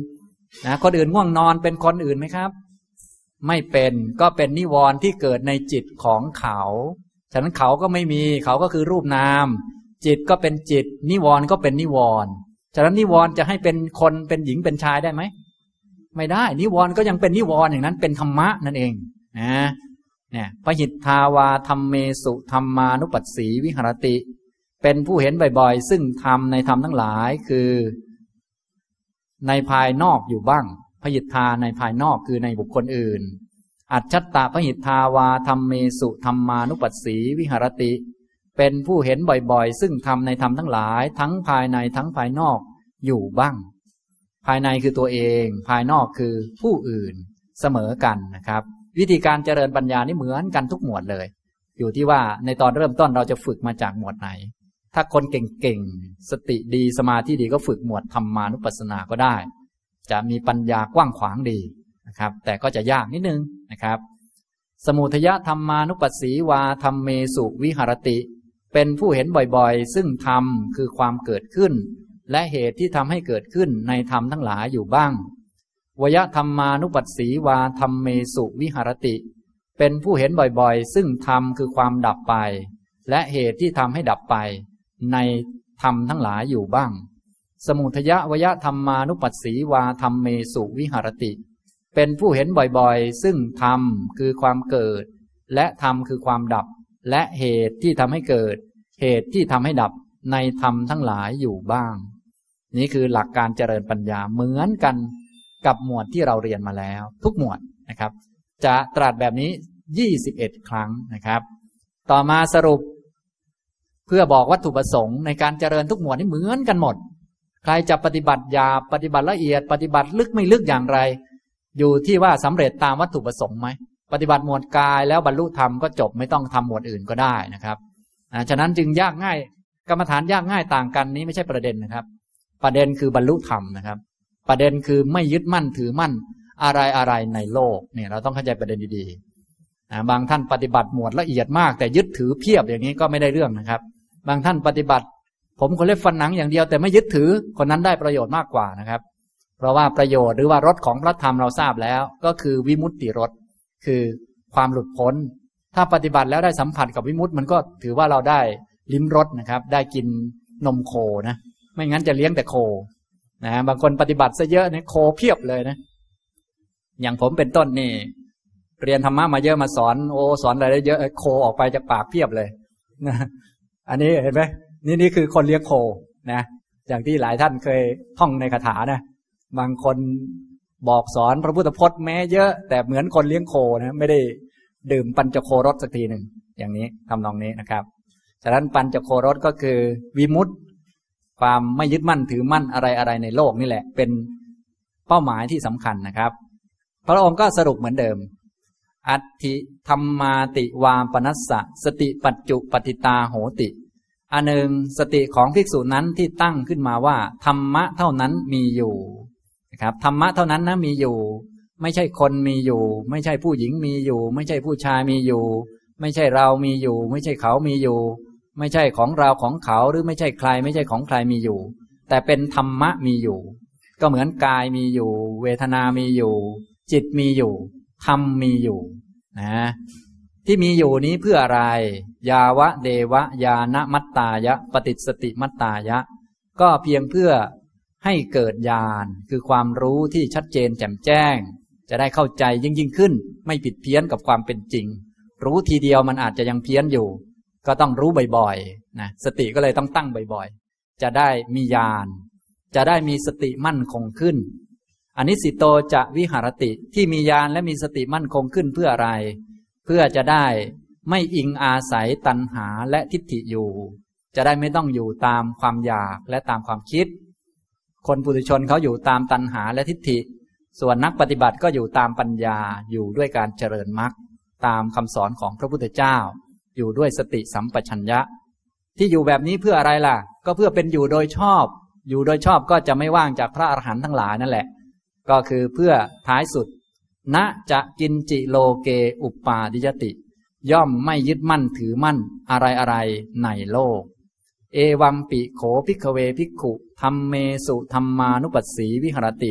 Speaker 1: นะคนอื่นง่วงนอนเป็นคนอื่นไหมครับไม่เป็นก็เป็นนิวรณ์ที่เกิดในจิตของเขาฉะนั้นเขาก็ไม่มีเขาก็คือรูปนามจิตก็เป็นจิตนิวรณ์ก็เป็นนิวรณ์ฉะนั้นนิวรณ์จะให้เป็นคนเป็นหญิงเป็นชายได้ไหมไม่ได้นิวรณ์ก็ยังเป็นนิวรณ์อย่างนั้นเป็นธรรมะนั่นเองนะเนี่ยปหิทธาวาธัมเมสุธัมมานุปัสสีวิหรติเป็นผู้เห็นบ่อยๆซึ่งธรรมในธรรมทั้งหลายคือในภายนอกอยู่บ้างพหิทธาในภายนอกคือในบุคคลอื่นอัจฉัตตะพหิทธาวาธัมเมสุธัมมานุปัสสีวิหรติเป็นผู้เห็นบ่อยๆซึ่งธรรมในธรรมทั้งหลายทั้งภายในทั้งภายนอกอยู่บ้างภายในคือตัวเองภายนอกคือผู้อื่นเสมอกันนะครับวิธีการเจริญปัญญานี่เหมือนกันทุกหมวดเลยอยู่ที่ว่าในตอนเริ่มต้นเราจะฝึกมาจากหมวดไหนถ้าคนเก่งๆสติดีสมาธิดีก็ฝึกหมวดธรรมานุปัสสนาก็ได้จะมีปัญญากว้างขวางดีนะครับแต่ก็จะยากนิดนึงนะครับสมุทัยธรรมานุปัสสีวาธัมเมสุวิหรติเป็นผู้เห็นบ่อยๆซึ่งธรรมคือความเกิดขึ้นและเหตุที่ทำให้เกิดขึ้นในธรรมทั้งหลายอยู่บ้างวยธรรมานุปัสสีวาธัมเมสุวิหรติเป็นผู้เห็นบ่อยๆซึ่งธรรมคือความดับไปและเหตุที่ทำให้ดับไปในธรรมทั้งหลายอยู่บ้างสมุทัยวยธรรมานุปัสสีวาธัมเมสุวิหรติเป็นผู้เห็นบ่อยๆซึ่งธรรมคือความเกิดและธรรมคือความดับและเหตุที่ทำให้เกิดเหตุที่ทำให้ดับในธรรมทั้งหลายอยู่บ้างนี่คือหลักการเจริญปัญญาเหมือนกันกับหมวดที่เราเรียนมาแล้วทุกหมวดนะครับจะตรัสแบบนี้21ครั้งนะครับต่อมาสรุปเพื่อบอกวัตถุประสงค์ในการเจริญทุกหมวดนี่เหมือนกันหมดใครจะปฏิบัติหยาบปฏิบัติละเอียดปฏิบัติลึกไม่ลึกอย่างไรอยู่ที่ว่าสำเร็จตามวัตถุประสงค์ไหมปฏิบัติหมวดกายแล้วบรรลุธรรมก็จบไม่ต้องทำหมวดอื่นก็ได้นะครับฉะนั้นจึงยากง่ายกรรมฐานยากง่ายต่างกันนี้ไม่ใช่ประเด็นนะครับประเด็นคือบรรลุธรรมนะครับประเด็นคือไม่ยึดมั่นถือมั่นอะไรในโลกเนี่ยเราต้องเข้าใจประเด็นดีๆบางท่านปฏิบัติหมวดละเอียดมากแต่ยึดถือเพียบอย่างนี้ก็ไม่ได้เรื่องนะครับบางท่านปฏิบัติผมคนเล็บฟันหนังอย่างเดียวแต่ไม่ยึดถือคนนั้นได้ประโยชน์มากกว่านะครับเพราะว่าประโยชน์หรือว่ารสของพระธรรมเราทราบแล้วก็คือวิมุตติรสคือความหลุดพ้นถ้าปฏิบัติแล้วได้สัมผัสกับวิมุตติมันก็ถือว่าเราได้ลิ้มรสนะครับได้กินนมโคนะไม่งั้นจะเลี้ยงแต่โคนะบางคนปฏิบัติซะเยอะเนี่ยโคเพียบเลยนะอย่างผมเป็นต้นนี่เรียนธรรมะมาเยอะมาสอนสอนอะไรได้เยอะโคออกไปจากปากเพียบเลยนะอันนี้เห็นไหมนี่คือคนเลี้ยงโคนะอย่างที่หลายท่านเคยท่องในคาถานะบางคนบอกสอนพระพุทธพจน์แม้เยอะแต่เหมือนคนเลี้ยงโคนะไม่ได้ดื่มปัญจโครสสักทีหนึ่งอย่างนี้ทำนองนี้นะครับฉะนั้นปัญจโครสก็คือวิมุตติความไม่ยึดมั่นถือมั่นอะไรในโลกนี่แหละเป็นเป้าหมายที่สำคัญนะครับพระองค์ก็สรุปเหมือนเดิมอัตถิธรรมาติวามปนัสสะสติปัจจุปฏิตาโหติอันหนึ่งสติของภิกษุนั้นที่ตั้งขึ้นมาว่าธรรมะเท่านั้นมีอยู่นะครับธรรมะเท่านั้นนะมีอยู่ไม่ใช่คนมีอยู่ไม่ใช่ผู้หญิงมีอยู่ไม่ใช่ผู้ชายมีอยู่ไม่ใช่เรามีอยู่ไม่ใช่เขามีอยู่ไม่ใช่ของเราของเขาหรือไม่ใช่ใครไม่ใช่ของใครมีอยู่แต่เป็นธรรมะมีอยู่ก็เหมือนกายมีอยู่เวทนามีอยู่จิตมีอยู่ธรรมมีอยู่นะที่มีอยู่นี้เพื่ออะไรยาวะเดวะยานมัตตายะปฏิสติมัตตายะก็เพียงเพื่อให้เกิดญาณคือความรู้ที่ชัดเจนแจ่มแจ้งจะได้เข้าใจยิ่งขึ้นไม่ผิดเพี้ยนกับความเป็นจริงรู้ทีเดียวมันอาจจะยังเพี้ยนอยู่ก็ต้องรู้บ่อยๆนะสติก็เลยต้องตั้งบ่อยๆจะได้มีญาณจะได้มีสติมั่นคงขึ้นอนิสิโตจะวิหรติที่มีญาณและมีสติมั่นคงขึ้นเพื่ออะไรเพื่อจะได้ไม่อิงอาศัยตัณหาและทิฏฐิอยู่จะได้ไม่ต้องอยู่ตามความอยากและตามความคิดคนปุถุชนเขาอยู่ตามตัณหาและทิฏฐิส่วนนักปฏิบัติก็อยู่ตามปัญญาอยู่ด้วยการเจริญมรรคตามคำสอนของพระพุทธเจ้าอยู่ด้วยสติสัมปชัญญะที่อยู่แบบนี้เพื่ออะไรล่ะก็เพื่อเป็นอยู่โดยชอบอยู่โดยชอบก็จะไม่ว่างจากพระอรหันต์ทั้งหลายนั่นแหละก็คือเพื่อท้ายสุดณจะกินจิโลเกอุปปาดิยติย่อมไม่ยึดมั่นถือมั่นอะไรในโลกเอวัมปิโขภิกขเวภิกขุธัมเมสุธัมมานุปัสสีวิหรติ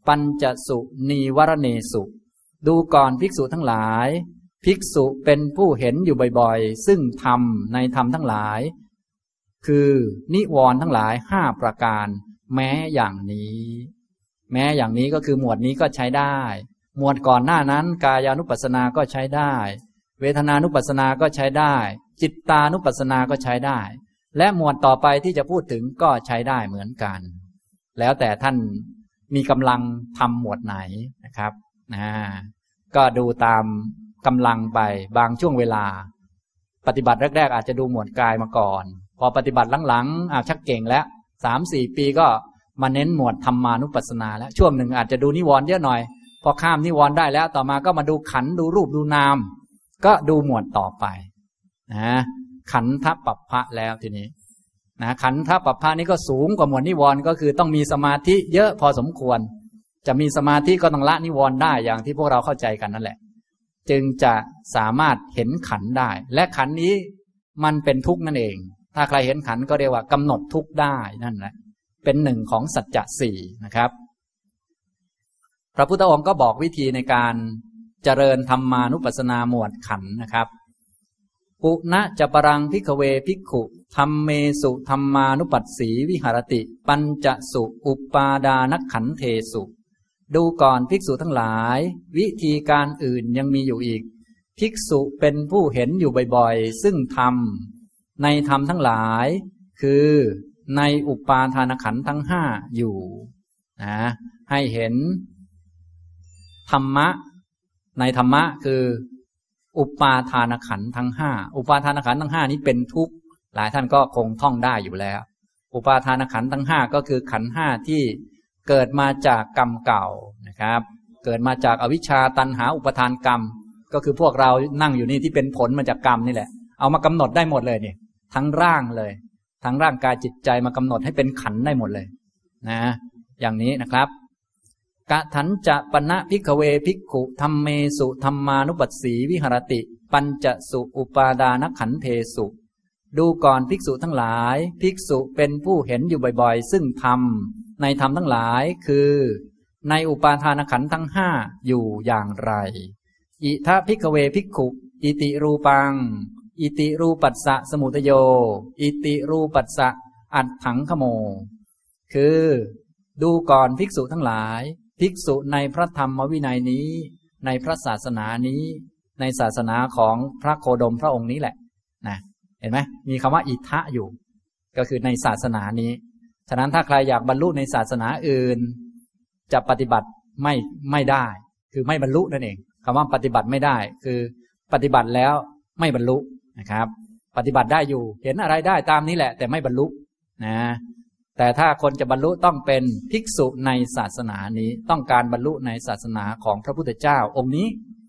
Speaker 1: ปัญจสุนีวรเนสุดูก่อนภิกษุทั้งหลายภิกษุเป็นผู้เห็นอยู่บ่อยๆซึ่งธรรมในธรรมทั้งหลายคือนิวรณ์ทั้งหลาย5ประการแม้อย่างนี้ก็คือหมวดนี้ก็ใช้ได้หมวดก่อนหน้านั้นกายานุปัสสนาก็ใช้ได้เวทนานุปัสสนาก็ใช้ได้จิตตานุปัสสนาก็ใช้ได้และหมวดต่อไปที่จะพูดถึงก็ใช้ได้เหมือนกันแล้วแต่ท่านมีกำลังทำหมวดไหนนะครับก็ดูตามกำลังไปบางช่วงเวลาปฏิบัติแรกๆอาจจะดูหมวดกายมาก่อนพอปฏิบัติหลังๆชักเก่งแล้ว 3-4 ปีก็มาเน้นหมวดธรรมานุปัสสนาแล้วช่วงหนึ่งอาจจะดูนิวรณ์เยอะหน่อยพอข้ามนิวรณ์ได้แล้วต่อมาก็มาดูขันธ์ดูรูปดูนามก็ดูหมวดต่อไปขันธปัปพะแล้วทีนี้ขันธปัปพะนี้ก็สูงกว่าหมวดนิวรณ์ก็คือต้องมีสมาธิเยอะพอสมควรจะมีสมาธิก็ต้องละนิวรณ์ได้อย่างที่พวกเราเข้าใจกันนั่นแหละจึงจะสามารถเห็นขันธ์ได้และขันธ์นี้มันเป็นทุกข์นั่นเองถ้าใครเห็นขันธ์ก็เรียกว่ากำหนดทุกข์ได้นั่นแหละเป็นหนึ่งของสัจจะสี่นะครับพระพุทธองค์ก็บอกวิธีในการเจริญธรรมานุปัสสนาหมวดขันธ์นะครับปุณะจะปรังภิกขเวภิกขุธัมเมสุธัมมานุปัสสีวิหารติปัญจสุอุปาดานขันเทสุดูก่อนภิกษุทั้งหลายวิธีการอื่นยังมีอยู่อีกภิกษุเป็นผู้เห็นอยู่บ่อยๆซึ่งธรรมในธรรมทั้งหลายคือในอุปาทานขันธ์ทั้ง5อยู่ให้เห็นธรรมะในธรรมะคืออุปาทานขันธ์ทั้ง5อุปาทานขันธ์ทั้ง5นี้เป็นทุกข์หลายท่านก็คงท่องได้อยู่แล้วอุปาทานขันธ์ทั้ง5ก็คือขันธ์5ที่เกิดมาจากกรรมเก่านะครับเกิดมาจากอวิชชาตัณหาอุปทานกรรมก็คือพวกเรานั่งอยู่นี่ที่เป็นผลมาจากกรรมนี่แหละเอามากำหนดได้หมดเลยนี่ทั้งร่างเลยทั้งร่างกายจิตใจมากำหนดให้เป็นขันธ์ได้หมดเลยอย่างนี้นะครับกะถันจะปณะภิกขเวภิกขุธัมเมสุธัมมานุปัสสีวิหรติปัญจสุอุปาดานขันเทสุดูก่อนภิกษุทั้งหลายภิกษุเป็นผู้เห็นอยู่บ่อยๆซึ่งธรรมในธรรมทั้งหลายคือในอุปาทานขันธ์ทั้ง5อยู่อย่างไรอิทะภิกขเวภิกขุอิติรูปังอิติรูปัสสะสมุทโยอิติรูปัสสะอัตถังขโมคือดูก่อนภิกษุทั้งหลายภิกษุในพระธรรมวินัยนี้ในพระศาสนานี้ในศาสนาของพระโคดมพระองค์นี้แหละเห็นไหมมีคำว่าอิทะอยู่ก็คือในศาสนานี้ฉะนั้นถ้าใครอยากบรรลุในศาสนาอื่นจะปฏิบัติไม่ได้คือไม่บรรลุนั่นเองคำว่าปฏิบัติไม่ได้คือปฏิบัติแล้วไม่บรรลุนะครับปฏิบัติได้อยู่เห็นอะไรได้ตามนี้แหละแต่ไม่บรรลุแต่ถ้าคนจะบรรลุต้องเป็นภิกษุในศาสนานี้ต้องการบรรลุในศาสนาของพระพุทธเจ้าองค์นี้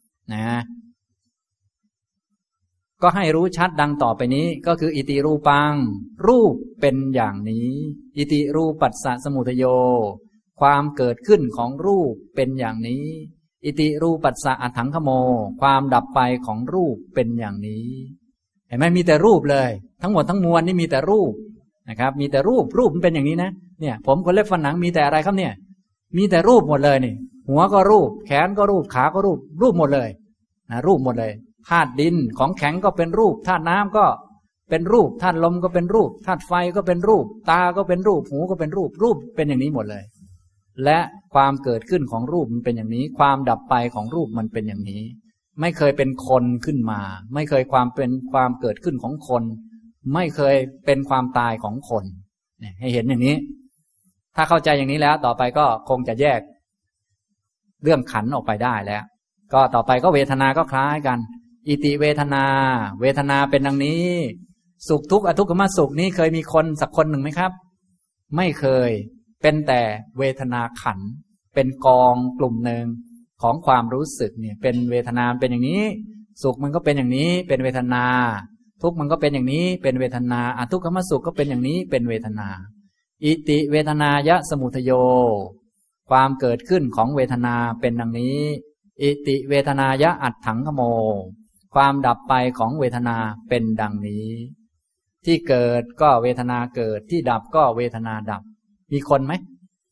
Speaker 1: ก็ให้รู้ชัดดังต่อไปนี้ก็คืออิติรูปังรูปเป็นอย่างนี้อิติรูปัสสะสมุทโยความเกิดขึ้นของรูปเป็นอย่างนี้อิติรูปัสสะอัตถังขโมความดับไปของรูปเป็นอย่างนี้เห็นไหมมีแต่รูปเลยทั้งหมดทั้งมวลนี่มีแต่รูปนะครับมีแต่รูปมันเป็นอย่างนี้นะเนี่ยผมขนเล็บฟันหนังมีแต่อะไรครับเนี่ยมีแต่รูปหมดเลยนี่หัวก็รูปแขนก็รูปขาก็รูปหมดเลยรูปหมดเลยธาตุดินของแข็งก็เป็นรูปธาตุน้ำก็เป็นรูปธาตุลมก็เป็นรูปธาตุไฟก็เป็นรูปตาก็เป็นรูปหูก็เป็นรูปเป็นอย่างนี้หมดเลยและความเกิดขึ้นของรูปมันเป็นอย่างนี้ความดับไปของรูปมันเป็นอย่างนี้ไม่เคยเป็นคนขึ้นมาไม่เคยความเกิดขึ้นของคนไม่เคยเป็นความตายของคนให้เห็นอย่างนี้ถ้าเข้าใจอย่างนี้แล้วต่อไปก็คงจะแยกเรื่องขันธ์ออกไปได้แล้วก็ต่อไปก็เวทนาก็คล้ายกันอิติเวทนาเป็นดังนี้สุขทุกข์อทุกขมสุขนี้เคยมีคนสักคนหนึ่งไหมครับไม่เคยเป็นแต่เวทนาขันธ์เป็นกองกลุ่มหนึ่งของความรู้สึกเนี่ยเป็นเวทนาเป็นอย่างนี้สุขมันก็เป็นอย่างนี้เป็นเวทนาทุกข์มันก็เป็นอย่างนี้เป็นเวทนาอทุกขมสุขก็เป็นอย่างนี้เป็นเวทนาอิติเวทนายะสมุทโยความเกิดขึ้นของเวทนาเป็นดังนี้อิติเวทนายะอัตถังขโมความดับไปของเวทนาเป็นดังนี้ที่เกิดก็เวทนาเกิดที่ดับก็เวทนาดับมีคนไหม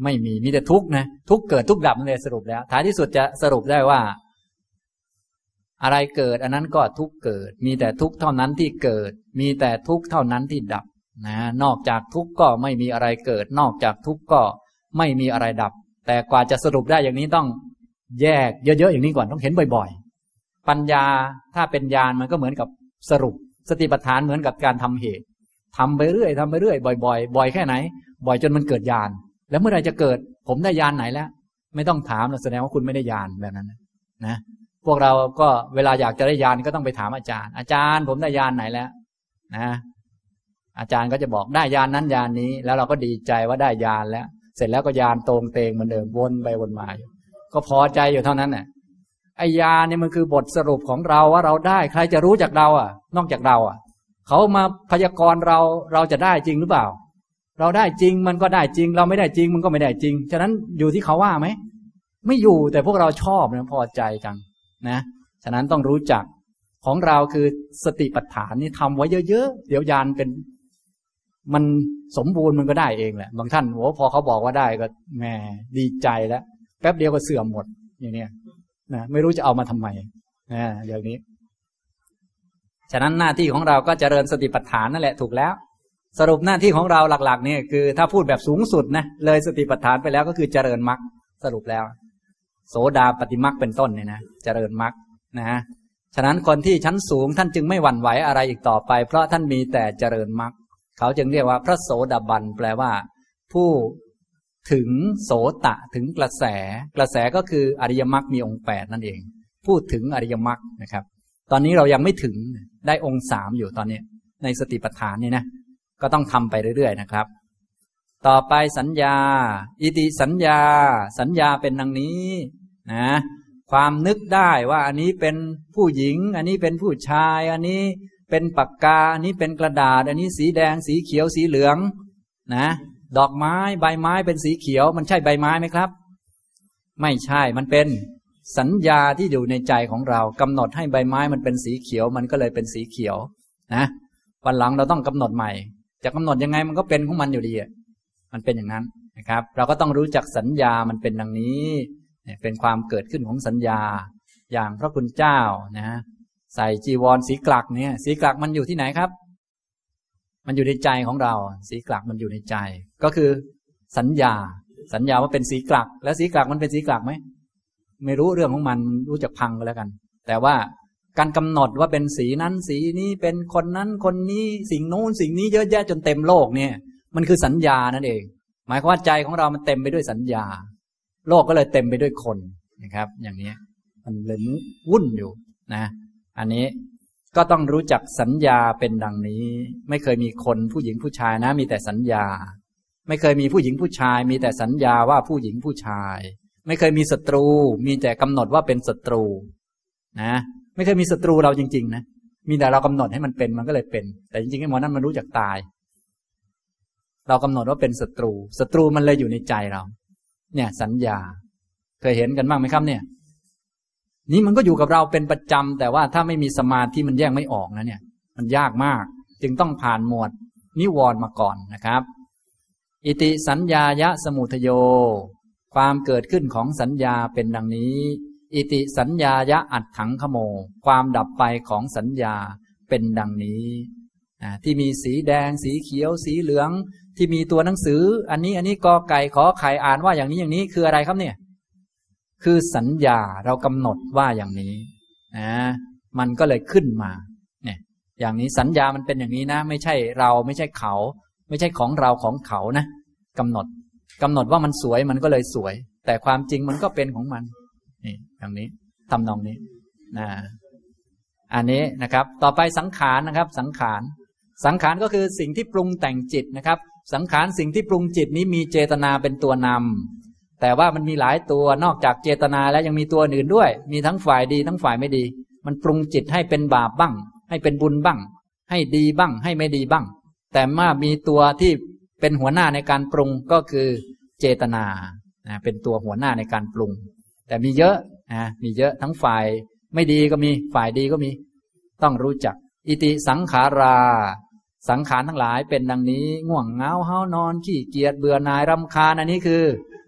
Speaker 1: ไม่มีแต่ทุกข์นะทุกข์เกิดทุกข์ดับนั่นเลยสรุปแล้วท้ายที่สุดจะสรุปได้ว่าอะไรเกิดอันนั้นก็ทุกข์เกิดมีแต่ทุกข์เท่านั้นที่เกิดมีแต่ทุกข์เท่านั้นที่ดับนะนอกจากทุกข์ก็ไม่มีอะไรเกิดนอกจากทุกข์ก็ไม่มีอะไรดับแต่กว่าจะสรุปได้อย่างนี้ต้องแยกเยอะๆอย่างนี้ก่อนต้องเห็นบ่อยๆปัญญาถ้าเป็นญาณมันก็เหมือนกับสรุปสติปัฏฐานเหมือนกับการทำเหตุทำไปเรื่อยทำไปเรื่อยบ่อยๆบ่อยแค่ไหนบ่อยจนมันเกิดญาณแล้วเมื่อไหร่จะเกิดผมได้ญาณไหนแล้วไม่ต้องถามแสดงว่าคุณไม่ได้ญาณแบบนั้นนะพวกเราก็เวลาอยากจะได้ญาณก็ต้องไปถามอาจารย์อาจารย์ผมได้ญาณไหนแล้วนะอาจารย์ก็จะบอกได้ญาณนั้นญาณนี้แล้วเราก็ดีใจว่าได้ญาณแล้วเสร็จแล้วก็ญาณตรงเตงเหมือนเดิมวนไปวนมาก็พอใจอยู่เท่านั้นน่ะไอ้ญาณเนี่ยมันคือบทสรุปของเราว่าเราได้ใครจะรู้จักเรานอกจากเราเขามาพยากรณ์เราจะได้จริงหรือเปล่าเราได้จริงมันก็ได้จริงเราไม่ได้จริงมันก็ไม่ได้จริงฉะนั้นอยู่ที่เขาว่าไหมไม่อยู่แต่พวกเราชอบนะพอใจจังนะฉะนั้นต้องรู้จักของเราคือสติปัฏฐานนี่ทำไว้เยอะๆเดี๋ยวญาณเป็นมันสมบูรณ์มันก็ได้เองแหละบางท่านพอเขาบอกว่าได้ก็แหมดีใจแล้วแป๊บเดียวก็เสื่อมหมดอย่างนี้นะไม่รู้จะเอามาทำไมอย่างนี้ฉะนั้นหน้าที่ของเราก็เจริญสติปัฏฐานนั่นแหละถูกแล้วสรุปหน้าที่ของเราหลักๆนี่คือถ้าพูดแบบสูงสุดนะเลยสติปัฏฐานไปแล้วก็คือเจริญมรรคสรุปแล้วโสดาปัตติมรรคเป็นต้นเนี่ยนะเจริญมรรคนะฉะนั้นคนที่ชั้นสูงท่านจึงไม่หวั่นไหวอะไรอีกต่อไปเพราะท่านมีแต่เจริญมรรคเขาจึงเรียกว่าพระโสดาบันแปลว่าผู้ถึงโสตะถึงกระแสก็คืออริยมรรคมีองค์8นั่นเองพูดถึงอริยมรรคนะครับตอนนี้เรายังไม่ถึงได้องค์3อยู่ตอนนี้ในสติปัฏฐานนี่นะก็ต้องทำไปเรื่อยๆนะครับต่อไปสัญญาอิติสัญญาเป็นดังนี้นะความนึกได้ว่าอันนี้เป็นผู้หญิงอันนี้เป็นผู้ชายอันนี้เป็นปากกาอันนี้เป็นกระดาษอันนี้สีแดงสีเขียวสีเหลืองนะดอกไม้ใบไม้เป็นสีเขียวมันใช่ใบไม้ไหมครับไม่ใช่มันเป็นสัญญาที่อยู่ในใจของเรากำหนดให้ใบไม้มันเป็นสีเขียวมันก็เลยเป็นสีเขียวนะวันหลังเราต้องกำหนดใหม่จะกำหนดยังไงมันก็เป็นของมันอยู่ดีมันเป็นอย่างนั้นนะครับเราก็ต้องรู้จักสัญญามันเป็นดังนี้เป็นความเกิดขึ้นของสัญญาอย่างพระคุณเจ้านะใส่จีวรสีกลักเนี่ยสีกลักมันอยู่ที่ไหนครับมันอยู่ในใจของเราสีกลักมันอยู่ในใจก็คือสัญญาว่าเป็นสีกลักแล้วสีกลักมันเป็นสีกลักไหมไม่รู้เรื่องของมันรู้จักพังก็แล้วกันแต่ว่าการกำหนดว่าเป็นสีนั้นสีนี้เป็นคนนั้นคนนี้สิ่งโน้นสิ่งนี้เยอะแยะจนเต็มโลกเนี่ยมันคือสัญญานั่นเองหมายความว่าใจของเรามันเต็มไปด้วยสัญญาโลกก็เลยเต็มไปด้วยคนนะครับอย่างนี้มันเลยวุ่นอยู่นะอันนี้ก็ต้องรู้จักสัญญาเป็นดังนี้ไม่เคยมีคนผู้หญิงผู้ชายนะมีแต่สัญญาไม่เคยมีผู้หญิงผู้ชายมีแต่สัญญาว่าผู้หญิงผู้ชายไม่เคยมีศัตรูมีแต่กำหนดว่าเป็นศัตรูนะไม่เคยมีศัตรูเราจริงๆนะมีแต่เรากำหนดให้มันเป็นมันก็เลยเป็นแต่จริงๆไอ้หมอนั้นมันรู้จักตายเรากำหนดว่าเป็นศัตรูมันเลยอยู่ในใจเราเนี่ยสัญญาเคยเห็นกันบ้างไหมครับเนี่ยนี่มันก็อยู่กับเราเป็นประจำแต่ว่าถ้าไม่มีสมาธิมันแยกไม่ออกนะเนี่ยมันยากมากจึงต้องผ่านหมวดนิวรณ์มาก่อนนะครับอิติสัญญายะสมุทโยความเกิดขึ้นของสัญญาเป็นดังนี้อิติสัญญายะอัตถังขโมความดับไปของสัญญาเป็นดังนี้ที่มีสีแดงสีเขียวสีเหลืองที่มีตัวหนังสืออันนี้กอไก่ขอไข่อ่านว่าอย่างนี้อย่างนี้คืออะไรครับเนี่ยคือสัญญาเรากำหนดว่าอย่างนี้มันก็เลยขึ้นมาเนี่ยอย่างนี้สัญญามันเป็นอย่างนี้นะไม่ใช่เราไม่ใช่เขาไม่ใช่ของเราของเขานะกำหนดว่ามันสวยมันก็เลยสวยแต่ความจริงมันก็เป็นของมันนี่อย่างนี้ทำนองนี้อันนี้นะครับต่อไปสังขารนะครับสังขารก็คือสิ่งที่ปรุงแต่งจิตนะครับสังขารสิ่งที่ปรุงจิตนี้มีเจตนาเป็นตัวนำแต่ว่ามันมีหลายตัวนอกจากเจตนาแล้วยังมีตัวอื่นด้วยมีทั้งฝ่ายดีทั้งฝ่ายไม่ดีมันปรุงจิตให้เป็นบาปบ้างให้เป็นบุญบ้างให้ดีบ้างให้ไม่ดีบ้างแต่เมื่อมีตัวที่เป็นหัวหน้าในการปรุงก็คือเจตนาเป็นตัวหัวหน้าในการปรุงแต่มีเยอะมีเยอะทั้งฝ่ายไม่ดีก็มีฝ่ายดีก็มีต้องรู้จักอิติสังขาราสังขารทั้งหลายเป็นดังนี้ง่วงเหงาเฮานอนขี้เกียจเบื่อหน่ายรำคาญอันนี้คือ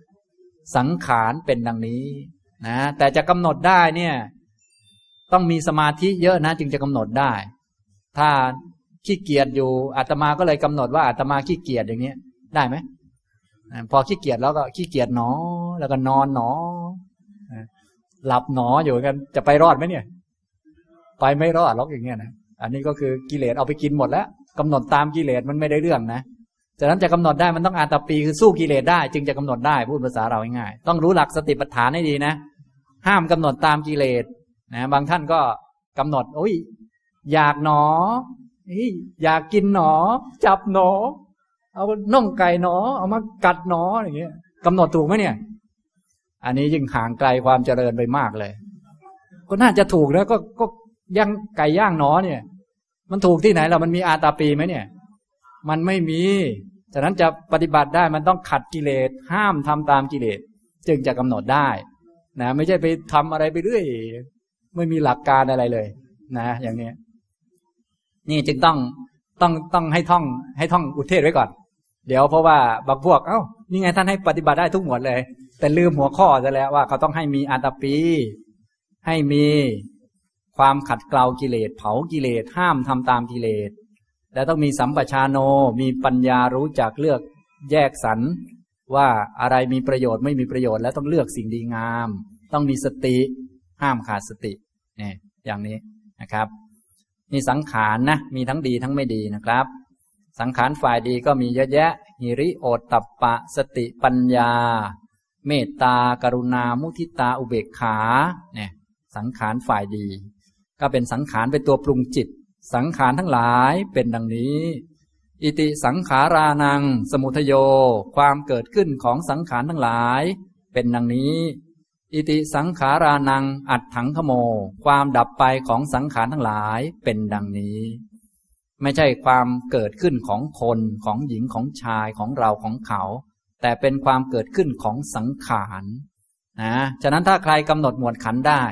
Speaker 1: สังขารเป็นดังนี้นะแต่จะกำหนดได้เนี่ยต้องมีสมาธิเยอะนะจึงจะกำหนดได้ถ้าขี้เกียจอยู่อาตมาก็เลยกำหนดว่าอาตมาขี้เกียจอย่างเงี้ยได้ไหมพอขี้เกียจแล้วก็ขี้เกียจหนอแล้วก็นอนหนอหลับหนออยู่กันจะไปรอดไหมเนี่ยไปไม่รอดหรอกอย่างเงี้ยนะอันนี้ก็คือกิเลสเอาไปกินหมดแล้วกำหนดตามกิเลสมันไม่ได้เรื่องนะฉะนั้นจะกำหนดได้มันต้องอาตาปีคือสู้กิเลสได้จึงจะกำหนดได้พูดภาษาเราง่ายๆต้องรู้หลักสติปัฏฐานให้ดีนะห้ามกำหนดตามกิเลสนะบางท่านก็กำหนดโอ้ยอยากหนออยากกินหนอจับหนอเอาน่องไก่หนอเอามากัดหนออย่างเงี้ยกำหนดถูกไหมเนี่ยอันนี้ยิ่งห่างไกลความเจริญไปมากเลยก็น่าจะถูกแล้วก็ย่างไก่ย่างหนอเนี่ยมันถูกที่ไหนล่ะมันมีอาตาปีไหมเนี่ยมันไม่มีฉะนั้นจะปฏิบัติได้มันต้องขัดกิเลสห้ามทำตามกิเลสจึงจะกำหนดได้นะไม่ใช่ไปทำอะไรไปเรื่อยไม่มีหลักการอะไรเลยนะอย่างนี้นี่จึงต้องให้ท่องอุเทศไว้ก่อนเดี๋ยวเพราะว่าบางพวกนี่ไงท่านให้ปฏิบัติได้ทุกหมวดเลยแต่ลืมหัวข้อซะแล้วว่าเขาต้องให้มีอาตาปีให้มีความขัดเกลากิเลสเผากิเลสห้ามทำตามกิเลสและต้องมีสัมปชานโนมีปัญญารู้จักเลือกแยกสรรว่าอะไรมีประโยชน์ไม่มีประโยชน์และต้องเลือกสิ่งดีงามต้องมีสติห้ามขาดสติเนี่ยอย่างนี้นะครับนี่สังขารนะมีทั้งดีทั้งไม่ดีนะครับสังขารฝ่ายดีก็มีเยอะแยะหิริโอตตัปปะสติปัญญาเมตตากรุณามุทิตาอุเบกขาเนี่ยสังขารฝ่ายดีก็เป็นสังขารเป็นตัวปรุงจิตสังขารทั้งหลายเป็นดังนี้อิติสังขารานังสมุทโยความเกิดขึ้นของสังขารทั้งหลายเป็นดังนี้อิติสังขารานังอัตถังขโมความดับไปของสังขารทั้งหลายเป็นดังนี้ไม่ใช่ความเกิดขึ้นของคนของหญิงของชายของเราของเขาแต่เป็นความเกิดขึ้นของสังขารนะฉะนั้นถ้าใครกำหนดหมวดขันธ์ได้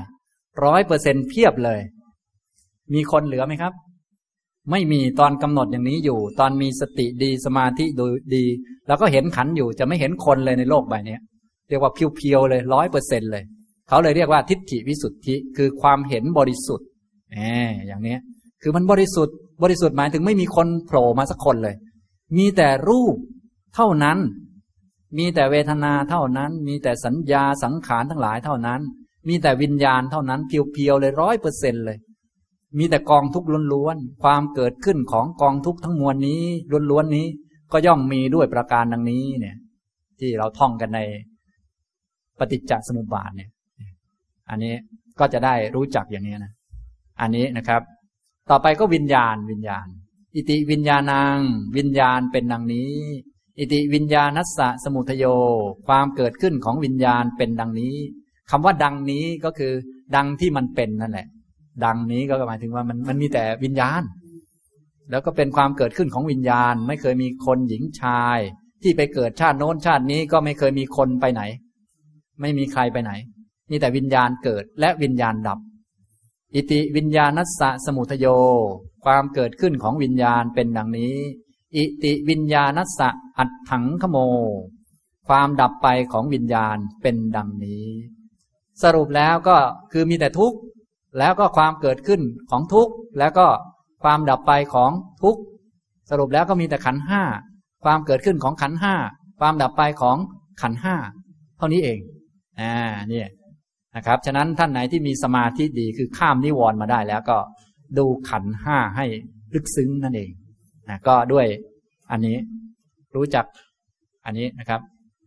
Speaker 1: 100%เพียบเลยมีคนเหลือไหมครับไม่มีตอนกำหนดอย่างนี้อยู่ตอนมีสติดีสมาธิดีแล้วก็เห็นขันธ์อยู่จะไม่เห็นคนเลยในโลกใบนี้เรียกว่าเพียวๆเลย 100% เลยเขาเลยเรียกว่าทิฏฐิวิสุทธิคือความเห็นบริสุทธิ์อย่างนี้คือมันบริสุทธิ์หมายถึงไม่มีคนโผล่มาสักคนเลยมีแต่รูปเท่านั้นมีแต่เวทนาเท่านั้นมีแต่สัญญาสังขารทั้งหลายเท่านั้นมีแต่วิญญาณเท่านั้นเพียวๆเลย 100% เลยมีแต่กองทุกข์ล้วนๆความเกิดขึ้นของกองทุกข์ทั้งมวลนี้ล้วนๆนี้ก็ย่อมมีด้วยประการดังนี้เนี่ยที่เราท่องกันในปฏิจจสมุปบาทเนี่ยอันนี้ก็จะได้รู้จักอย่างนี้นะอันนี้นะครับต่อไปก็วิญญาณอิติวิญญาณังวิญญาณเป็นดังนี้อิติวิญญาณัสสะสมุทโยความเกิดขึ้นของวิญญาณเป็นดังนี้คำว่าดังนี้ก็คือดังที่มันเป็นนั่นแหละดังนี้ก็หมายถึงว่ามันมีแต่วิญญาณแล้วก็เป็นความเกิดขึ้นของวิญญาณไม่เคยมีคนหญิงชายที่ไปเกิดชาติโน้นชาตินี้ก็ไม่เคยมีคนไปไหนไม่มีใครไปไหนมีแต่วิญญาณเกิดและวิญญาณดับอิติวิญญาณัสสะสมุทโยความเกิดขึ้นของวิญญาณเป็นดังนี้อิติวิญญาณัสสะอัตถังขโมความดับไปของวิญญาณเป็นดังนี้สรุปแล้วก็คือมีแต่ทุกข์แล้วก็ความเกิดขึ้นของทุกข์แล้วก็ความดับไปของทุกข์สรุปแล้วก็มีแต่ขันธ์ห้าความเกิดขึ้นของขันธ์ห้าความดับไปของขันธ์ห้าเท่านี้เองนี่นะครับฉะนั้นท่านไหนที่มีสมาธิดีคือข้ามนิวรณ์มาได้แล้วก็ดูขันธ์ห้าให้ลึกซึ้งนั่นเองก็ด้วยอันนี้รู้จักอันนี้นะครับ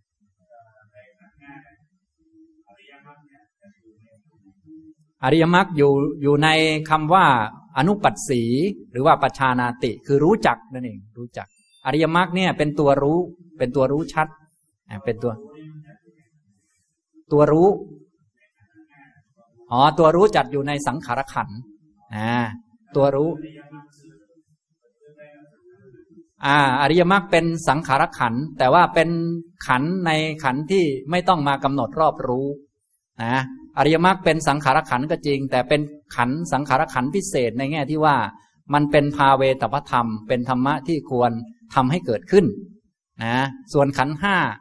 Speaker 1: อริยมรรคอยู่ในคำว่าอนุปัสสีหรือว่าปัจฉานาติคือรู้จักนั่นเองรู้จักอริยมรรคเนี่ยเป็นตัวรู้ชัดเป็นตัวรู้ตัวรู้จัดอยู่ในสังขารขันธ์ตัวรู้อริยมรรคเป็นสังขารขันธ์แต่ว่าเป็นขันธ์ในขันธ์ที่ไม่ต้องมากำหนดรอบรู้อริยมรรคเป็นสังขารขันธ์ก็จริงแต่เป็นขันธ์สังขารขันธ์พิเศษในแง่ที่ว่ามันเป็นภาเวตปธรรมเป็นธรรมะที่ควรทำให้เกิดขึ้นส่วนขันธ์ห้าพ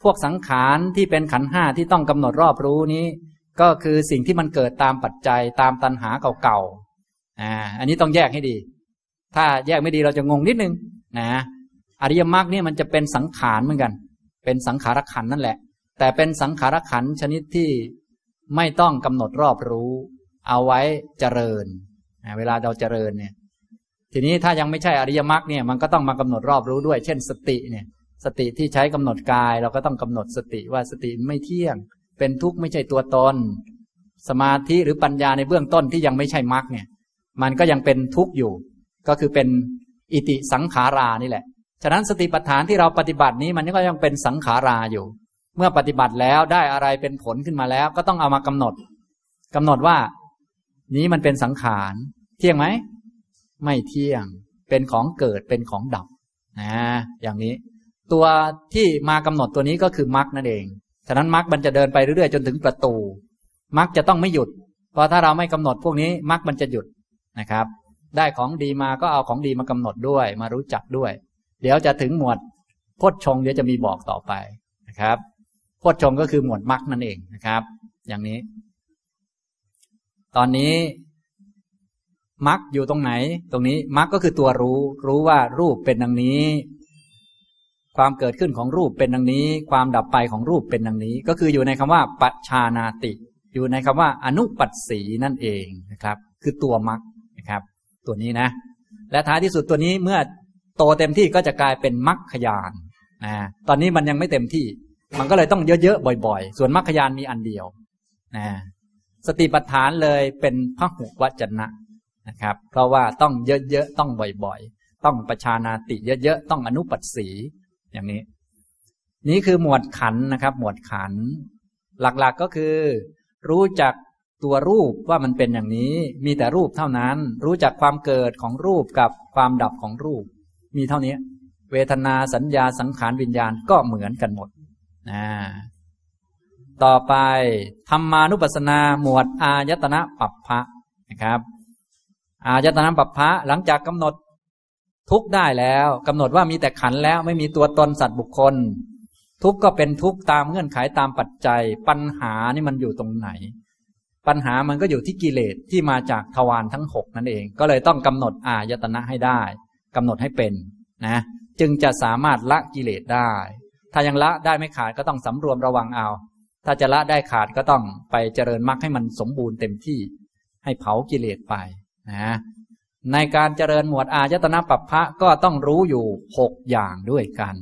Speaker 1: พวกสังขารที่เป็นขันธ์ห้าที่ต้องกำหนดรอบรู้นี้ก็คือสิ่งที่มันเกิดตามปัจจัยตามตัณหาเก่าๆอันนี้ต้องแยกให้ดีถ้าแยกไม่ดีเราจะงงนิดนึงนะอริยมรรคเนี่ยมันจะเป็นสังขารเหมือนกันเป็นสังขารขันธ์นั่นแหละแต่เป็นสังขารขันธ์ชนิดที่ไม่ต้องกำหนดรอบรู้เอาไว้เจริญเวลาเราเจริญเนี่ยทีนี้ถ้ายังไม่ใช่อริยมรรคเนี่ยมันก็ต้องมากำหนดรอบรู้ด้วยเช่นสติเนี่ยสติที่ใช้กำหนดกายเราก็ต้องกำหนดสติว่าสติไม่เที่ยงเป็นทุกข์ไม่ใช่ตัวตนสมาธิหรือปัญญาในเบื้องต้นที่ยังไม่ใช่มรรคเนี่ยมันก็ยังเป็นทุกข์อยู่ก็คือเป็นอิติสังขารานี่แหละฉะนั้นสติปัฏฐานที่เราปฏิบัตินี้มันก็ยังเป็นสังขาราอยู่เมื่อปฏิบัติแล้วได้อะไรเป็นผลขึ้นมาแล้วก็ต้องเอามากำหนดว่านี้มันเป็นสังขารเที่ยงไหมไม่เที่ยงเป็นของเกิดเป็นของดับอย่างนี้ตัวที่มากำหนดตัวนี้ก็คือมรรคนั่นเองฉะนั้นมรรคมันจะเดินไปเรื่อยๆจนถึงประตูมรรคจะต้องไม่หยุดเพราะถ้าเราไม่กำหนดพวกนี้มรรคมันจะหยุดนะครับได้ของดีมาก็เอาของดีมากำหนดด้วยมารู้จักด้วยเดี๋ยวจะถึงหมวดโพชฌงค์เดี๋ยวจะมีบอกต่อไปนะครับโพชฌงค์ก็คือหมวดมรรคนั่นเองนะครับอย่างนี้ตอนนี้มรรคอยู่ตรงไหนตรงนี้มรรคก็คือตัวรู้ว่ารูปเป็นดังนี้ความเกิดขึ้นของรูปเป็นดังนี้ความดับไปของรูปเป็นดังนี้ก็คืออยู่ในคำว่าปัจฉานาติอยู่ในคำว่าอนุปัสสีนั่นเองนะครับคือตัวมรรคนะครับตัวนี้นะและท้ายที่สุดตัวนี้เมื่อโตเต็มที่ก็จะกลายเป็นมรรคญาณตอนนี้มันยังไม่เต็มที่มันก็เลยต้องเยอะๆบ่อยๆส่วนมรรคญาณมีอันเดียวสติปัฏฐานเลยเป็นพหุวจนะนะครับเพราะว่าต้องเยอะๆต้องบ่อยๆต้องปัจฉานาติเยอะๆต้องอนุปัสสีอย่างนี้นี่คือหมวดขันธ์นะครับหมวดขันธ์หลักๆก็คือรู้จักตัวรูปว่ามันเป็นอย่างนี้มีแต่รูปเท่านั้นรู้จักความเกิดของรูปกับความดับของรูปมีเท่านี้เวทนาสัญญาสังขารวิญญาณก็เหมือนกันหมดต่อไปธรรมานุปัสสนาหมวดอายตนะปัปพะนะครับอายตนะปัปพะหลังจากกำหนดทุกข์ได้แล้วกำหนดว่ามีแต่ขันธ์แล้วไม่มีตัวตนสัตว์บุคคลทุกข์ก็เป็นทุกข์ตามเงื่อนไขตามปัจจัยปัญหานี่มันอยู่ตรงไหนปัญหามันก็อยู่ที่กิเลสที่มาจากทวารทั้ง6นั่นเองก็เลยต้องกำหนดอายตนะให้ได้กำหนดให้เป็นนะจึงจะสามารถละกิเลสได้ถ้ายังละได้ไม่ขาดก็ต้องสำรวมระวังเอาถ้าจะละได้ขาดก็ต้องไปเจริญมรรคให้มันสมบูรณ์เต็มที่ให้เผากิเลสไปนะในการเจริญหมวดอายตนะปัปพะก็ต้องรู้อยู่6อย่างด้วยกัน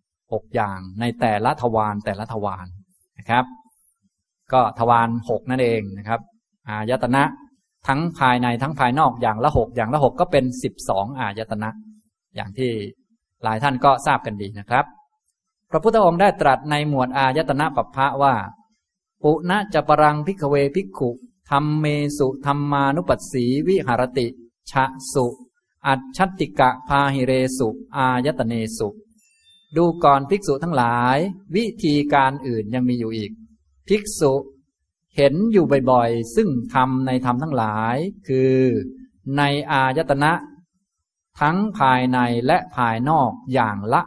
Speaker 1: 6อย่างในแต่ละทวารนะครับก็ทวาร6นั่นเองนะครับอายตนะทั้งภายในทั้งภายนอกอย่างละ6อย่างละ6ก็เป็น12อายตนะอย่างที่หลายท่านก็ทราบกันดีนะครับพระพุทธองค์ได้ตรัสในหมวดอายตนะปัปพะว่าปุณะจะปรังภิกขเวภิกขุธัมเมสุธัมมานุปัสสีวิหารติชะสุอัจฉัตติกะพาหิเรสุอายตเนสุดูก่อนภิกษุทั้งหลายวิธีการอื่นยังมีอยู่อีกภิกษุเห็นอยู่บ่อยๆซึ่งธรรมในธรรมทั้งหลายคือในอายตนะทั้งภายในและภายนอกอย่างละ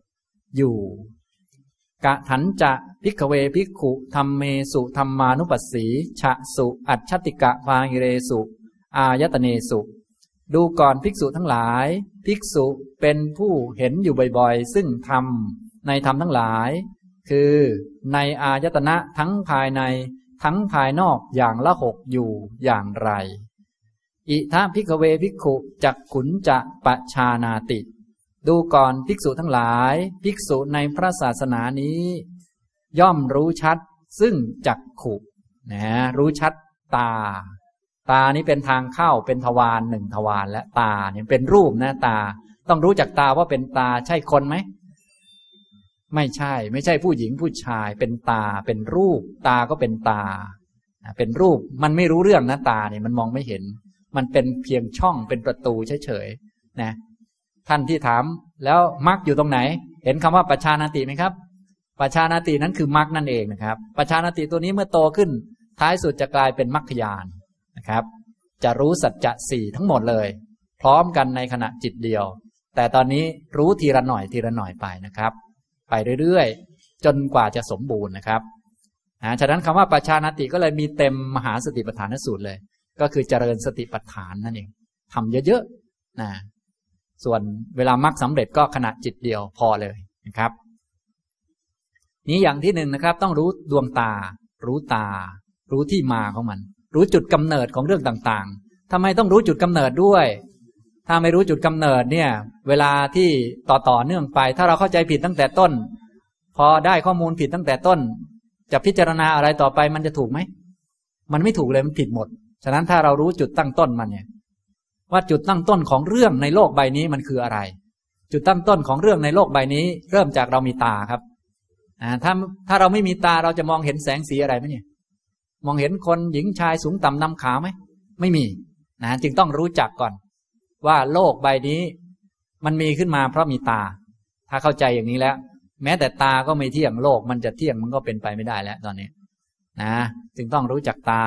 Speaker 1: 6อยู่กะถันจะภิกขเวภิกขุธัมเมสุธัมมานุปัสสีชะสุอัจฉติกะพาหิเรสุอายตเนสุดูก่อนภิกษุทั้งหลายภิกษุเป็นผู้เห็นอยู่บ่อยๆซึ่งธรรมในธรรมทั้งหลายคือในอายตนะทั้งภายในทั้งภายนอกอย่างละ6อยู่อย่างไรอิทะภิกขเวภิกขุจักขุนจะปะชานาติดูก่อนภิกษุทั้งหลายภิกษุในพระศาสนานี้ย่อมรู้ชัดซึ่งจักขุรู้ชัดตานี้เป็นทางเข้าเป็นทวาร1ทวารและตาเนี่ยเป็นรูปนะตาต้องรู้จักตาว่าเป็นตาใช่คนไหมไม่ใช่ผู้หญิงผู้ชายเป็นตาเป็นรูปตาก็เป็นตาเป็นรูปมันไม่รู้เรื่องนะตาเนี่ยมันมองไม่เห็นมันเป็นเพียงช่องเป็นประตูเฉยๆนะท่านที่ถามแล้วมรรคอยู่ตรงไหนเห็นคำว่าปัจฉานาติไหมครับปัจฉานาตินั้นคือมรรคนั่นเองนะครับปัจฉานาติตัวนี้เมื่อโตขึ้นท้ายสุดจะกลายเป็นมรรคญาณนะครับจะรู้สัจจะ4ทั้งหมดเลยพร้อมกันในขณะจิตเดียวแต่ตอนนี้รู้ทีละหน่อยไปนะครับไปเรื่อยๆจนกว่าจะสมบูรณ์นะครับฉะนั้นคำว่าปัจฉานาติก็เลยมีเต็มมหาสติปัฏฐานสูตรเลยก็คือเจริญสติปัฏฐานนั่นเองทำเยอะๆนะส่วนเวลามรรคสำเร็จก็ขณะจิตเดียวพอเลยนะครับนี้อย่างที่หนึ่งนะครับต้องรู้ดวงตารู้ที่มาของมันรู้จุดกำเนิดของเรื่องต่างๆทำไมต้องรู้จุดกำเนิดด้วยถ้าไม่รู้จุดกำเนิดเนี่ยเวลาที่ต่อเนื่องไปถ้าเราเข้าใจผิดตั้งแต่ต้นพอได้ข้อมูลผิดตั้งแต่ต้นจะพิจารณาอะไรต่อไปมันจะถูกไหมมันไม่ถูกเลยมันผิดหมดฉะนั้นถ้าเรารู้จุดตั้งต้นมันเนี่ยว่าจุดตั้งต้นของเรื่องในโลกใบนี้มันคืออะไรจุดตั้งต้นของเรื่องในโลกใบนี้เริ่มจากเรามีตาครับถ้าเราไม่มีตาเราจะมองเห็นแสงสีอะไรไหมเนี่ยมองเห็นคนหญิงชายสูงต่ำนำขาวไหมไม่มีจึงต้องรู้จักก่อนว่าโลกใบนี้มันมีขึ้นมาเพราะมีตาถ้าเข้าใจอย่างนี้แล้วแม้แต่ตาก็ไม่เที่ยงโลกมันจะเที่ยงมันก็เป็นไปไม่ได้แล้วตอนนี้จึงต้องรู้จักตา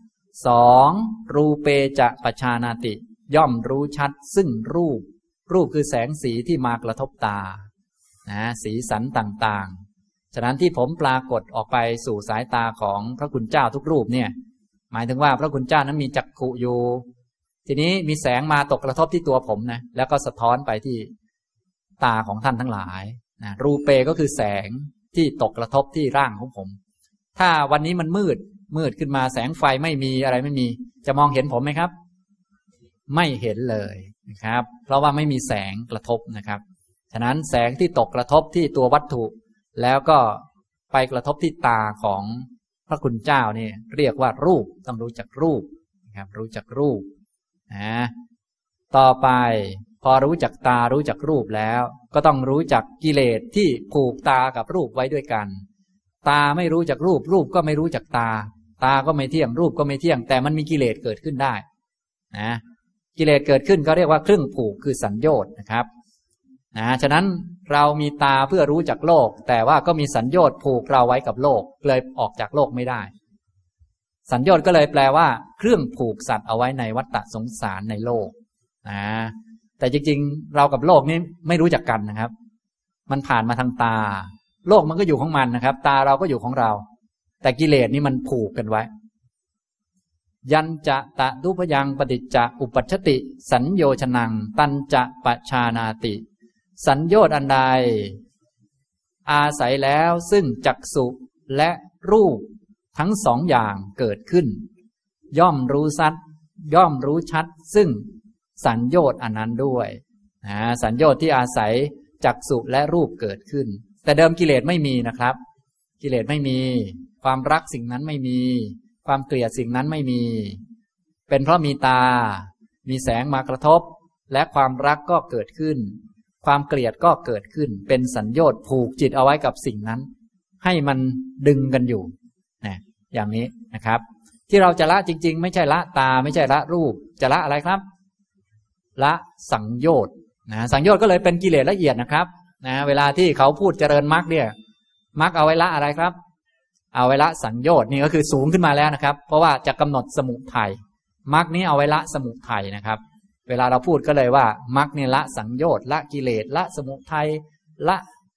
Speaker 1: 2รูเปจะปัจฉานาติย่อมรู้ชัดซึ่งรูปคือแสงสีที่มากระทบตาสีสันต่างๆฉะนั้นที่ผมปรากฏออกไปสู่สายตาของพระคุณเจ้าทุกรูปเนี่ยหมายถึงว่าพระคุณเจ้านั้นมีจักขุอยู่ทีนี้มีแสงมาตกกระทบที่ตัวผมนะแล้วก็สะท้อนไปที่ตาของท่านทั้งหลายรูเปก็คือแสงที่ตกกระทบที่ร่างของผมถ้าวันนี้มันมืดขึ้นมาแสงไฟไม่มีอะไรไม่มีจะมองเห็นผมไหมครับไม่เห็นเลยนะครับเพราะว่าไม่มีแสงกระทบนะครับฉะนั้นแสงที่ตกกระทบที่ตัววัตถุแล้วก็ไปกระทบที่ตาของพระคุณเจ้านี่เรียกว่ารูปต้องรู้จักรูปนะครับรู้จักรูปต่อไปพอรู้จักตารู้จักรูปแล้วก็ต้องรู้จักกิเลสที่ผูกตากับรูปไว้ด้วยกันตาไม่รู้จักรูปก็ไม่รู้จักตาก็ไม่เที่ยงรูปก็ไม่เที่ยงแต่มันมีกิเลสเกิดขึ้นได้กิเลสเกิดขึ้นก็เรียกว่าเครื่องผูกคือสัญโยชน์นะครับฉะนั้นเรามีตาเพื่อรู้จักโลกแต่ว่าก็มีสัญโยชน์ผูกเราไว้กับโลกเลยออกจากโลกไม่ได้สัญโยชน์ก็เลยแปลว่าเครื่องผูกสัตว์เอาไว้ในวัฏฏะสงสารในโลกแต่จริงๆเรากับโลกนี้ไม่รู้จักกันนะครับมันผ่านมาทางตาโลกมันก็อยู่ของมันนะครับตาเราก็อยู่ของเราแต่กิเลสนี่มันผูกกันไว้ยัญจะตะทุพยังปฏิจจะอุปัชชติสัญโยชนังตัญจะปัจฉานาติสัญโยชน์อันใดอาศัยแล้วซึ่งจักษุและรูปทั้งสองอย่างเกิดขึ้นย่อมรู้ชัดซึ่งสัญโยชน์อันนั้นด้วยสัญโยชน์ที่อาศัยจักษุและรูปเกิดขึ้นแต่เดิมกิเลสไม่มีนะครับกิเลสไม่มีความรักสิ่งนั้นไม่มีความเกลียดสิ่งนั้นไม่มีเป็นเพราะมีตามีแสงมากระทบและความรักก็เกิดขึ้นความเกลียดก็เกิดขึ้นเป็นสัญโยชน์ผูกจิตเอาไว้กับสิ่งนั้นให้มันดึงกันอยู่อย่างนี้นะครับที่เราจะละจริงๆไม่ใช่ละตาไม่ใช่ละรูปจะละอะไรครับละสังโยชน์สังโยชน์ก็เลยเป็นกิเลสละเอียดนะครับเวลาที่เขาพูดเจริญมรรคเนี่ยมรรคเอาไว้ละอะไรครับเอาไว้ละสังโยชน์นี่ก็คือสูงขึ้นมาแล้วนะครับเพราะว่าจะกำหนดสมุทัยมรรคนี้เอาไว้ละสมุทัยนะครับเวลาเราพูดก็เลยว่ามรรคเนี่ยละสังโยชน์ละกิเลสละสมุทัยละ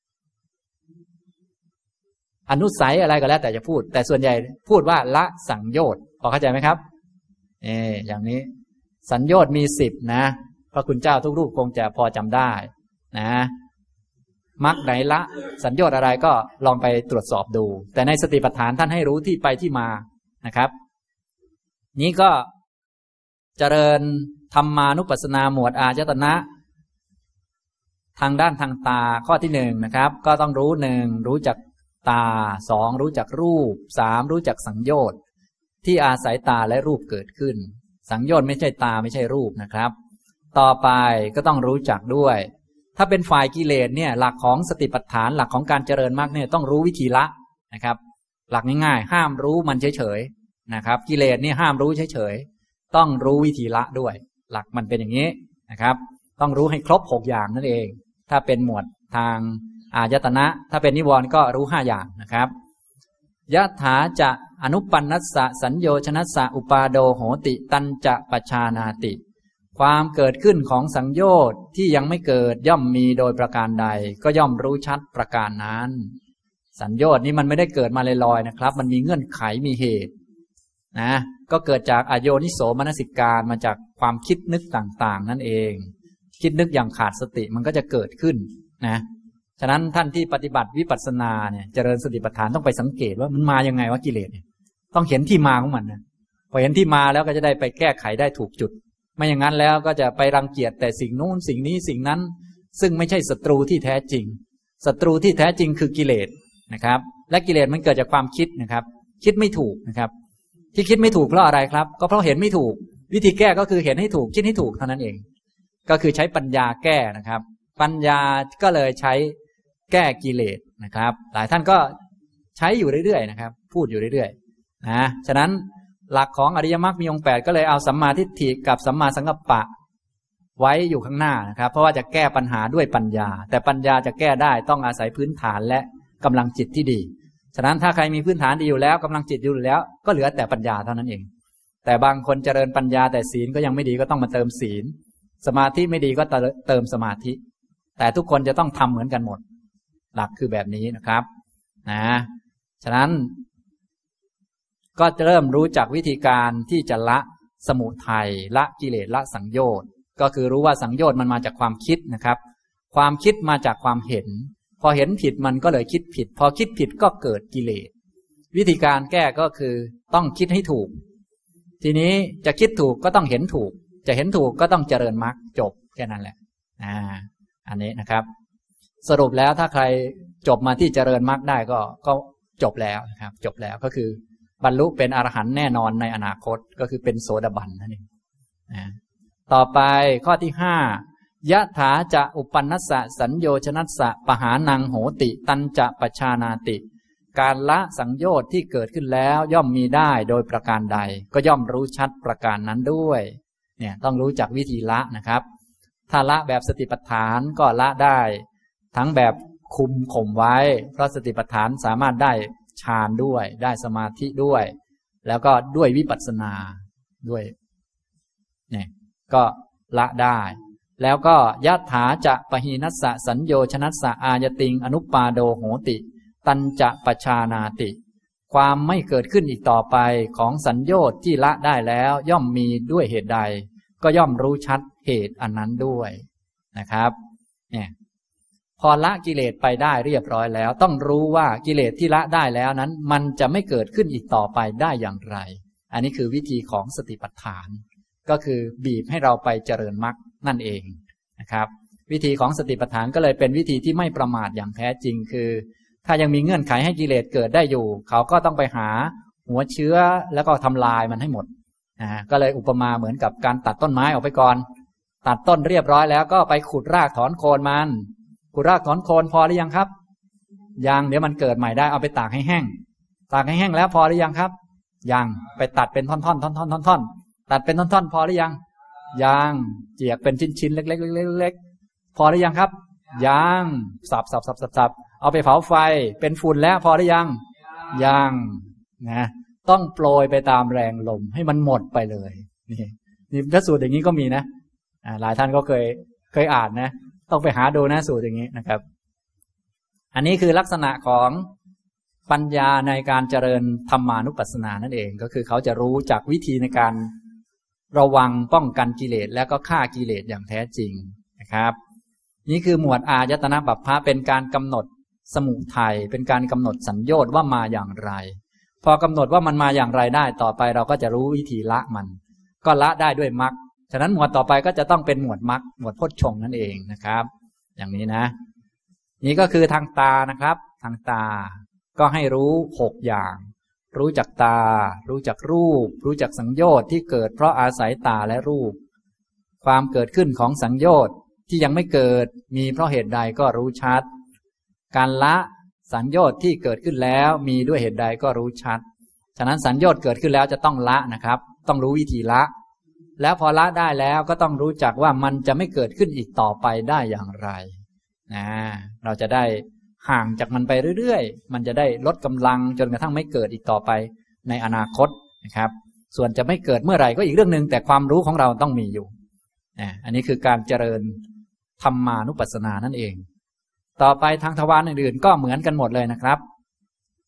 Speaker 1: อนุสัยอะไรก็แล้วแต่จะพูดแต่ส่วนใหญ่พูดว่าละสังโยชน์พอเข้าใจไหมครับอย่างนี้สัญโยชน์มี10นะพระคุณเจ้าทุกรูปคงจะพอจำได้นะมรรคไหนละสัญโยชน์อะไรก็ลองไปตรวจสอบดูแต่ในสติปัฏฐานท่านให้รู้ที่ไปที่มานะครับนี้ก็เจริญธรรมานุปัสสนาหมวดอายตนะทางด้านทางตาข้อที่1นะครับก็ต้องรู้1รู้จักตา2รู้จักรูป3รู้จักสังโยชน์ที่อาศัยตาและรูปเกิดขึ้นสังโยชน์ไม่ใช่ตาไม่ใช่รูปนะครับต่อไปก็ต้องรู้จักด้วยถ้าเป็นฝ่ายกิเลสเนี่ยหลักของสติปัฏฐานหลักของการเจริญมรรคเนี่ยต้องรู้วิธีละนะครับหลักง่ายๆห้ามรู้มันเฉยๆนะครับกิเลสนี่ห้ามรู้เฉยๆต้องรู้วิธีละด้วยหลักมันเป็นอย่างนี้นะครับต้องรู้ให้ครบ6อย่างนั่นเองถ้าเป็นหมวดทางอายตนะถ้าเป็นนิวรณ์ก็รู้5อย่างนะครับยะถาจะอนุปันนัสสะสัญโยชนัสสะอุปาโดโหติตัญจะปัจฉานาติความเกิดขึ้นของสังโยชน์ที่ยังไม่เกิดย่อมมีโดยประการใดก็ย่อมรู้ชัดประการนั้นสัญโยชน์นี้มันไม่ได้เกิดมาลอยๆนะครับมันมีเงื่อนไขมีเหตุนะก็เกิดจากอโยนิโสมนสิการมาจากความคิดนึกต่างๆนั่นเองคิดนึกอย่างขาดสติมันก็จะเกิดขึ้นนะฉะนั้นท่านที่ปฏิบัติวิปัสสนาเนี่ยเจริญสติปัฏฐานต้องไปสังเกตว่ามันมายังไงวะกิเลสเนี่ยต้องเห็นที่มาของมันนะพอเห็นที่มาแล้วก็จะได้ไปแก้ไขได้ถูกจุดไม่อย่างนั้นแล้วก็จะไปรังเกียจแต่สิ่งนู้นสิ่งนี้สิ่งนั้นซึ่งไม่ใช่ศัตรูที่แท้จริงศัตรูที่แท้จริงคือกิเลสนะครับและกิเลสมันเกิดจากความคิดนะครับคิดไม่ถูกนะครับที่คิดไม่ถูกเพราะอะไรครับก็เพราะเห็นไม่ถูกวิธีแก้ก็คือเห็นให้ถูกคิดให้ถูกเท่านั้นเองก็คือใช้ปัญญาแก้นะครับปัญญาก็เลยใช้แก้กิเลสนะครับหลายท่านก็ใช้อยู่เรื่อยๆนะครับพูดอยู่เรื่อยๆนะฉะนั้นหลักของอริยมรรคมีองค์8ก็เลยเอาสัมมาทิฏฐิกับสัมมาสังกัปปะไว้อยู่ข้างหน้านะครับเพราะว่าจะแก้ปัญหาด้วยปัญญาแต่ปัญญาจะแก้ได้ต้องอาศัยพื้นฐานและกำลังจิตที่ดีฉะนั้นถ้าใครมีพื้นฐานดีอยู่แล้วกำลังจิตอยู่แล้วก็เหลือแต่ปัญญาเท่านั้นเองแต่บางคนเจริญปัญญาแต่ศีลก็ยังไม่ดีก็ต้องมาเติมศีลสมาธิไม่ดีก็เติมสมาธิแต่ทุกคนจะต้องทำเหมือนกันหมดหลักคือแบบนี้นะครับนะฉะนั้นก็จะเริ่มรู้จักวิธีการที่จะละสมุทัยละกิเลสละสังโยชน์ก็คือรู้ว่าสังโยชน์มันมาจากความคิดนะครับความคิดมาจากความเห็นพอเห็นผิดมันก็เลยคิดผิดพอคิดผิดก็เกิดกิเลสวิธีการแก้ก็คือต้องคิดให้ถูกทีนี้จะคิดถูกก็ต้องเห็นถูกจะเห็นถูกก็ต้องเจริญมรรคจบแค่นั้นแหละอันนี้นะครับสรุปแล้วถ้าใครจบมาที่เจริญมรรคได้ก็จบแล้วนะครับจบแล้วก็คือบรรลุเป็นอรหันต์แน่นอนในอนาคตก็คือเป็นโสดาบันนั่นเองต่อไปข้อที่5ยะถาจะอุปปันนัสสะสัญโยชนัสสะปหานังโหติตัญจะปชานาติการละสังโยชน์ที่เกิดขึ้นแล้วย่อมมีได้โดยประการใดก็ย่อมรู้ชัดประการนั้นด้วยเนี่ยต้องรู้จักวิธีละนะครับถ้าละแบบสติปัฏฐานก็ละได้ทั้งแบบคุมข่มไว้เพราะสติปัฏฐานสามารถได้ฌานด้วยได้สมาธิด้วยแล้วก็ด้วยวิปัสสนาด้วยเนี่ยก็ละได้แล้วก็ยะถาจะปหีนัสสะสัญโยชนัสสะอายติงอนุปปาโดโหติตัญจะปชานาติความไม่เกิดขึ้นอีกต่อไปของสัญโยชน์ที่ละได้แล้วย่อมมีด้วยเหตุใดก็ย่อมรู้ชัดเหตุอันนั้นด้วยนะครับเนี่ยพอละกิเลสไปได้เรียบร้อยแล้วต้องรู้ว่ากิเลสที่ละได้แล้วนั้นมันจะไม่เกิดขึ้นอีกต่อไปได้อย่างไรอันนี้คือวิธีของสติปัฏฐานก็คือบีบให้เราไปเจริญมรรคนั่นเองนะครับวิธีของสติปัฏฐานก็เลยเป็นวิธีที่ไม่ประมาทอย่างแท้จริงคือถ้ายังมีเงื่อนไขให้กิเลสเกิดได้อยู่เขาก็ต้องไปหาหัวเชื้อแล้วก็ทำลายมันให้หมดก็เลยอุปมาเหมือนกับการตัดต้นไม้ออกไปก่อนตัดต้นเรียบร้อยแล้วก็ไปขุดรากถอนโคนมันขุดรากถอนโคนพอหรือยังครับยังเดี๋ยวมันเกิดใหม่ได้เอาไปตากให้แห้งตากให้แห้งแล้วพอหรือยังครับยังไปตัดเป็นท่อนๆตัดเป็นท่อนๆพอหรือยังยังเจียกเป็นชิ้นๆเล็กๆๆพอหรือยังครับยังสับเอาไปเผาไฟเป็นฝุ่นแล้วพอหรือยังยังนะต้องโปรยไปตามแรงลมให้มันหมดไปเลยนี่ถ้าสูตรอย่างนี้ก็มีนะหลายท่านก็เคยอ่านนะต้องไปหาดูนะสูตรอย่างนี้นะครับอันนี้คือลักษณะของปัญญาในการเจริญธรรมานุปัสสนานั่นเองก็คือเขาจะรู้จักวิธีในการระวังป้องกันกิเลสและก็ฆ่ากิเลสอย่างแท้จริงนะครับนี่คือหมวดอายตนะบัพพะเป็นการกำหนดสมุทัยเป็นการกำหนดสัญโยชน์ว่ามาอย่างไรพอกำหนดว่ามันมาอย่างไรได้ต่อไปเราก็จะรู้วิธีละมันก็ละได้ด้วยมรรคฉะนั้นหมวดต่อไปก็จะต้องเป็นหมวดมรรคหมวดโพชฌงค์นั่นเองนะครับอย่างนี้นะนี่ก็คือทางตานะครับทางตาก็ให้รู้6อย่างรู้จักตารู้จักรูปรู้จักสังโยชน์ที่เกิดเพราะอาศัยตาและรูปความเกิดขึ้นของสังโยชน์ที่ยังไม่เกิดมีเพราะเหตุใดก็รู้ชัดการละสังโยชน์ที่เกิดขึ้นแล้วมีด้วยเหตุใดก็รู้ชัดฉะนั้นสังโยชน์เกิดขึ้นแล้วจะต้องละนะครับต้องรู้วิธีละแล้วพอละได้แล้วก็ต้องรู้จักว่ามันจะไม่เกิดขึ้นอีกต่อไปได้อย่างไรเราจะได้ห่างจากมันไปเรื่อยๆมันจะได้ลดกำลังจนกระทั่งไม่เกิดอีกต่อไปในอนาคตนะครับส่วนจะไม่เกิดเมื่อไหร่ก็อีกเรื่องนึงแต่ความรู้ของเราต้องมีอยู่อันนี้คือการเจริญธรรมานุปัสสนานั่นเองต่อไปทางทวารอื่นๆก็เหมือนกันหมดเลยนะครับ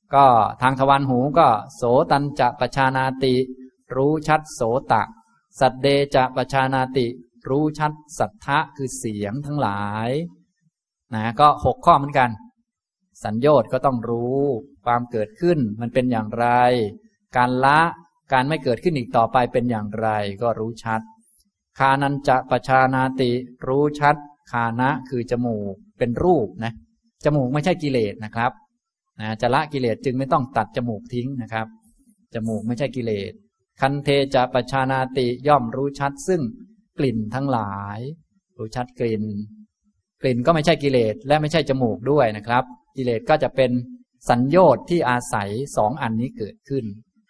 Speaker 1: ก็ทางทวารหูก็โสตัญจะปชานาติรู้ชัดโสตะสัตเดจะปชานาติรู้ชัดสัทธะคือเสียงทั้งหลายนะก็6ข้อเหมือนกันสัญโยชน์ก็ต้องรู้ความเกิดขึ้นมันเป็นอย่างไรการละการไม่เกิดขึ้นอีกต่อไปเป็นอย่างไรก็รู้ชัดคานัญจะปชานาติรู้ชัดคานะคือจมูกเป็นรูปนะจมูกไม่ใช่กิเลสนะครับจะละกิเลสจึงไม่ต้องตัดจมูกทิ้งนะครับจมูกไม่ใช่กิเลสคันเทจะปชานาติย่อมรู้ชัดซึ่งกลิ่นทั้งหลายรู้ชัดกลิ่นก็ไม่ใช่กิเลสและไม่ใช่จมูกด้วยนะครับกิเลสก็จะเป็นสัญโยชน์ที่อาศัย2อันนี้เกิดขึ้น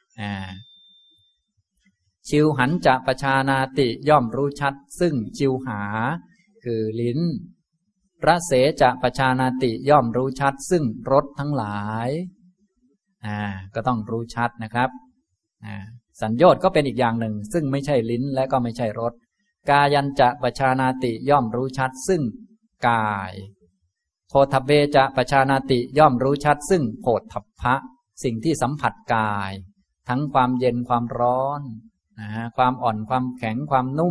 Speaker 1: ชิวหันจะปชานาติย่อมรู้ชัดซึ่งชิวหาคือลิ้นรสเสจะปชานาติย่อมรู้ชัดซึ่งรสทั้งหลายก็ต้องรู้ชัดนะครับสัญโยชน์ก็เป็นอีกอย่างหนึ่งซึ่งไม่ใช่ลิ้นและก็ไม่ใช่รสกายัญจะปชานาติย่อมรู้ชัดซึ่งกายโพธพเวจะปชานาติย่อมรู้ชัดซึ่งโผฏฐัพพะสิ่งที่สัมผัสกายทั้งความเย็นความร้อนความอ่อนความแข็งความนุ่ม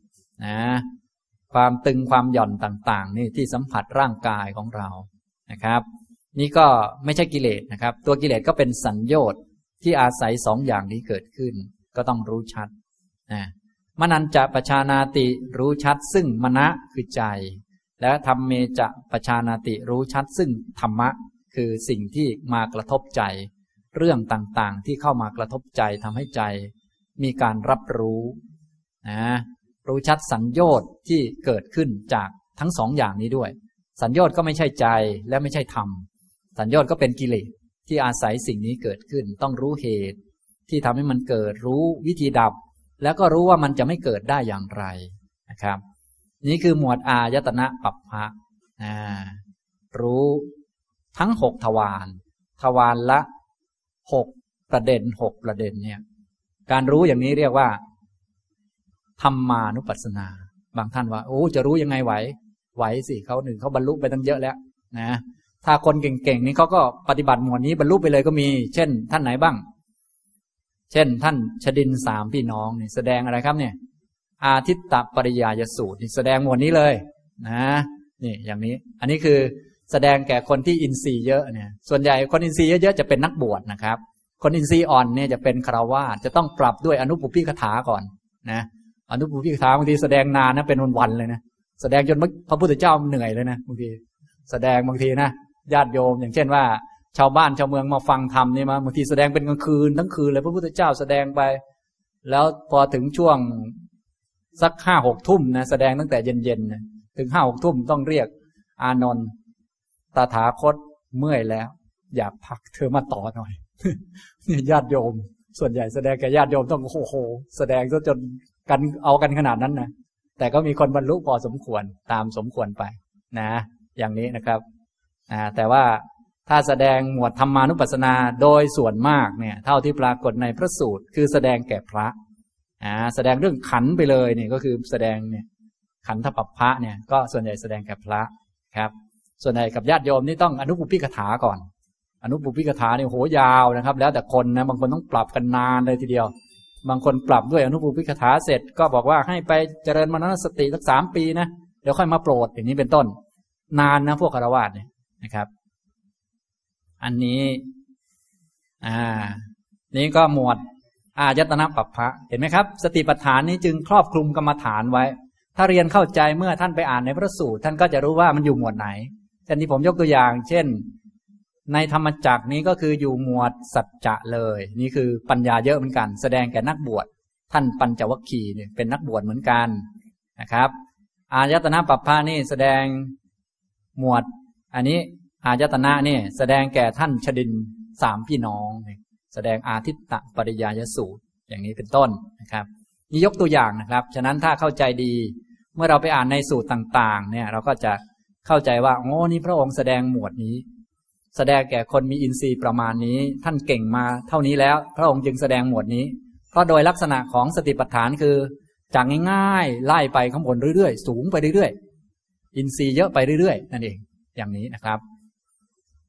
Speaker 1: ความตึงความหย่อนต่างๆนี่ที่สัมผัสร่างกายของเรานะครับนี่ก็ไม่ใช่กิเลสนะครับตัวกิเลสก็เป็นสัญโยชน์ที่อาศัย2อย่างนี้เกิดขึ้นก็ต้องรู้ชัดมนัญจะปชานาติรู้ชัดซึ่งมนะคือใจและธรรมเมจะปชานาติรู้ชัดซึ่งธรรมะคือสิ่งที่มากระทบใจเรื่องต่างๆที่เข้ามากระทบใจทำให้ใจมีการรับรู้รู้ชัดสัญโยชน์ที่เกิดขึ้นจากทั้ง2อย่างนี้ด้วยสัญโยชน์ก็ไม่ใช่ใจและไม่ใช่ธรรมสัญโยชน์ก็เป็นกิเลสที่อาศัยสิ่งนี้เกิดขึ้นต้องรู้เหตุที่ทำให้มันเกิดรู้วิธีดับแล้วก็รู้ว่ามันจะไม่เกิดได้อย่างไรนะครับนี่คือหมวดอายตนะปัปพะรู้ทั้ง6ทวารละ6ประเด็น6ประเด็นเนี่ยการรู้อย่างนี้เรียกว่าธรรมานุปัสสนาบางท่านว่าโอ้จะรู้ยังไงไหวสิเขาเขาบรรลุไปตั้งเยอะแล้วนะถ้าคนเก่งๆนี่เขาก็ปฏิบัติหมวดนี้บรรลุไปเลยก็มีเช่นท่านไหนบ้างเช่นท่านชดิน3พี่น้องนี่แสดงอะไรครับเนี่ยอาทิตตปริยายสูตรนี่แสดงหมวดนี้เลยนะนี่อย่างนี้อันนี้คือแสดงแก่คนที่อินทรีย์เยอะเนี่ยส่วนใหญ่คนอินทรีย์เยอะๆจะเป็นนักบวชนะครับคนอินทรีย์อ่อนเนี่ยจะเป็นฆราวาสจะต้องปรับด้วยอนุปุพพิกถาก่อนนะอนุปุพพิกถาบางทีแสดงนานนะเป็นวันๆเลยนะแสดงจนพระพุทธเจ้าเหนื่อยเลยนะบางทีแสดงบางทีนะญาติโยมอย่างเช่นว่าชาวบ้านชาวเมืองมาฟังธรรมนี่มาบางทีแสดงเป็นกลางคืนทั้งคืนเลยพระพุทธเจ้าแสดงไปแล้วพอถึงช่วงสัก5-6 ทุ่มนะแสดงตั้งแต่เย็นๆนะถึง5-6 ทุ่มต้องเรียกอานนท์ตถาคตเมื่อยแล้วอยากพักเธอมาต่อหน่อยนี่ญาติโยมส่วนใหญ่แสดงแก่ญาติโยมต้องโอ้โหแสดงซะจนกันเอากันขนาดนั้นนะแต่ก็มีคนบรรลุพอสมควรตามสมควรไปนะอย่างนี้นะครับแต่ว่าถ้าแสดงหมวดธรรมานุปัสสนาโดยส่วนมากเนี่ยเท่าที่ปรากฏในพระสูตรคือแสดงแก่พระแสดงเรื่องขันธ์ไปเลยเนี่ยก็คือแสดงเนี่ยขันธปัปพะเนี่ยก็ส่วนใหญ่แสดงแก่พระครับส่วนใหญ่กับญาติโยมนี่ต้องอนุปุพพิกถาก่อนอนุปุพพิกถาเนี่ยโหยาวนะครับแล้วแต่คนนะบางคนต้องปรับกันนานเลยทีเดียวบางคนปรับด้วยอนุปุพพิกถาเสร็จก็บอกว่าให้ไปเจริญมรณสติสัก3 ปีนะเดี๋ยวค่อยมาโปรดอย่างนี้เป็นต้นนานนะพวกฆราวาสเนี่ยนะครับอันนี้นี่ก็หมวดอายตนะปัปพะเห็นไหมครับสติปัฏฐานนี้จึงครอบคลุมกรรมฐานไว้ถ้าเรียนเข้าใจเมื่อท่านไปอ่านในพระสูตรท่านก็จะรู้ว่ามันอยู่หมวดไหนเช่นที่ผมยกตัวอย่างเช่นในธรรมจักรนี้ก็คืออยู่หมวดสัจจะเลยนี่คือปัญญาเยอะเหมือนกันแสดงแก่นักบวชท่านปัญจวัคคีย์เนี่ยเป็นนักบวชเหมือนกันนะครับอายตนะปัปพะนี่แสดงหมวดอันนี้อายตนะนี่แสดงแก่ท่านชดิน3พี่น้องแสดงอาทิตตปริยายสูตรอย่างนี้เป็นต้นนะครับนี่ยกตัวอย่างนะครับฉะนั้นถ้าเข้าใจดีเมื่อเราไปอ่านในสูตรต่างๆเนี่ยเราก็จะเข้าใจว่าโอ้นี่พระองค์แสดงหมวดนี้แสดงแก่คนมีอินทรีย์ประมาณนี้ท่านเก่งมาเท่านี้แล้วพระองค์จึงแสดงหมวดนี้เพราะโดยลักษณะของสติปัฏฐานคือจากง่ายๆไล่ไปข้างบนเรื่อยๆสูงไปเรื่อยๆอินทรีย์เยอะไปเรื่อยๆนั่นเองอย่างนี้นะครับ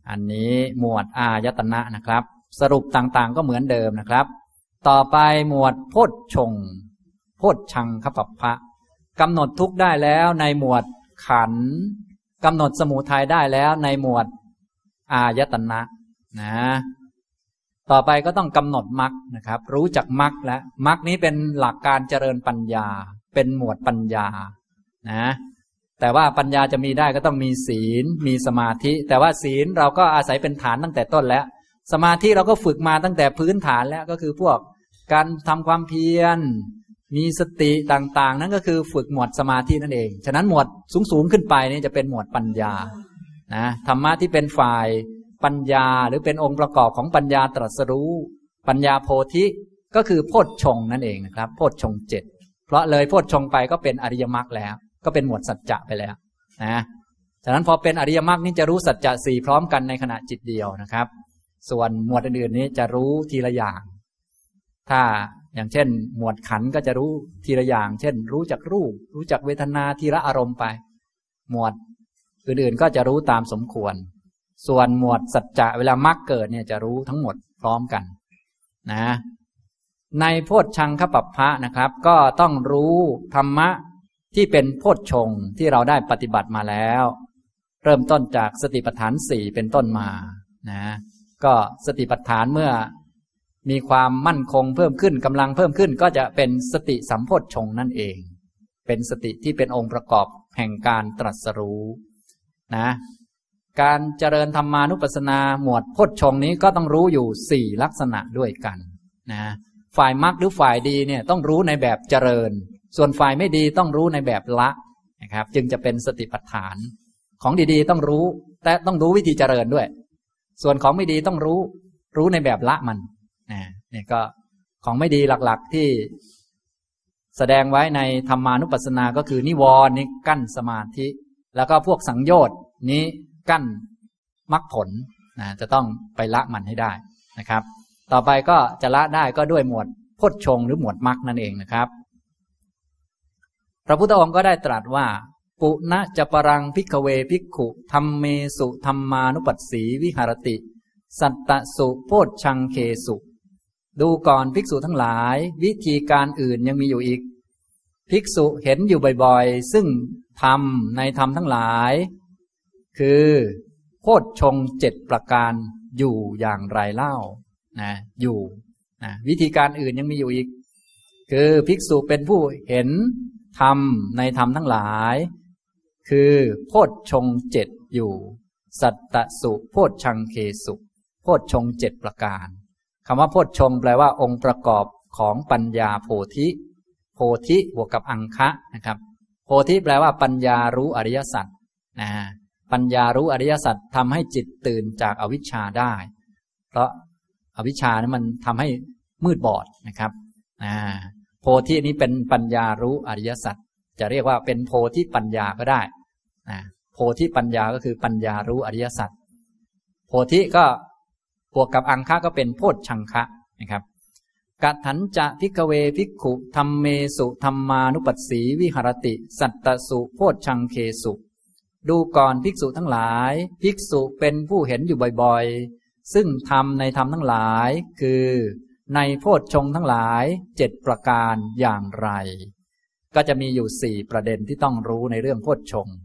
Speaker 1: อันนี้หมวดอายตนะนะครับสรุปต่างๆก็เหมือนเดิมนะครับต่อไปหมวดโพชฌงค์โพชฌังคปัปพะกำหนดทุกข์ได้แล้วในหมวดขันธ์กำหนดสมุทัยได้แล้วในหมวดอายตนะนะต่อไปก็ต้องกำหนดมรรคนะครับรู้จักมรรคและมรรคนี้เป็นหลักการเจริญปัญญาเป็นหมวดปัญญานะแต่ว่าปัญญาจะมีได้ก็ต้องมีศีลมีสมาธิแต่ว่าศีลเราก็อาศัยเป็นฐานตั้งแต่ต้นแล้วสมาธิเราก็ฝึกมาตั้งแต่พื้นฐานแล้วก็คือพวกการทำความเพียรมีสติต่างๆนั่นก็คือฝึกหมวดสมาธินั่นเองฉะนั้นหมวดสูงขึ้นไปนี่จะเป็นหมวดปัญญานะธรรมะที่เป็นฝ่ายปัญญาหรือเป็นองค์ประกอบของปัญญาตรัสรู้ปัญญาโพธิก็คือโพชฌงค์นั่นเองนะครับโพชฌงค์7เพราะเลยโพชฌงค์ไปก็เป็นอริยมรรคแล้วก็เป็นหมวดสัจจะไปแล้วนะฉะนั้นพอเป็นอริยมรรคนี่จะรู้สัจจะ4พร้อมกันในขณะจิตเดียวนะครับส่วนหมวดอื่นๆนี้จะรู้ทีละอย่างถ้าอย่างเช่นหมวดขันธ์ก็จะรู้ทีละอย่างเช่นรู้จักรูปรู้จักเวทนาทีละอารมณ์ไปหมวดอื่นๆก็จะรู้ตามสมควรส่วนหมวดสัจจะเวลามรรคเกิดเนี่ยจะรู้ทั้งหมดพร้อมกันนะในโพชฌังคปัปพะนะครับก็ต้องรู้ธรรมะที่เป็นโพชฌงค์ที่เราได้ปฏิบัติมาแล้วเริ่มต้นจากสติปัฏฐาน4เป็นต้นมานะก็สติปัฏฐานเมื่อมีความมั่นคงเพิ่มขึ้นกำลังเพิ่มขึ้นก็จะเป็นสติสัมโพชฌงค์นั่นเองเป็นสติที่เป็นองค์ประกอบแห่งการตรัสรู้นะการเจริญธรรมานุปัสสนาหมวดโพชฌงค์นี้ก็ต้องรู้อยู่4ลักษณะด้วยกันนะฝ่ายมรรคหรือฝ่ายดีเนี่ยต้องรู้ในแบบเจริญส่วนฝ่ายไม่ดีต้องรู้ในแบบละนะครับจึงจะเป็นสติปัฏฐานของดีๆต้องรู้แต่ต้องรู้วิธีเจริญด้วยส่วนของไม่ดีต้องรู้ในแบบละมันนี่ก็ของไม่ดีหลักๆที่แสดงไว้ในธรรมานุปัสสนาก็คือนิวรณ์นี้กั้นสมาธิแล้วก็พวกสังโยชน์นี้กั้นมรรคผลจะต้องไปละมันให้ได้นะครับต่อไปก็จะละได้ก็ด้วยหมวดโพชฌงค์หรือหมวดมรรคนั่นเองนะครับพระพุทธองค์ก็ได้ตรัสว่าปุณะจะปรังภิกขเวภิกขุธัมเมสุธัมมานุปัสสีวิหารติสัตตสุโพชฌังเคสุดูก่อนภิกษุทั้งหลายวิธีการอื่นยังมีอยู่อีกภิกษุเห็นอยู่บ่อยๆซึ่งธรรมในธรรมทั้งหลายคือโพชฌงค์7ประการอยู่อย่างไรเล่าอยู่วิธีการอื่นยังมีอยู่อีกคือภิกษุเป็นผู้เห็นธรรมในธรรมทั้งหลายคือโพชฌงค์7อยู่สัตตสุโพชฌังเคสุโพชฌงค์7ประการคำว่าโพชฌงค์แปลว่าองค์ประกอบของปัญญาโพธิโพธิบวกกับอังคะนะครับโพธิแปลว่าปัญญารู้อริยสัจปัญญารู้อริยสัจทำให้จิตตื่นจากอวิชชาได้เพราะอวิชชานั้นมันทำให้มืดบอดนะครับโพธินี้เป็นปัญญารู้อริยสัจจะเรียกว่าเป็นโพธิปัญญาก็ได้โพธิปัญญาก็คือปัญญารู้อริยสัจโพธิก็บวกกับอังคะก็เป็นโพชฌังคะนะครับกัตถัญจะภิกขเวภิกขุธัมเมสุธัมมานุปัสสีวิหารติสัตตสุโพชฌังเคสุดูก่อนภิกษุทั้งหลายภิกษุเป็นผู้เห็นอยู่บ่อยๆซึ่งธรรมในธรรมทั้งหลายคือในโพชฌงค์ทั้งหลาย7ประการอย่างไรก็จะมีอยู่4ประเด็นที่ต้องรู้ในเรื่องโพชฌงค์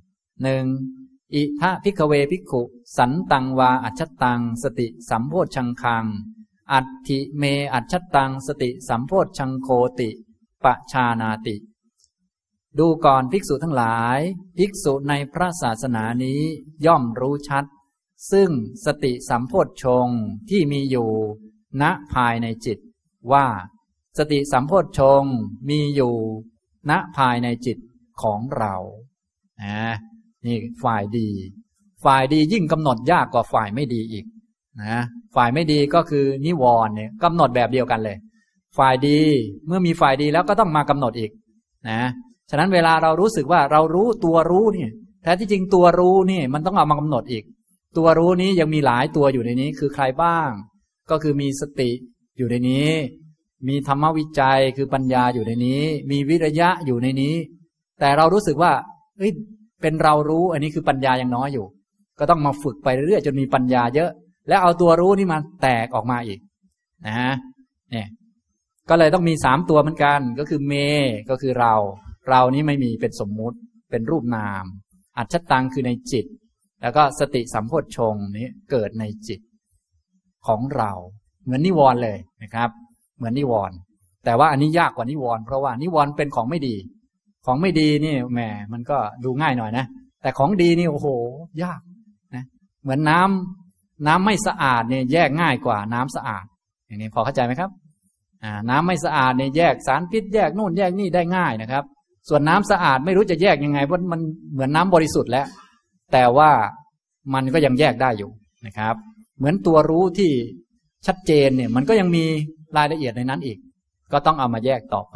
Speaker 1: 1. อิทะภิกขเวภิกขุสันตังวาอัจฉตังสติสัมโพชฌังคังอัตถิเมอัจฉตังสติสัมโพชฌังโคติปชานาติดูก่อนภิกษุทั้งหลายภิกษุในพระศาสนานี้ย่อมรู้ชัดซึ่งสติสัมโพชฌงค์ที่มีอยู่ณภายในจิตว่าสติสัมโพชฌงค์มีอยู่ณภายในจิตของเรานี่ฝ่ายดียิ่งกำหนดยากกว่าฝ่ายไม่ดีอีกฝ่ายไม่ดีก็คือนิวรณ์เนี่ยกำหนดแบบเดียวกันเลยฝ่ายดีเมื่อมีฝ่ายดีแล้วก็ต้องมากำหนดอีกฉะนั้นเวลาเรารู้สึกว่าเรารู้ตัวรู้เนี่ยแท้ที่จริงตัวรู้นี่มันต้องเอามากำหนดอีกตัวรู้นี้ยังมีหลายตัวอยู่ในนี้คือใครบ้างก็คือมีสติอยู่ในนี้มีธรรมวิจัยคือปัญญาอยู่ในนี้มีวิริยะอยู่ในนี้แต่เรารู้สึกว่าเป็นเรารู้อันนี้คือปัญญายังน้อยอยู่ก็ก็ต้องมาฝึกไปเรื่อยๆจนมีปัญญาเยอะแล้วเอาตัวรู้นี่มาแตกออกมาอีกนะฮะเนี่ยก็เลยต้องมี3ตัวเหมือนกันก็คือเมก็คือเรานี้ไม่มีเป็นสมมุติเป็นรูปนามอัจฉตังคือในจิตแล้วก็สติสัมโพชฌงค์นี้เกิดในจิตของเราเหมือนนิวรณ์เลยนะครับเหมือนนิวรณ์แต่ว่าอันนี้ยากกว่านิวรณ์เพราะว่านิวรณ์เป็นของไม่ดีของไม่ดีนี่แหมมันก็ดูง่ายหน่อยนะแต่ของดีนี่โอ้โหยากนะเหมือนน้ำไม่สะอาดเนี่ยแยกง่ายกว่าน้ำสะอาดอย่างนี้พอเข้าใจไหมครับน้ำไม่สะอาดเนี่ยแยกสารพิษแยกนู่นแยกนี่ได้ง่ายนะครับส่วนน้ำสะอาดไม่รู้จะแยกยังไงเพราะมันเหมือนน้ำบริสุทธิ์แล้วแต่ว่ามันก็ยังแยกได้อยู่นะครับเหมือนตัวรู้ที่ชัดเจนเนี่ยมันก็ยังมีรายละเอียดในนั้นอีกก็ต้องเอามาแยกต่อไป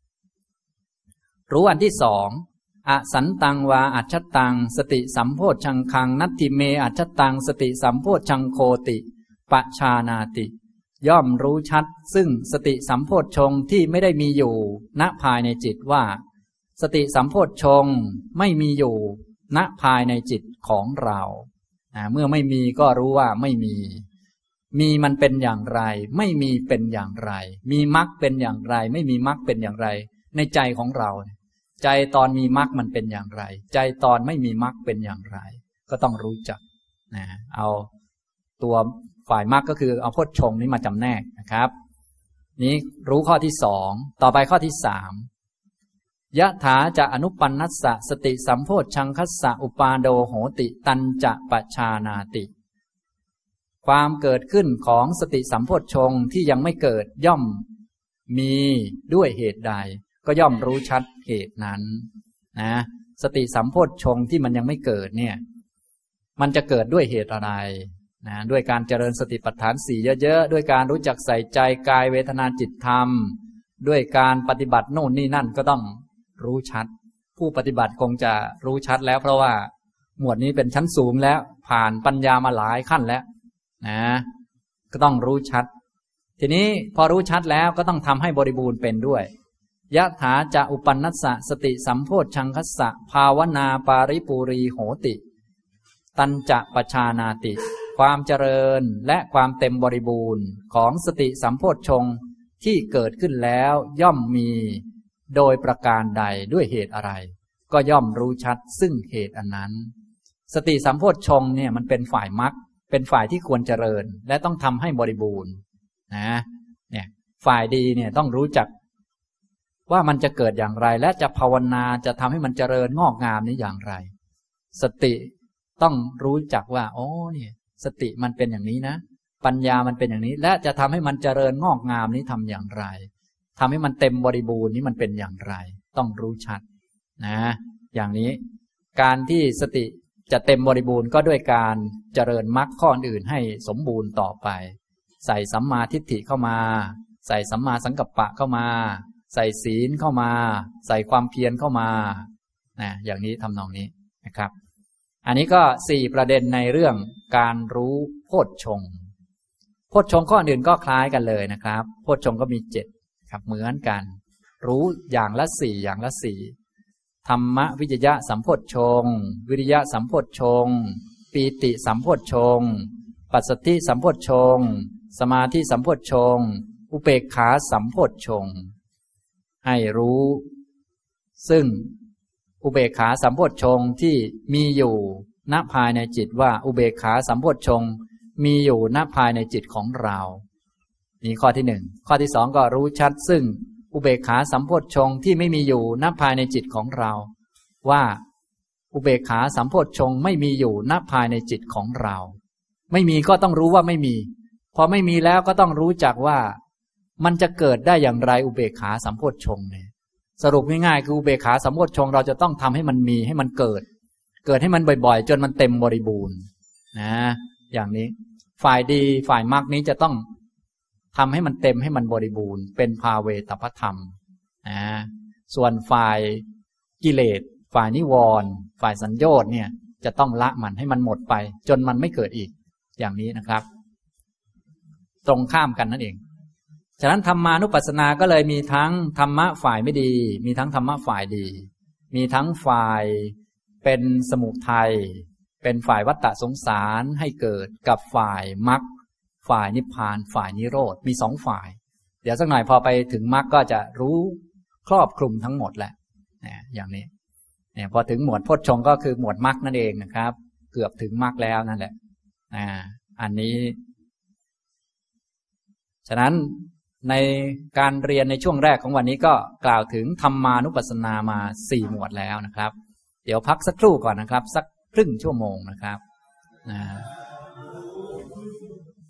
Speaker 1: รู้อันที่สองอสันตังวาอัจฉตังสติสัมโพชฌังคังนัตถิเมอัจฉตังสติสัมโพชฌังโคติปชานาติย่อมรู้ชัดซึ่งสติสัมโพชฌงค์ที่ไม่ได้มีอยู่ณภายในจิตว่าสติสัมโพชฌงค์ไม่มีอยู่ณภายในจิตของเราเมื่อไม่มีก็รู้ว่าไม่มีมันเป็นอย่างไรไม่มีเป็นอย่างไรมีมรรคเป็นอย่างไรไม่มีมรรคเป็นอย่างไรในใจของเราใจตอนมีมรรคมันเป็นอย่างไรใจตอนไม่มีมรรคเป็นอย่างไรก็ต้องรู้จักเอาตัวฝ่ายมรรคก็คือเอาโพชฌงค์นี้มาจำแนกนะครับนี้รู้ข้อที่สองต่อไปข้อที่สามยะถาจะอนุปันนัสสะสติสัมโพชฌังคัสสะอุปาโดโหติตัญจะปชานาติความเกิดขึ้นของสติสัมโพชฌงค์ที่ยังไม่เกิดย่อมมีด้วยเหตุใดก็ย่อมรู้ชัดเหตุนั้นนะสติสัมโพชฌงค์ที่มันยังไม่เกิดเนี่ยมันจะเกิดด้วยเหตุอะไรนะด้วยการเจริญสติปัฏฐานสี่เยอะๆด้วยการรู้จักใส่ใจกายเวทนาจิตธรรมด้วยการปฏิบัติโน่นนี่นั่นก็ต้องรู้ชัดผู้ปฏิบัติคงจะรู้ชัดแล้วเพราะว่าหมวดนี้เป็นชั้นสูงแล้วผ่านปัญญามาหลายขั้นแล้วนะก็ต้องรู้ชัดทีนี้พอรู้ชัดแล้วก็ต้องทำให้บริบูรณ์เป็นด้วยยะถาจะอุปันนัสสะสติสัมโพชฌังคัสสะภาวนาปาริปูรีโหติตัญจะปชานาติความเจริญและความเต็มบริบูรณ์ของสติสัมโพชฌงค์ที่เกิดขึ้นแล้วย่อมมีโดยประการใดด้วยเหตุอะไรก็ย่อมรู้ชัดซึ่งเหตุอันนั้นสติสัมโพชฌงค์เนี่ยมันเป็นฝ่ายมรรคเป็นฝ่ายที่ควรเจริญและต้องทำให้บริบูรณ์เนี่ยฝ่ายดีเนี่ยต้องรู้จักว่ามันจะเกิดอย่างไรและจะภาวนาจะทำให้มันเจริญงอกงามนี้อย่างไรสติต้องรู้จักว่าอ๋อเนี่ยสติมันเป็นอย่างนี้นะปัญญามันเป็นอย่างนี้และจะทำให้มันเจริญงอกงามนี้ทำอย่างไรทำให้มันเต็มบริบูรณ์นี้มันเป็นอย่างไรต้องรู้ชัดนะอย่างนี้การที่สติจะเต็มบริบูรณ์ก็ด้วยการเจริญมรรคข้ออื่นให้สมบูรณ์ต่อไปใส่สัมมาทิฏฐิเข้ามาใส่สัมมาสังกัปปะเข้ามาใส่ศีลเข้ามาใส่ความเพียรเข้ามาอย่างนี้ทำนองนี้นะครับอันนี้ก็4ประเด็นในเรื่องการรู้โพชฌงค์โพชฌงค์ข้ออื่นก็คล้ายกันเลยนะครับโพชฌงค์ก็มี7ครับเหมือนกันรู้อย่างละ4อย่างละ4ธรรมวิจยะสัมโพชฌงค์วิริยะสัมโพชฌงค์ปีติสัมโพชฌงค์ปัสสัทธิสัมโพชฌงค์สมาธิสัมโพชฌงค์อุเบกขาสัมโพชฌงค์ให้รู้ซึ่งอุเบกขาสัมโพชฌงค์ที่มีอยู่ณภายในจิตว่าอุเบกขาสัมโพชฌงค์มีอยู่ณภายในจิตของเรานี่ข้อที่1ข้อที่2ก็รู้ชัดซึ่งอุเบกขาสัมโพชฌงค์ที่ไม่มีอยู่ณภายในจิตของเราว่าอุเบกขาสัมโพชฌงค์ไม่มีอยู่ณภายในจิตของเราไม่มีก็ต้องรู้ว่าไม่มีพอไม่มีแล้วก็ต้องรู้จักว่ามันจะเกิดได้อย่างไรอุเบกขาสัมโพชฌงค์เนี่ยสรุปง่ายๆคืออุเบกขาสัมโพชฌงค์เราจะต้องทำให้มันมีให้มันเกิดให้มันบ่อยๆจนมันเต็มบริบูรณ์นะอย่างนี้ฝ่ายดีฝ่ายมรรคนี้จะต้องทำให้มันเต็มให้มันบริบูรณ์เป็นภาเวตปธรรมนะส่วนฝ่ายกิเลสฝ่ายนิวรณ์ฝ่ายสัญโยชน์เนี่ยจะต้องละมันให้มันหมดไปจนมันไม่เกิดอีกอย่างนี้นะครับตรงข้ามกันนั่นเองฉะนั้นธรรมานุปัสสนาก็เลยมีทั้งธรรมะฝ่ายไม่ดีมีทั้งธรรมะฝ่ายดีมีทั้งฝ่ายเป็นสมุทัยเป็นฝ่ายวัฏฏะสงสารให้เกิดกับฝ่ายมรรคฝ่ายนิพพานฝ่ายนิโรธมี2ฝ่ายเดี๋ยวสักหน่อยพอไปถึงมรรคก็จะรู้ครอบคลุมทั้งหมดแหละอย่างนี้เนี่ยพอถึงหมวดโพชฌงค์ก็คือหมวดมรรคนั่นเองนะครับเกือบถึงมรรคแล้วนั่นแหละอันนี้ฉะนั้นในการเรียนในช่วงแรกของวันนี้ก็กล่าวถึงธรรมานุปัสสนามา4หมวดแล้วนะครับเดี๋ยวพักสักครู่ก่อนนะครับสักครึ่งชั่วโมงนะครับ